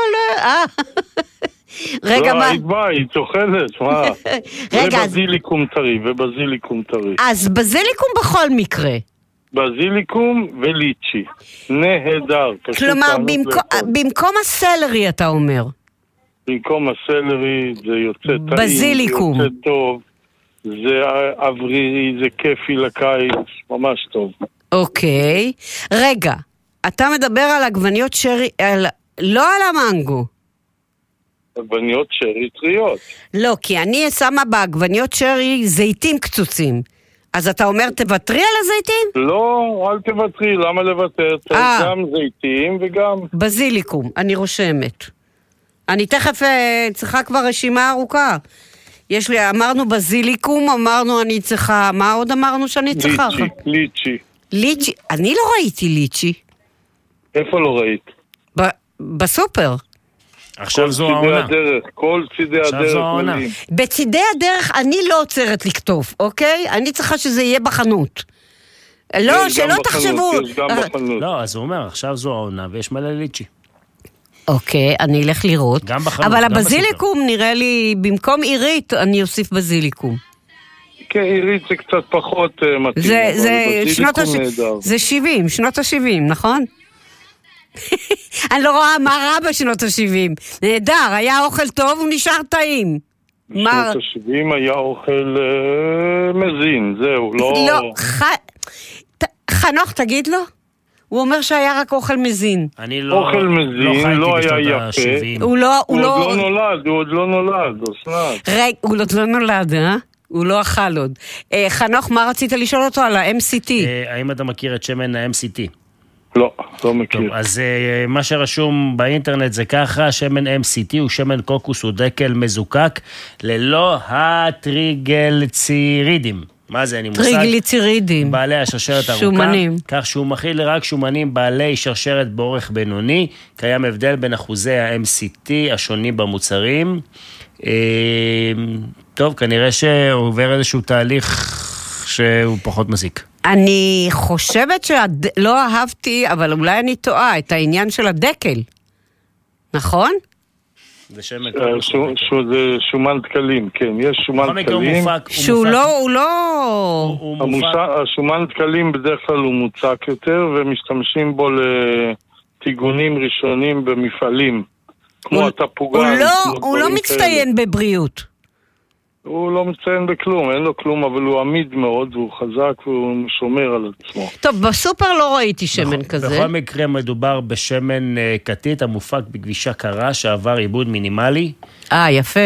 רגע, לא, מה? היית באה, היא תאכלת, מה? רגע, ובזיליקום טרי. אז בזיליקום בכל מקרה. בזיליקום וליצ'י. נהדר. כלומר, במקום הסלרי אתה אומר. במקום הסלרי זה יוצא טעים. בזיליקום. זה יוצא טוב. זה אוורירי, זה כיפי לקיץ. ממש טוב. אוקיי. רגע, אתה מדבר על עגבניות שרי, לא על המנגו. עגבניות שרי טריות. לא, כי אני שמה בעגבניות שרי זיתים קצוצים. אז אתה אומר תוותרי על הזיתים? לא, אל תוותרי, למה לוותר? גם זיתים וגם... בזיליקום, אני רושמת. אני תכף צריכה כבר רשימה ארוכה. יש לי, אמרנו בזיליקום, אמרנו אני צריכה, מה עוד אמרנו שאני צריכה? ליצ'י. אני לא ראיתי ליצ'י. איפה לא ראית? בסופר. עכשיו זו העונה. כל צידי הדרך. בצידי הדרך אני לא עוצרת לכתוב, אוקיי? אני צריכה שזה יהיה בחנות. לא, שלא תחשבו. לא, אז הוא אומר, עכשיו זו העונה ויש מלא ליצ'י. אוקיי, אני אלך לראות. אבל הבזיליקום נראה לי, במקום עירית, אני אוסיף בזיליקום. כן, עירית זה קצת פחות מתאים. זה 70, שנות ה-70, נכון? אני לא רואה מה רע בשנות ה-70. נהדר, היה אוכל טוב, הוא נשאר טעים. בשנות ה-70 היה אוכל מזין, זהו, לא... חנוך, תגיד לו? הוא אומר שהיה רק אוכל מזין. אני לא... אוכל מזין, לא היה יפה. הוא עוד לא נולד, אסנת. רגע, הוא עוד לא נולד, אה? הוא לא אכל עוד. חנוך, מה רצית לשאול אותו על ה-MCT? האם אתה מכיר את שמן ה-MCT? לא מכיר. טוב, אז מה שרשום באינטרנט זה ככה, שמן MCT הוא שמן קוקוס, הוא דקל מזוקק, ללא הטריגלצרידים. מה זה? אני מושג. טריגליצרידים. בעלי השרשרת ארוכה. שומנים. כך שהוא מכיל רק שומנים בעלי שרשרת באורך בינוני. קיים הבדל בין אחוזי ה-MCT השונים במוצרים. טוב, כנראה שעובר איזשהו תהליך שהוא פחות מזיק. אני חושבת שלא אהבתי, אבל אולי אני טועה, את העניין של הדקל. נכון? זה שמן. זה שומן דקלים, כן, יש שומן דקלים. שהוא לא... השומן דקלים בדרך כלל הוא מוצק יותר, ומשתמשים בו לטיגונים ראשונים במפעלים, כמו התפוגן. הוא לא מצטיין בבריאות. הוא לא מציין בכלום, אין לו כלום, אבל הוא עמיד מאוד, והוא חזק, והוא שומר על עצמו. טוב, בסופר לא ראיתי שמן כזה. בכל מקרה מדובר בשמן קטית, המופק בכבישה קרה, שעבר עיבוד מינימלי. יפה.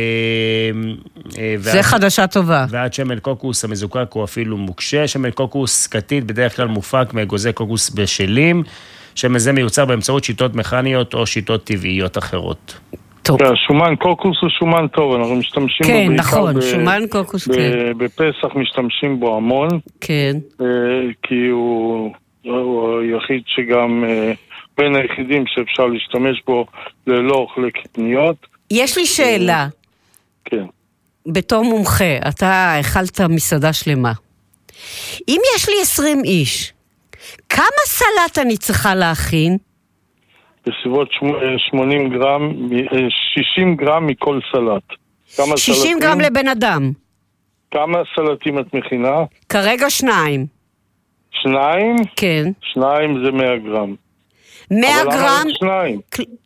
זה חדשה טובה. ועד שמן קוקוס המזוקק הוא אפילו מוקשה. שמן קוקוס קטית בדרך כלל מופק מאגוזי קוקוס בשלים. שמן זה מיוצר באמצעות שיטות מכניות או שיטות טבעיות אחרות. שומן קוקוס הוא שומן טוב, אנחנו משתמשים בו בעיקר. כן, נכון, שומן קוקוס, כן. בפסח משתמשים בו המון. כן. כי הוא היחיד שגם, בין היחידים שאפשר להשתמש בו ללא אוכלי קטניות. יש לי שאלה. כן. בתור מומחה, אתה אכלת מסעדה שלמה. אם יש לי 20 איש, כמה סלט אני צריכה להכין? בסביבות 80 גרם, 60 גרם מכל סלט. 60 גרם לבן אדם. כמה סלטים את מכינה? כרגע 2. 2? כן. 2 זה 100 גרם. 100 גרם? 2.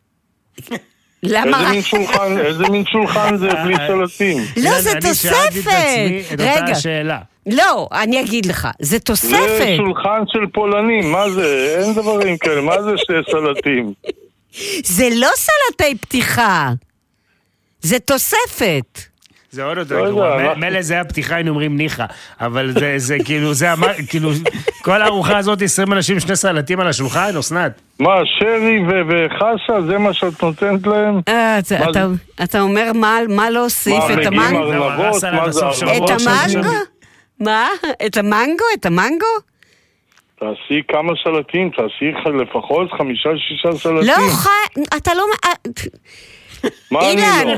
למה? איזה מין שולחן זה בלי סלטים? לא, זה תוספת. רגע. שאלה. לא, אני אגיד לך, זה תוספת. זה שולחן של פולנים, מה זה? אין דברים כאלה, מה זה 2 סלטים? זה לא סלטי פתיחה, זה תוספת. זה עוד יותר גרוע, מלא זה הפתיחה, היינו אומרים ניחה, אבל זה כאילו, כל הארוחה הזאת 20 אנשים 2 סלטים על השולחן, אסנת? מה, שרי וחסה, זה מה שאת נותנת להם? אתה אומר מה לא הוסיף, את המנגו? את המנגו? מה? את המנגו? את המנגו? תעשי כמה סלטים, תעשי לפחות 5-6 סלטים. לא, אתה לא... אילן,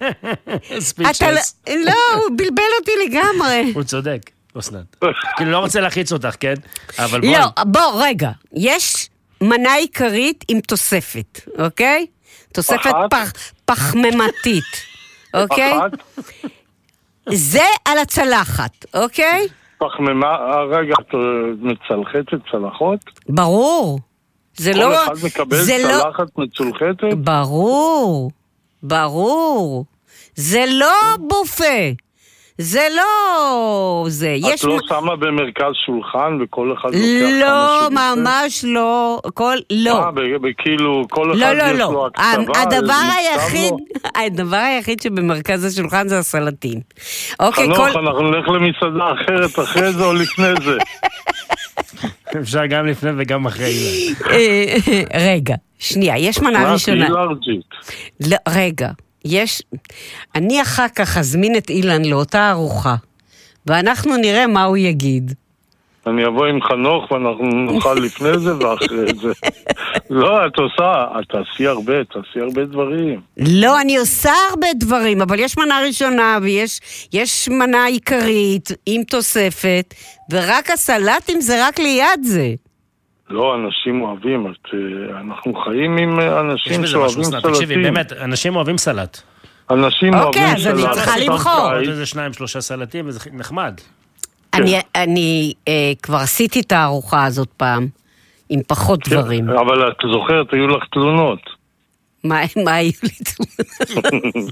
לא, הוא בלבל אותי לגמרי. הוא צודק, אסנת. כאילו לא רוצה להחיץ אותך, כן? אבל בואי. לא, בוא, רגע. יש מנה עיקרית עם תוספת, אוקיי? תוספת פחמימתית, אוקיי? זה על הצלחת, אוקיי? פחמימה, רגע, את מצלחת את צלחות? ברור. כל אחד מקבל צלחת מצולחתת? ברור. ברור. זה לא בופה. זה לא... זה. את לא שמה במרכז שולחן וכל אחד לוקח לא, ממש לא. לא. כאילו, כל אחד יש לו הקצבה. הדבר היחיד שבמרכז השולחן זה הסלטים. אנחנו נלך למסעדה אחרת אחרי זה או לפני זה. אפשר גם לפני וגם אחרי זה. רגע, שנייה, יש מנה ראשונה. לא, רגע, אני אחר כך אזמין את אילן לאותה ארוחה, ואנחנו נראה מה הוא יגיד. אני אבוא עם חנוך ואנחנו נאכל לפני זה ואחרי זה. לא, את תעשי הרבה דברים. לא, אני עושה הרבה דברים, אבל יש מנה ראשונה ויש מנה עיקרית עם תוספת, ורק הסלטים זה רק ליד זה. לא, אנשים אוהבים, אנחנו חיים עם אנשים שאוהבים סלטים. תקשיבי, באמת, אנשים אוהבים סלט. אנשים אוהבים סלט. אוקיי, אז אני צריכה לבחור. איזה 2-3 סלטים, וזה נחמד. אני כבר עשיתי את הארוחה הזאת פעם, עם פחות דברים. אבל את זוכרת, היו לך תלונות. מה היו לי תלונות?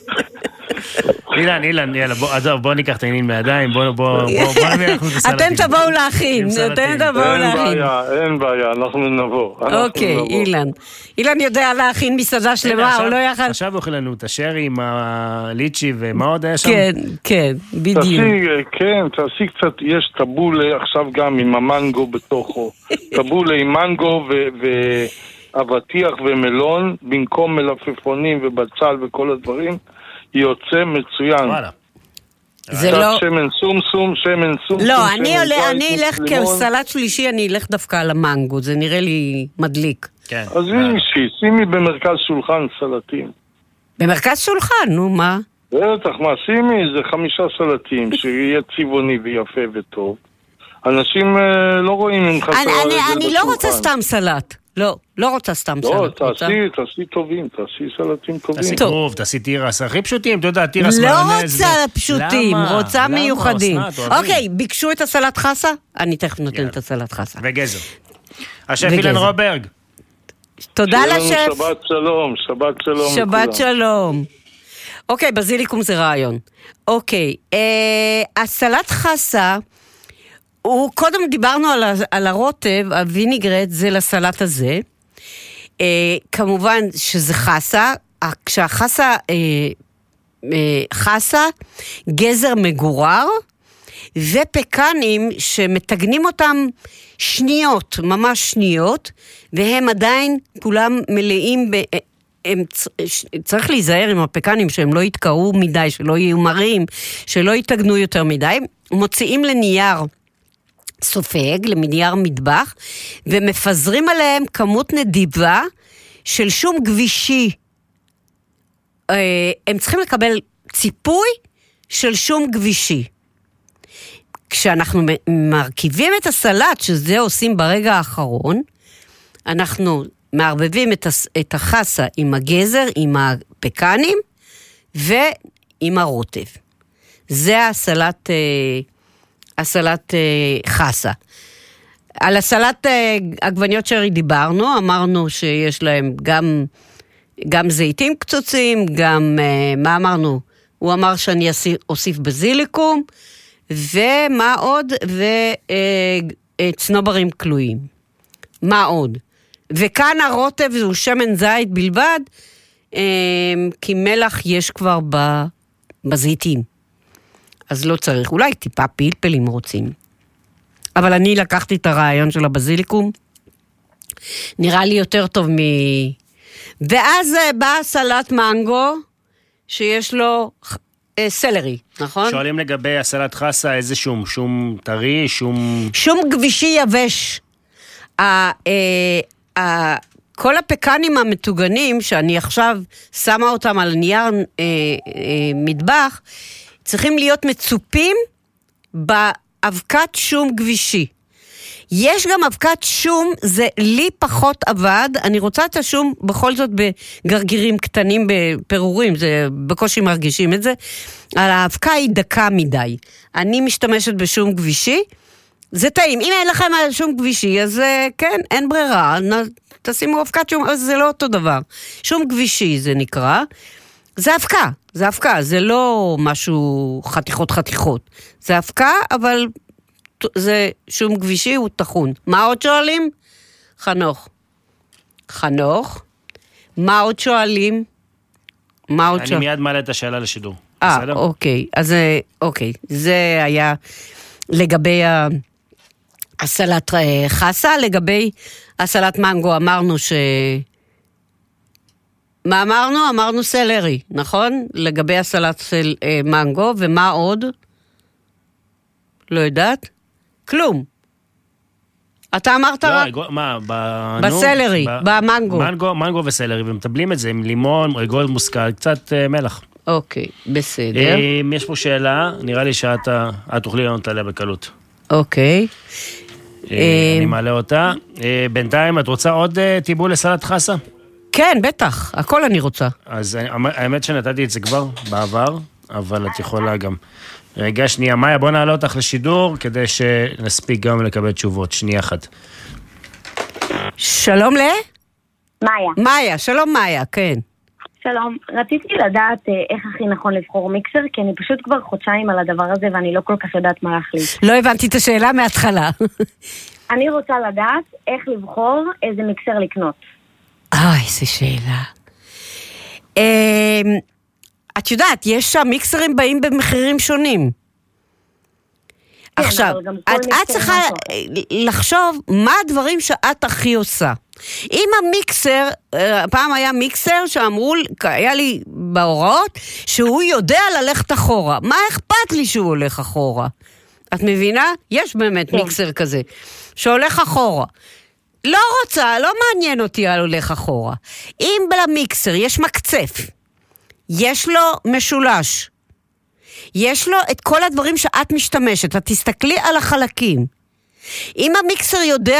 אילן, יאללה, בוא ניקח את העניין מהידיים, בוא נביא אנחנו את הסלטים. אתם תבואו להכין, אין בעיה, אנחנו נבוא. אוקיי, אילן יודע להכין מסעדה שלמה, הוא לא יכל... עכשיו אוכל לנו את השרי עם הליצ'י ומה עוד היה שם? כן, בדיוק. כן, תעשי קצת, יש טבולה עכשיו גם עם המנגו בתוכו, טבולה עם מנגו אבטיח ומלון, במקום מלפפונים ובצל וכל הדברים, יוצא מצוין. זה לא... שמן סום, שמן סום. לא, אני אלך כסלט שלישי, אני אלך דווקא על המנגו, זה נראה לי מדליק. כן. אז שימי במרכז שולחן סלטים. במרכז שולחן, נו, מה? בטח, מה, שימי, זה 5 סלטים, שיהיה צבעוני ויפה וטוב. אנשים לא רואים אם חסר הרגל בשולחן. אני לא רוצה סתם סלט. לא רוצה סתם סלט. לא, תעשי טובים, תעשי סלטים טובים. תעשי כרוב, תעשי תירס, הכי פשוטים, אתה יודע, תירס לא מרנז. רוצה פשוטים, רוצה מיוחדים. אוקיי, ביקשו את הסלט חסה? אני תכף נותן את הסלט חסה. וגזר. השף אילן רוברג. תודה לשף. שבת שלום, שבת שלום. שבת שלום. אוקיי, בזיליקום זה רעיון. אוקיי, הסלט חסה, קודם דיברנו על הרוטב, הוויניגרט זה לסלט הזה. כמובן שזה חסה, כשהחסה חסה, גזר מגורר, ופקנים שמתגנים אותם שניות, ממש שניות, והם עדיין כולם מלאים צריך להיזהר עם הפקנים שהם לא יתקעו מדי, שלא יהיו מרים, שלא יתגנו יותר מדי, מוציאים לנייר סופג, לנייר מטבח, ומפזרים עליהם כמות נדיבה של שום גבישי. הם צריכים לקבל ציפוי של שום גבישי. כשאנחנו מרכיבים את הסלט, שזה עושים ברגע האחרון, אנחנו מערבבים את החסה עם הגזר, עם הפקנים, ועם הרוטב. זה הסלט חסה. על הסלט עגבניות שרי דיברנו, אמרנו שיש להם גם זיתים קצוצים, גם, מה אמרנו? הוא אמר שאני אוסיף בזיליקום, ומה עוד? וצנוברים כלואים. מה עוד? וכאן הרוטב הוא שמן זית בלבד, כי מלח יש כבר בזיתים. אז לא צריך, אולי טיפה פלפל אם רוצים. אבל אני לקחתי את הרעיון של הבזיליקום, נראה לי יותר טוב ואז בא סלט מנגו, שיש לו סלרי, נכון? שואלים לגבי הסלט חסה, איזה שום טרי, שום גבישי יבש. כל הפקנים המתוגנים, שאני עכשיו שמה אותם על נייר מטבח, צריכים להיות מצופים באבקת שום גבישי. יש גם אבקת שום, זה לי פחות עבד, אני רוצה את השום בכל זאת בגרגירים קטנים, בפירורים, זה בקושי מרגישים את זה, האבקה היא דקה מדי. אני משתמשת בשום גבישי, זה טעים. אם אין לכם שום גבישי, אז כן, אין ברירה, תשימו אבקת שום, אז זה לא אותו דבר. שום גבישי זה נקרא, זה אבקה, זה לא משהו חתיכות. זה אבקה, אבל זה שום גבישי, הוא תחון. מה עוד שואלים? חנוך. מה עוד שואלים? אני מיד מעלה את השאלה לשידור. אוקיי. אז אוקיי. זה היה לגבי הסלט חסה, לגבי הסלט מנגו אמרנו מה אמרנו? אמרנו סלרי, נכון? לגבי הסלט של מנגו, ומה עוד? לא יודעת? כלום. אתה אמרת רק? לא, מה? בסלרי, במנגו. מנגו וסלרי, ומטבלים את זה עם לימון, רגול מוסקל, קצת מלח. אוקיי, בסדר. יש פה שאלה, נראה לי שאת תוכלי לענות עליה בקלות. אוקיי. אני מעלה אותה. בינתיים, את רוצה עוד טיבול לסלט חסה? כן, בטח, הכל אני רוצה. אז האמת שנתתי את זה כבר בעבר, אבל את יכולה גם. רגע, שנייה, מאיה, בוא נעלה אותך לשידור, כדי שנספיק גם לקבל תשובות. שנייה אחת. שלום מאיה. מאיה, שלום מאיה, כן. שלום, רציתי לדעת איך הכי נכון לבחור מיקסר, כי אני פשוט כבר חודשיים על הדבר הזה, ואני לא כל כך יודעת מה להחליט. לא הבנתי את השאלה מההתחלה. אני רוצה לדעת איך לבחור איזה מיקסר לקנות. איזה שאלה. את יודעת, יש שם מיקסרים באים במחירים שונים. עכשיו, את צריכה לחשוב מה הדברים שאת הכי עושה. אם המיקסר, פעם היה מיקסר שאמרו, היה לי בהוראות, שהוא יודע ללכת אחורה. מה אכפת לי שהוא הולך אחורה? את מבינה? יש באמת מיקסר כזה, שהולך אחורה. לא רוצה, לא מעניין אותי על הולך אחורה. אם למיקסר יש מקצף, יש לו משולש, יש לו את כל הדברים שאת משתמשת, את תסתכלי על החלקים. אם המיקסר יודע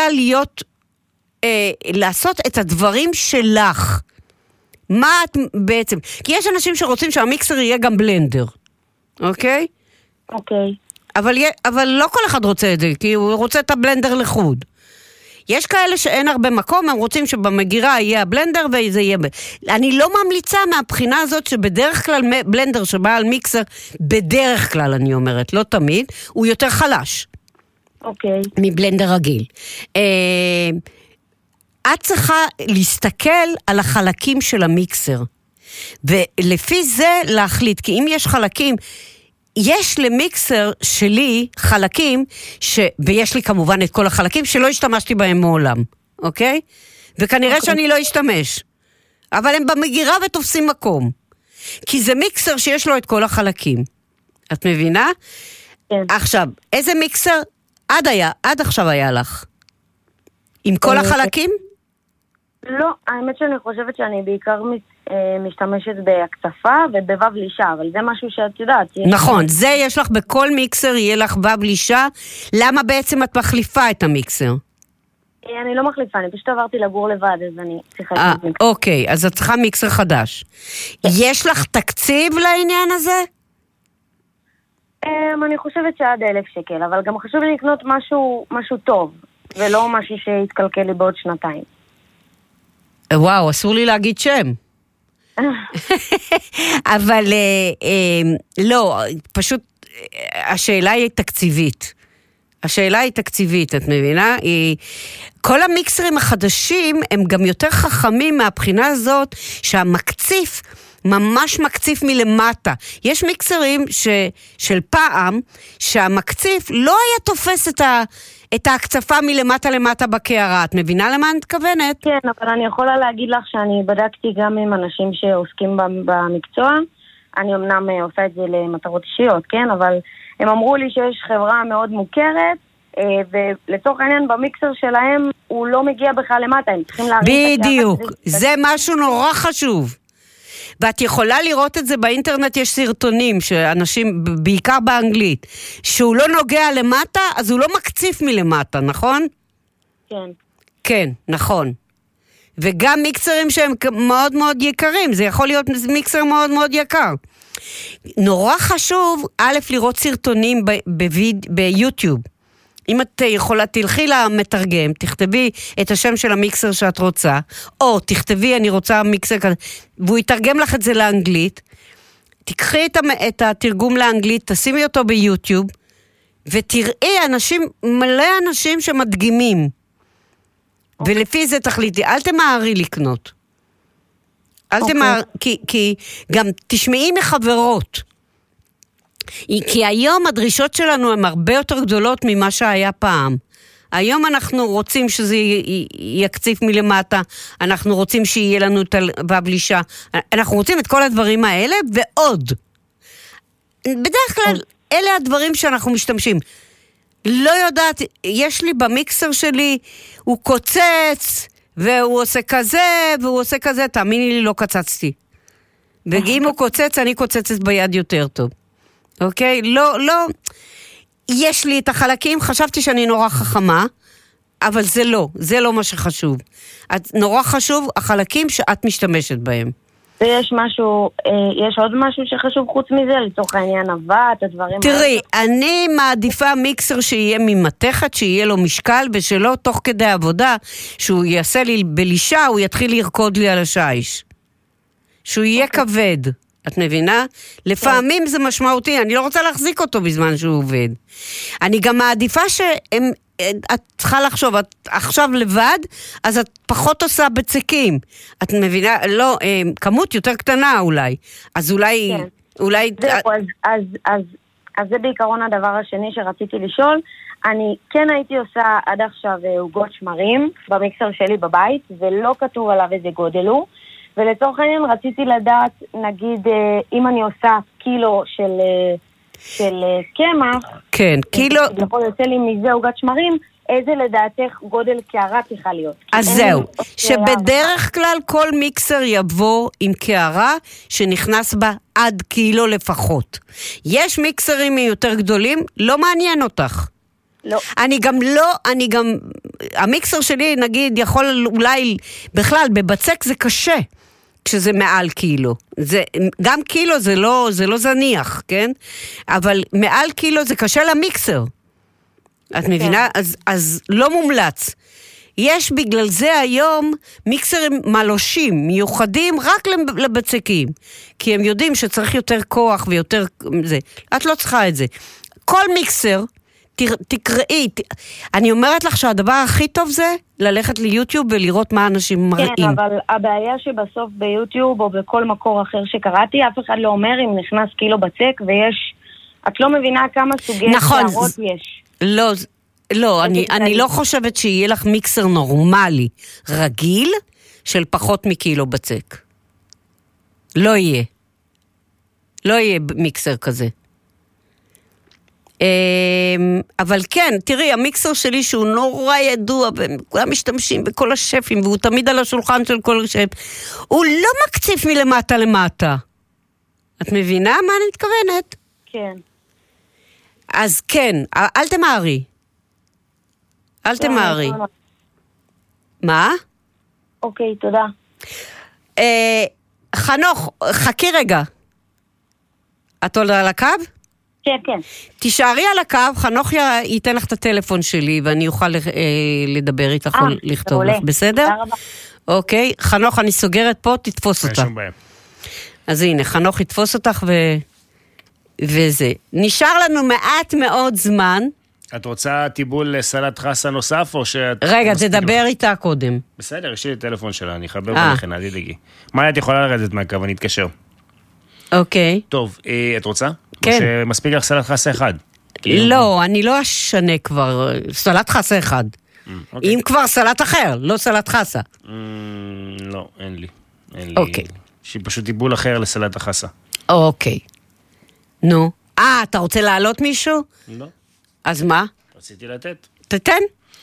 לעשות את הדברים שלך, מה את בעצם, כי יש אנשים שרוצים שהמיקסר יהיה גם בלנדר, אוקיי? אוקיי. אבל לא כל אחד רוצה את זה, כי הוא רוצה את הבלנדר לחוד. יש כאלה שאין הרבה מקום, הם רוצים שבמגירה יהיה הבלנדר וזה יהיה... אני לא ממליצה מהבחינה הזאת שבדרך כלל בלנדר שבא על מיקסר, בדרך כלל אני אומרת, לא תמיד, הוא יותר חלש. אוקיי. מבלנדר רגיל. את צריכה להסתכל על החלקים של המיקסר, ולפי זה להחליט, כי אם יש חלקים... יש למיקסר שלי חלקים, ויש לי כמובן את כל החלקים, שלא השתמשתי בהם מעולם, אוקיי? וכנראה שאני לא אשתמש. אבל הם במגירה ותופסים מקום. כי זה מיקסר שיש לו את כל החלקים. את מבינה? כן. עכשיו, איזה מיקסר עד עכשיו היה לך? עם כל החלקים? לא, האמת שאני חושבת שאני בעיקר משתמשת בהקצפה ובבב לישה, אבל זה משהו שאת יודעת. נכון, זה יש לך בכל מיקסר, יהיה לך בב לישה. למה בעצם את מחליפה את המיקסר? אני לא מחליפה, אני פשוט עברתי לגור לבד, אז אני צריכה את מיקסר. אוקיי, אז את צריכה מיקסר חדש. יש לך תקציב לעניין הזה? אני חושבת שעד 1,000 שקל, אבל גם חשוב לי לקנות משהו טוב, ולא משהו שיתקלקל לי בעוד שנתיים. וואו, אסור לי להגיד שם. אבל לא, פשוט השאלה היא תקציבית. השאלה היא תקציבית, את מבינה? כל המיקסרים החדשים הם גם יותר חכמים מהבחינה הזאת שהמקציף ממש מקציף מלמטה. יש מיקסרים של פעם שהמקציף לא היה תופס את ההקצפה מלמטה למטה בקערה. את מבינה למה אני מתכוונת? כן, אבל אני יכולה להגיד לך שאני בדקתי גם עם אנשים שעוסקים במקצוע. אני אמנם עושה את זה למטרות אישיות, כן? אבל הם אמרו לי שיש חברה מאוד מוכרת, ולצורך העניין במיקסר שלהם הוא לא מגיע בכלל למטה, הם צריכים להרים את הקערה. בדיוק, זה משהו נורא חשוב. ואת יכולה לראות את זה באינטרנט, יש סרטונים שאנשים, בעיקר באנגלית, שהוא לא נוגע למטה, אז הוא לא מקציף מלמטה, נכון? כן. כן, נכון. וגם מיקסרים שהם מאוד מאוד יקרים, זה יכול להיות מיקסר מאוד מאוד יקר. נורא חשוב, א', לראות סרטונים ביוטיוב. אם את יכולה, תלכי למתרגם, תכתבי את השם של המיקסר שאת רוצה, או תכתבי אני רוצה מיקסר כזה, והוא יתרגם לך את זה לאנגלית, תקחי את התרגום לאנגלית, תשימי אותו ביוטיוב, ותראי מלא אנשים שמדגימים, ולפי זה תחליטי, אל תמהרי לקנות. אל תמהרי, כי גם תשמעי מחברות, כי היום הדרישות שלנו הן הרבה יותר גדולות ממה שהיה פעם. היום אנחנו רוצים שזה יקציף מלמטה, אנחנו רוצים שיהיה לנו את הבלישה, אנחנו רוצים את כל הדברים האלה ועוד. בדרך כלל אלה הדברים שאנחנו משתמשים. לא יודעת, יש לי במיקסר שלי, הוא קוצץ, והוא עושה כזה, והוא עושה כזה, תאמיני לי, לא קצצתי. ואם הוא קוצץ, אני קוצצת ביד יותר טוב. אוקיי? לא, יש לי את החלקים, חשבתי שאני נורא חכמה, אבל זה לא מה שחשוב. נורא חשוב החלקים שאת משתמשת בהם. ויש משהו, יש עוד משהו שחשוב חוץ מזה, לצורך העניין את הדברים האלה? תראי, אני מעדיפה מיקסר שיהיה ממתכת, שיהיה לו משקל, ושלא תוך כדי עבודה, שהוא יעשה לי בלישה, הוא יתחיל לרקוד לי על השיש. שהוא יהיה כבד. את מבינה? לפעמים זה משמעותי, אני לא רוצה להחזיק אותו בזמן שהוא עובד. אני גם מעדיפה את צריכה לחשוב, את עכשיו לבד, אז את פחות עושה בצקים. את מבינה? לא, כמות יותר קטנה אולי. אז אולי... זהו, אז אז זה בעיקרון הדבר השני שרציתי לשאול. אני כן הייתי עושה עד עכשיו עוגות שמרים במיקסר שלי בבית, ולא כתוב עליו איזה גודל הוא. ולצורך העניין רציתי לדעת, נגיד, אם אני עושה קילו של קמח, כן, קילו... יכול יוצא לי מזה עוגת שמרים, איזה לדעתך גודל קערה צריכה להיות? אז זהו, שבדרך כלל כל מיקסר יבוא עם קערה שנכנס בה עד קילו לפחות. יש מיקסרים יותר גדולים, לא מעניין אותך. לא. אני גם, המיקסר שלי נגיד יכול אולי, בכלל בבצק זה קשה. כשזה מעל קילו. גם קילו זה לא זניח, כן? אבל מעל קילו זה קשה למיקסר. את מבינה? אז לא מומלץ. יש בגלל זה היום מיקסרים מלושים, מיוחדים רק לבצקים. כי הם יודעים שצריך יותר כוח ויותר זה. את לא צריכה את זה. כל מיקסר, תקראי, אני אומרת לך שהדבר הכי טוב זה ללכת ליוטיוב ולראות מה אנשים מראים. כן, אבל הבעיה שבסוף ביוטיוב או בכל מקור אחר שקראתי, אף אחד לא אומר אם נכנס קילו בצק ויש, את לא מבינה כמה סוגי שערות יש. לא, אני לא חושבת שיהיה לך מיקסר נורמלי, רגיל, של פחות מקילו בצק. לא יהיה מיקסר כזה. אבל כן, תראי, המיקסר שלי שהוא נורא ידוע, וכולם משתמשים בכל השפים, והוא תמיד על השולחן של כל השף, הוא לא מקציף מלמטה למטה. את מבינה מה אני מתכוונת? כן. אז כן, אל תמהרי. אל תמהרי. מה? אוקיי, תודה. חנוך, חכי רגע. את עולה על הקו? כן, כן. תישארי על הקו, חנוך ייתן לך את הטלפון שלי, ואני אוכל לדבר איתך או לכתוב לך, בסדר? תודה רבה. אוקיי, חנוך, אני סוגרת פה, תתפוס אותה. אז הנה, חנוך יתפוס אותך וזה. נשאר לנו מעט מאוד זמן. את רוצה טיבול לסלט חסה נוסף, או שאת... רגע, תדבר איתה קודם. בסדר, יש לי טלפון שלה, אני אחבר בלכן, אל תדאגי. מה את יכולה לרדת מהקו, אני אתקשר. אוקיי. טוב, את רוצה? כן. שמספיק לך סלט חסה אחד. לא, אני לא אשנה כבר, סלט חסה אחד. אם כבר סלט אחר, לא סלט חסה. לא, אין לי. אוקיי. יש לי פשוט טיבול אחר לסלט החסה. אוקיי. נו. אתה רוצה להעלות מישהו? לא. אז מה? רציתי לתת. תתן.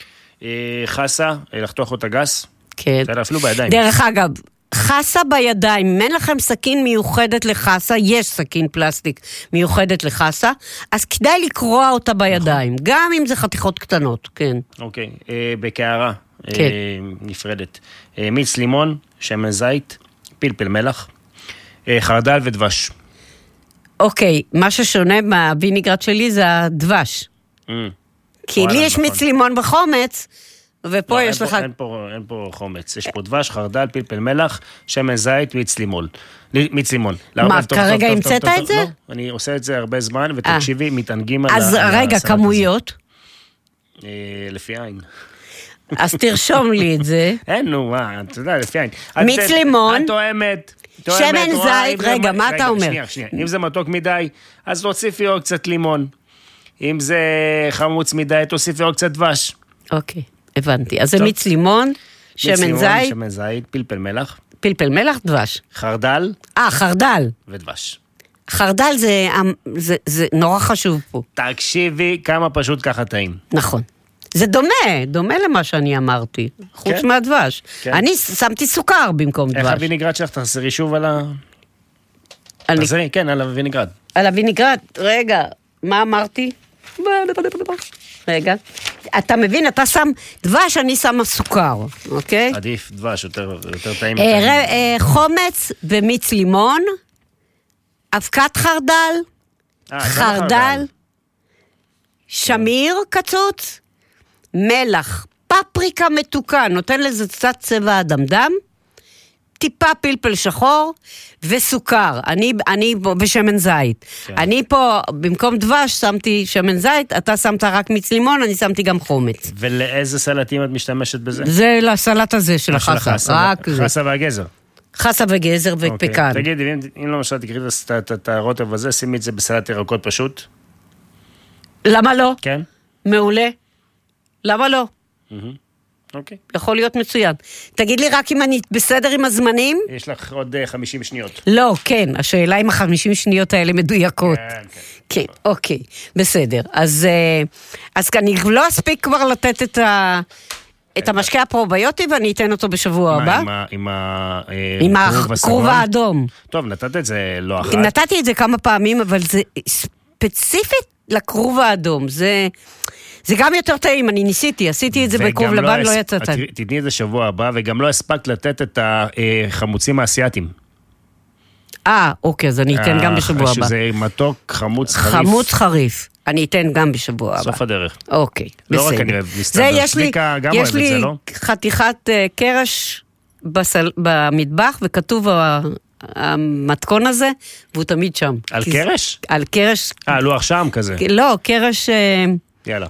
חסה, לחתוך אותה גס. כן. אפילו בידיים. דרך אגב, חסה בידיים, אם אין לכם סכין מיוחדת לחסה, יש סכין פלסטיק מיוחדת לחסה, אז כדאי לקרוע אותה בידיים, גם אם זה חתיכות קטנות, כן. אוקיי, בקערה נפרדת. מיץ לימון, שמן זית, פלפל מלח, חרדל ודבש. אוקיי, מה ששונה מהוויניגרד שלי זה הדבש. כי לי יש מיץ לימון בחומץ, ופה יש לך... אין פה חומץ, יש פה דבש, חרדל, פלפל מלח, שמן זית, מיץ לימון. מה, כרגע המצאת את זה? לא, אני עושה את זה הרבה זמן, ותקשיבי, מתענגים על... אז רגע, כמויות? לפי עין. אז תרשום לי את זה. אין, נו, מה, אתה יודע, לפי עין. מיץ לימון. את תואמת. שמן זית, רגע, מה אתה אומר? שנייה, אם זה מתוק מדי, אז תוסיפי עוד קצת לימון. אם זה חמוץ מדי, תוסיפי עוד קצת דבש. אוקיי, הבנתי. אז זה מיץ לימון, שמן זית. שמן זית, פלפל מלח. פלפל מלח, דבש. חרדל. חרדל. ודבש. חרדל זה נורא חשוב פה. תקשיבי כמה פשוט ככה טעים. נכון. זה דומה למה שאני אמרתי, חוץ מהדבש. אני שמתי סוכר במקום דבש. איך הוויניגרד שלך? תחזרי שוב על ה... תחזרי, כן, על הוויניגרד. על הוויניגרד, רגע, מה אמרתי? רגע. אתה מבין, אתה שם דבש, אני שמה סוכר, אוקיי? עדיף דבש, יותר טעים. חומץ ומיץ לימון, אבקת חרדל, שמיר קצוץ, מלח, פפריקה מתוקה, נותן לזה קצת צבע אדמדם, טיפה פלפל שחור וסוכר, אני בשמן זית. כן. אני פה, במקום דבש, שמתי שמן זית, אתה שמת רק מיץ לימון, אני שמתי גם חומץ. ולאיזה סלטים את משתמשת בזה? זה לסלט הזה של החסה. חסה והגזר. חסה וגזר ופקן. תגידי, אם לא משל תקראי את הרוטב הזה, שימי את זה בסלט ירקות פשוט. למה לא? כן. מעולה. למה לא? אוקיי. יכול להיות מצוין. תגיד לי רק אם אני בסדר עם הזמנים? יש לך עוד 50 שניות. לא, כן, השאלה אם ה-50 שניות האלה מדויקות. כן, אוקיי, בסדר. אז אני לא אספיק כבר לתת את המשקה הפרוביוטי, ואני אתן אותו בשבוע הבא. עם הכרוב האדום. טוב, נתת את זה לא אחת. נתתי את זה כמה פעמים, אבל זה ספציפית לכרוב האדום. זה גם יותר טעים, אני ניסיתי, עשיתי את זה בכרוב לבן, לא יצאת. תתני את זה שבוע הבא, וגם לא הספקת לתת את החמוצים האסייתיים. אוקיי, אז אני אתן גם בשבוע הבא. שזה מתוק, חמוץ חריף. חמוץ חריף. אני אתן גם בשבוע הבא. סוף הדרך. אוקיי, בסדר. לא רק אני אוהב מסתבר. יש לי חתיכת קרש במטבח, וכתוב המתכון הזה, והוא תמיד שם. על קרש? על קרש. לוח שם כזה. לא, קרש... יאללה.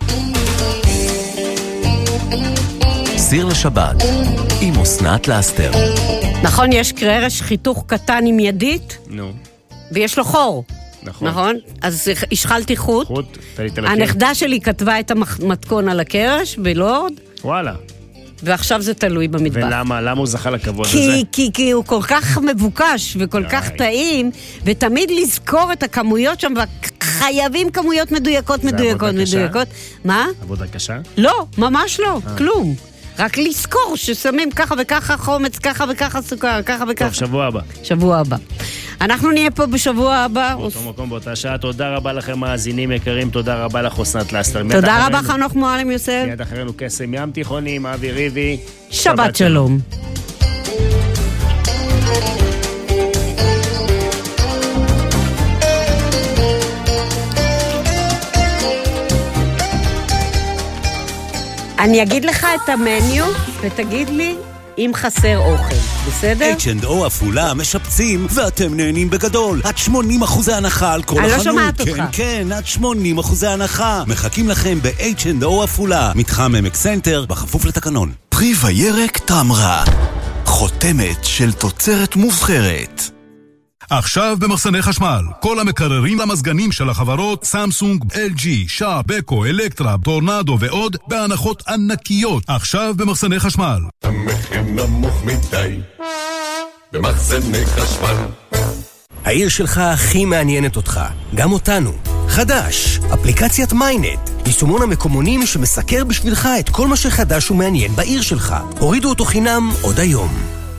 סיר לשבת, עם אסנת לאסתר. נכון, יש קרש חיתוך קטן עם ידית, ויש לו חור. נכון? אז השחלתי חוט. הנכדה שלי כתבה את המתכון על הקרש בלורד. וואלה. ועכשיו זה תלוי במטבח. ולמה הוא זכה לכבוד הזה? כי הוא כל כך מבוקש וכל כך טעים, ותמיד לזכור את הכמויות שם, וחייבים כמויות מדויקות. מה? עבודה קשה? לא, ממש לא, כלום. רק לזכור ששמים ככה וככה חומץ, ככה וככה סוכר, ככה וככה. טוב, שבוע הבא. אנחנו נהיה פה בשבוע הבא. באותו מקום, באותה שעה. תודה רבה לכם, מאזינים יקרים. תודה רבה לך, אסנת לאסתר. תודה רבה, חנוך מועלם יוסף. מיד אחרינו קסם ים תיכונים, אבי ריבי. שבת שלום. אני אגיד לך את המניו, ותגיד לי אם חסר אוכל, בסדר? H&O עפולה משפצים, ואתם נהנים בגדול. עד 80% הנחה על כל החנות. אני לא שומעת אותך. כן, עד 80% הנחה. מחכים לכם ב-H&O עפולה. מתחם עמק סנטר, בכפוף לתקנון. פרי וירק טמרה. חותמת של תוצרת מובחרת. עכשיו במחסני חשמל, כל המקררים למזגנים של החברות סמסונג, LG, שעה, בקו, אלקטרה, טורנדו ועוד בהנחות ענקיות. עכשיו במחסני חשמל. המחיר נמוך מדי במחסני חשמל. העיר שלך הכי מעניינת אותך, גם אותנו. חדש, אפליקציית מיינט, יישומון המקומונים שמסקר בשבילך את כל מה שחדש ומעניין בעיר שלך. הורידו אותו חינם עוד היום.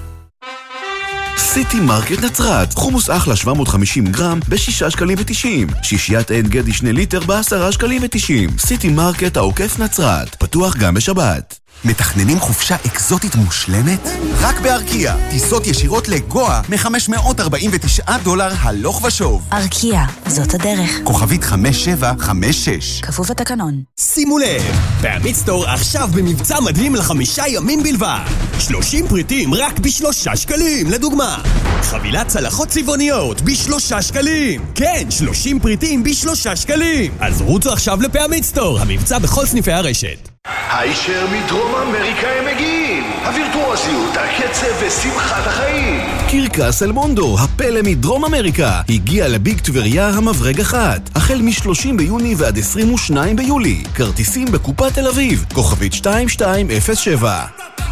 סיטי מרקט נצרת, חומוס אחלה 750 גרם ב6 שקלים ו90, שישיית עין גדי 2 ליטר ב10 שקלים ו90. סיטי מרקט העוקף נצרת, פתוח גם בשבת. מתכננים חופשה אקזוטית מושלמת? רק בארקיע, טיסות ישירות לגואה $549 הלוך ושוב. ארקיע, זאת הדרך. כוכבית 5756. כפוף התקנון. שימו לב, פעמית-סטור עכשיו במבצע מדהים ל5 ימים בלבד. 30 פריטים רק ב3 שקלים, לדוגמה. חבילת צלחות צבעוניות ב3 שקלים. כן, 30 פריטים ב3 שקלים. אז רוצו עכשיו לפעמית-סטור, המבצע בכל סניפי הרשת. הישר מדרום אמריקה הם מגיעים. הווירטואוזיות, הקצב ושמחת החיים. קרקס אל מונדו, הפלא מדרום אמריקה, הגיע לביג טבריה המברג 1, החל מ-30 ביוני ועד 22 ביולי. כרטיסים בקופת תל אביב, כוכבית 2207.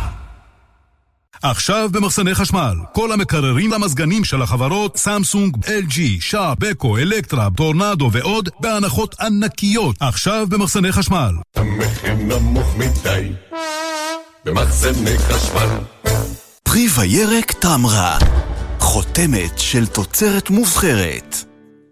עכשיו במחסני חשמל, כל המקררים למזגנים של החברות סמסונג, LG, שעה, בקו, אלקטרה, טורנדו ועוד בהנחות ענקיות. עכשיו במחסני חשמל. המחיר נמוך מדי במחסני חשמל. פרי וירק טמרה. חותמת של תוצרת מובחרת.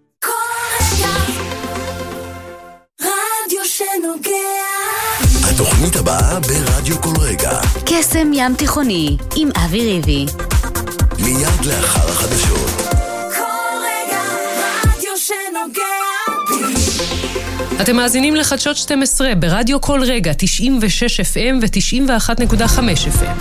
רדיו שנוגע. התוכנית הבאה ברדיו כל רגע. קסם ים תיכוני עם אבי ריבי. מיד לאחר החדשות. כל רגע רדיו שנוגע. אתם מאזינים לחדשות 12 ברדיו כל רגע 96 FM ו-91.5 FM.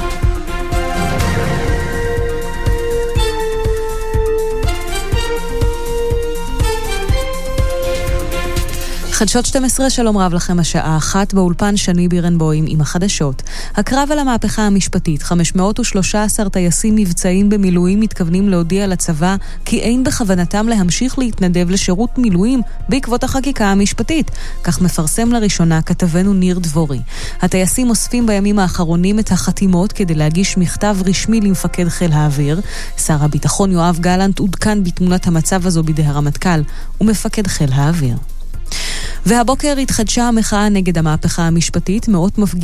חדשות 12, שלום רב לכם, השעה 1 באולפן שני בירנבוים עם החדשות. הקרב על המהפכה המשפטית, 513 טייסים מבצעים במילואים מתכוונים להודיע לצבא כי אין בכוונתם להמשיך להתנדב לשירות מילואים בעקבות החקיקה המשפטית. כך מפרסם לראשונה כתבנו ניר דבורי. הטייסים אוספים בימים האחרונים את החתימות כדי להגיש מכתב רשמי למפקד חיל האוויר. שר הביטחון יואב גלנט עודכן בתמונת המצב הזו בידי הרמטכ"ל ומפקד חיל האוויר. והבוקר התחדשה המחאה נגד המהפכה המשפטית. מאות מפגינים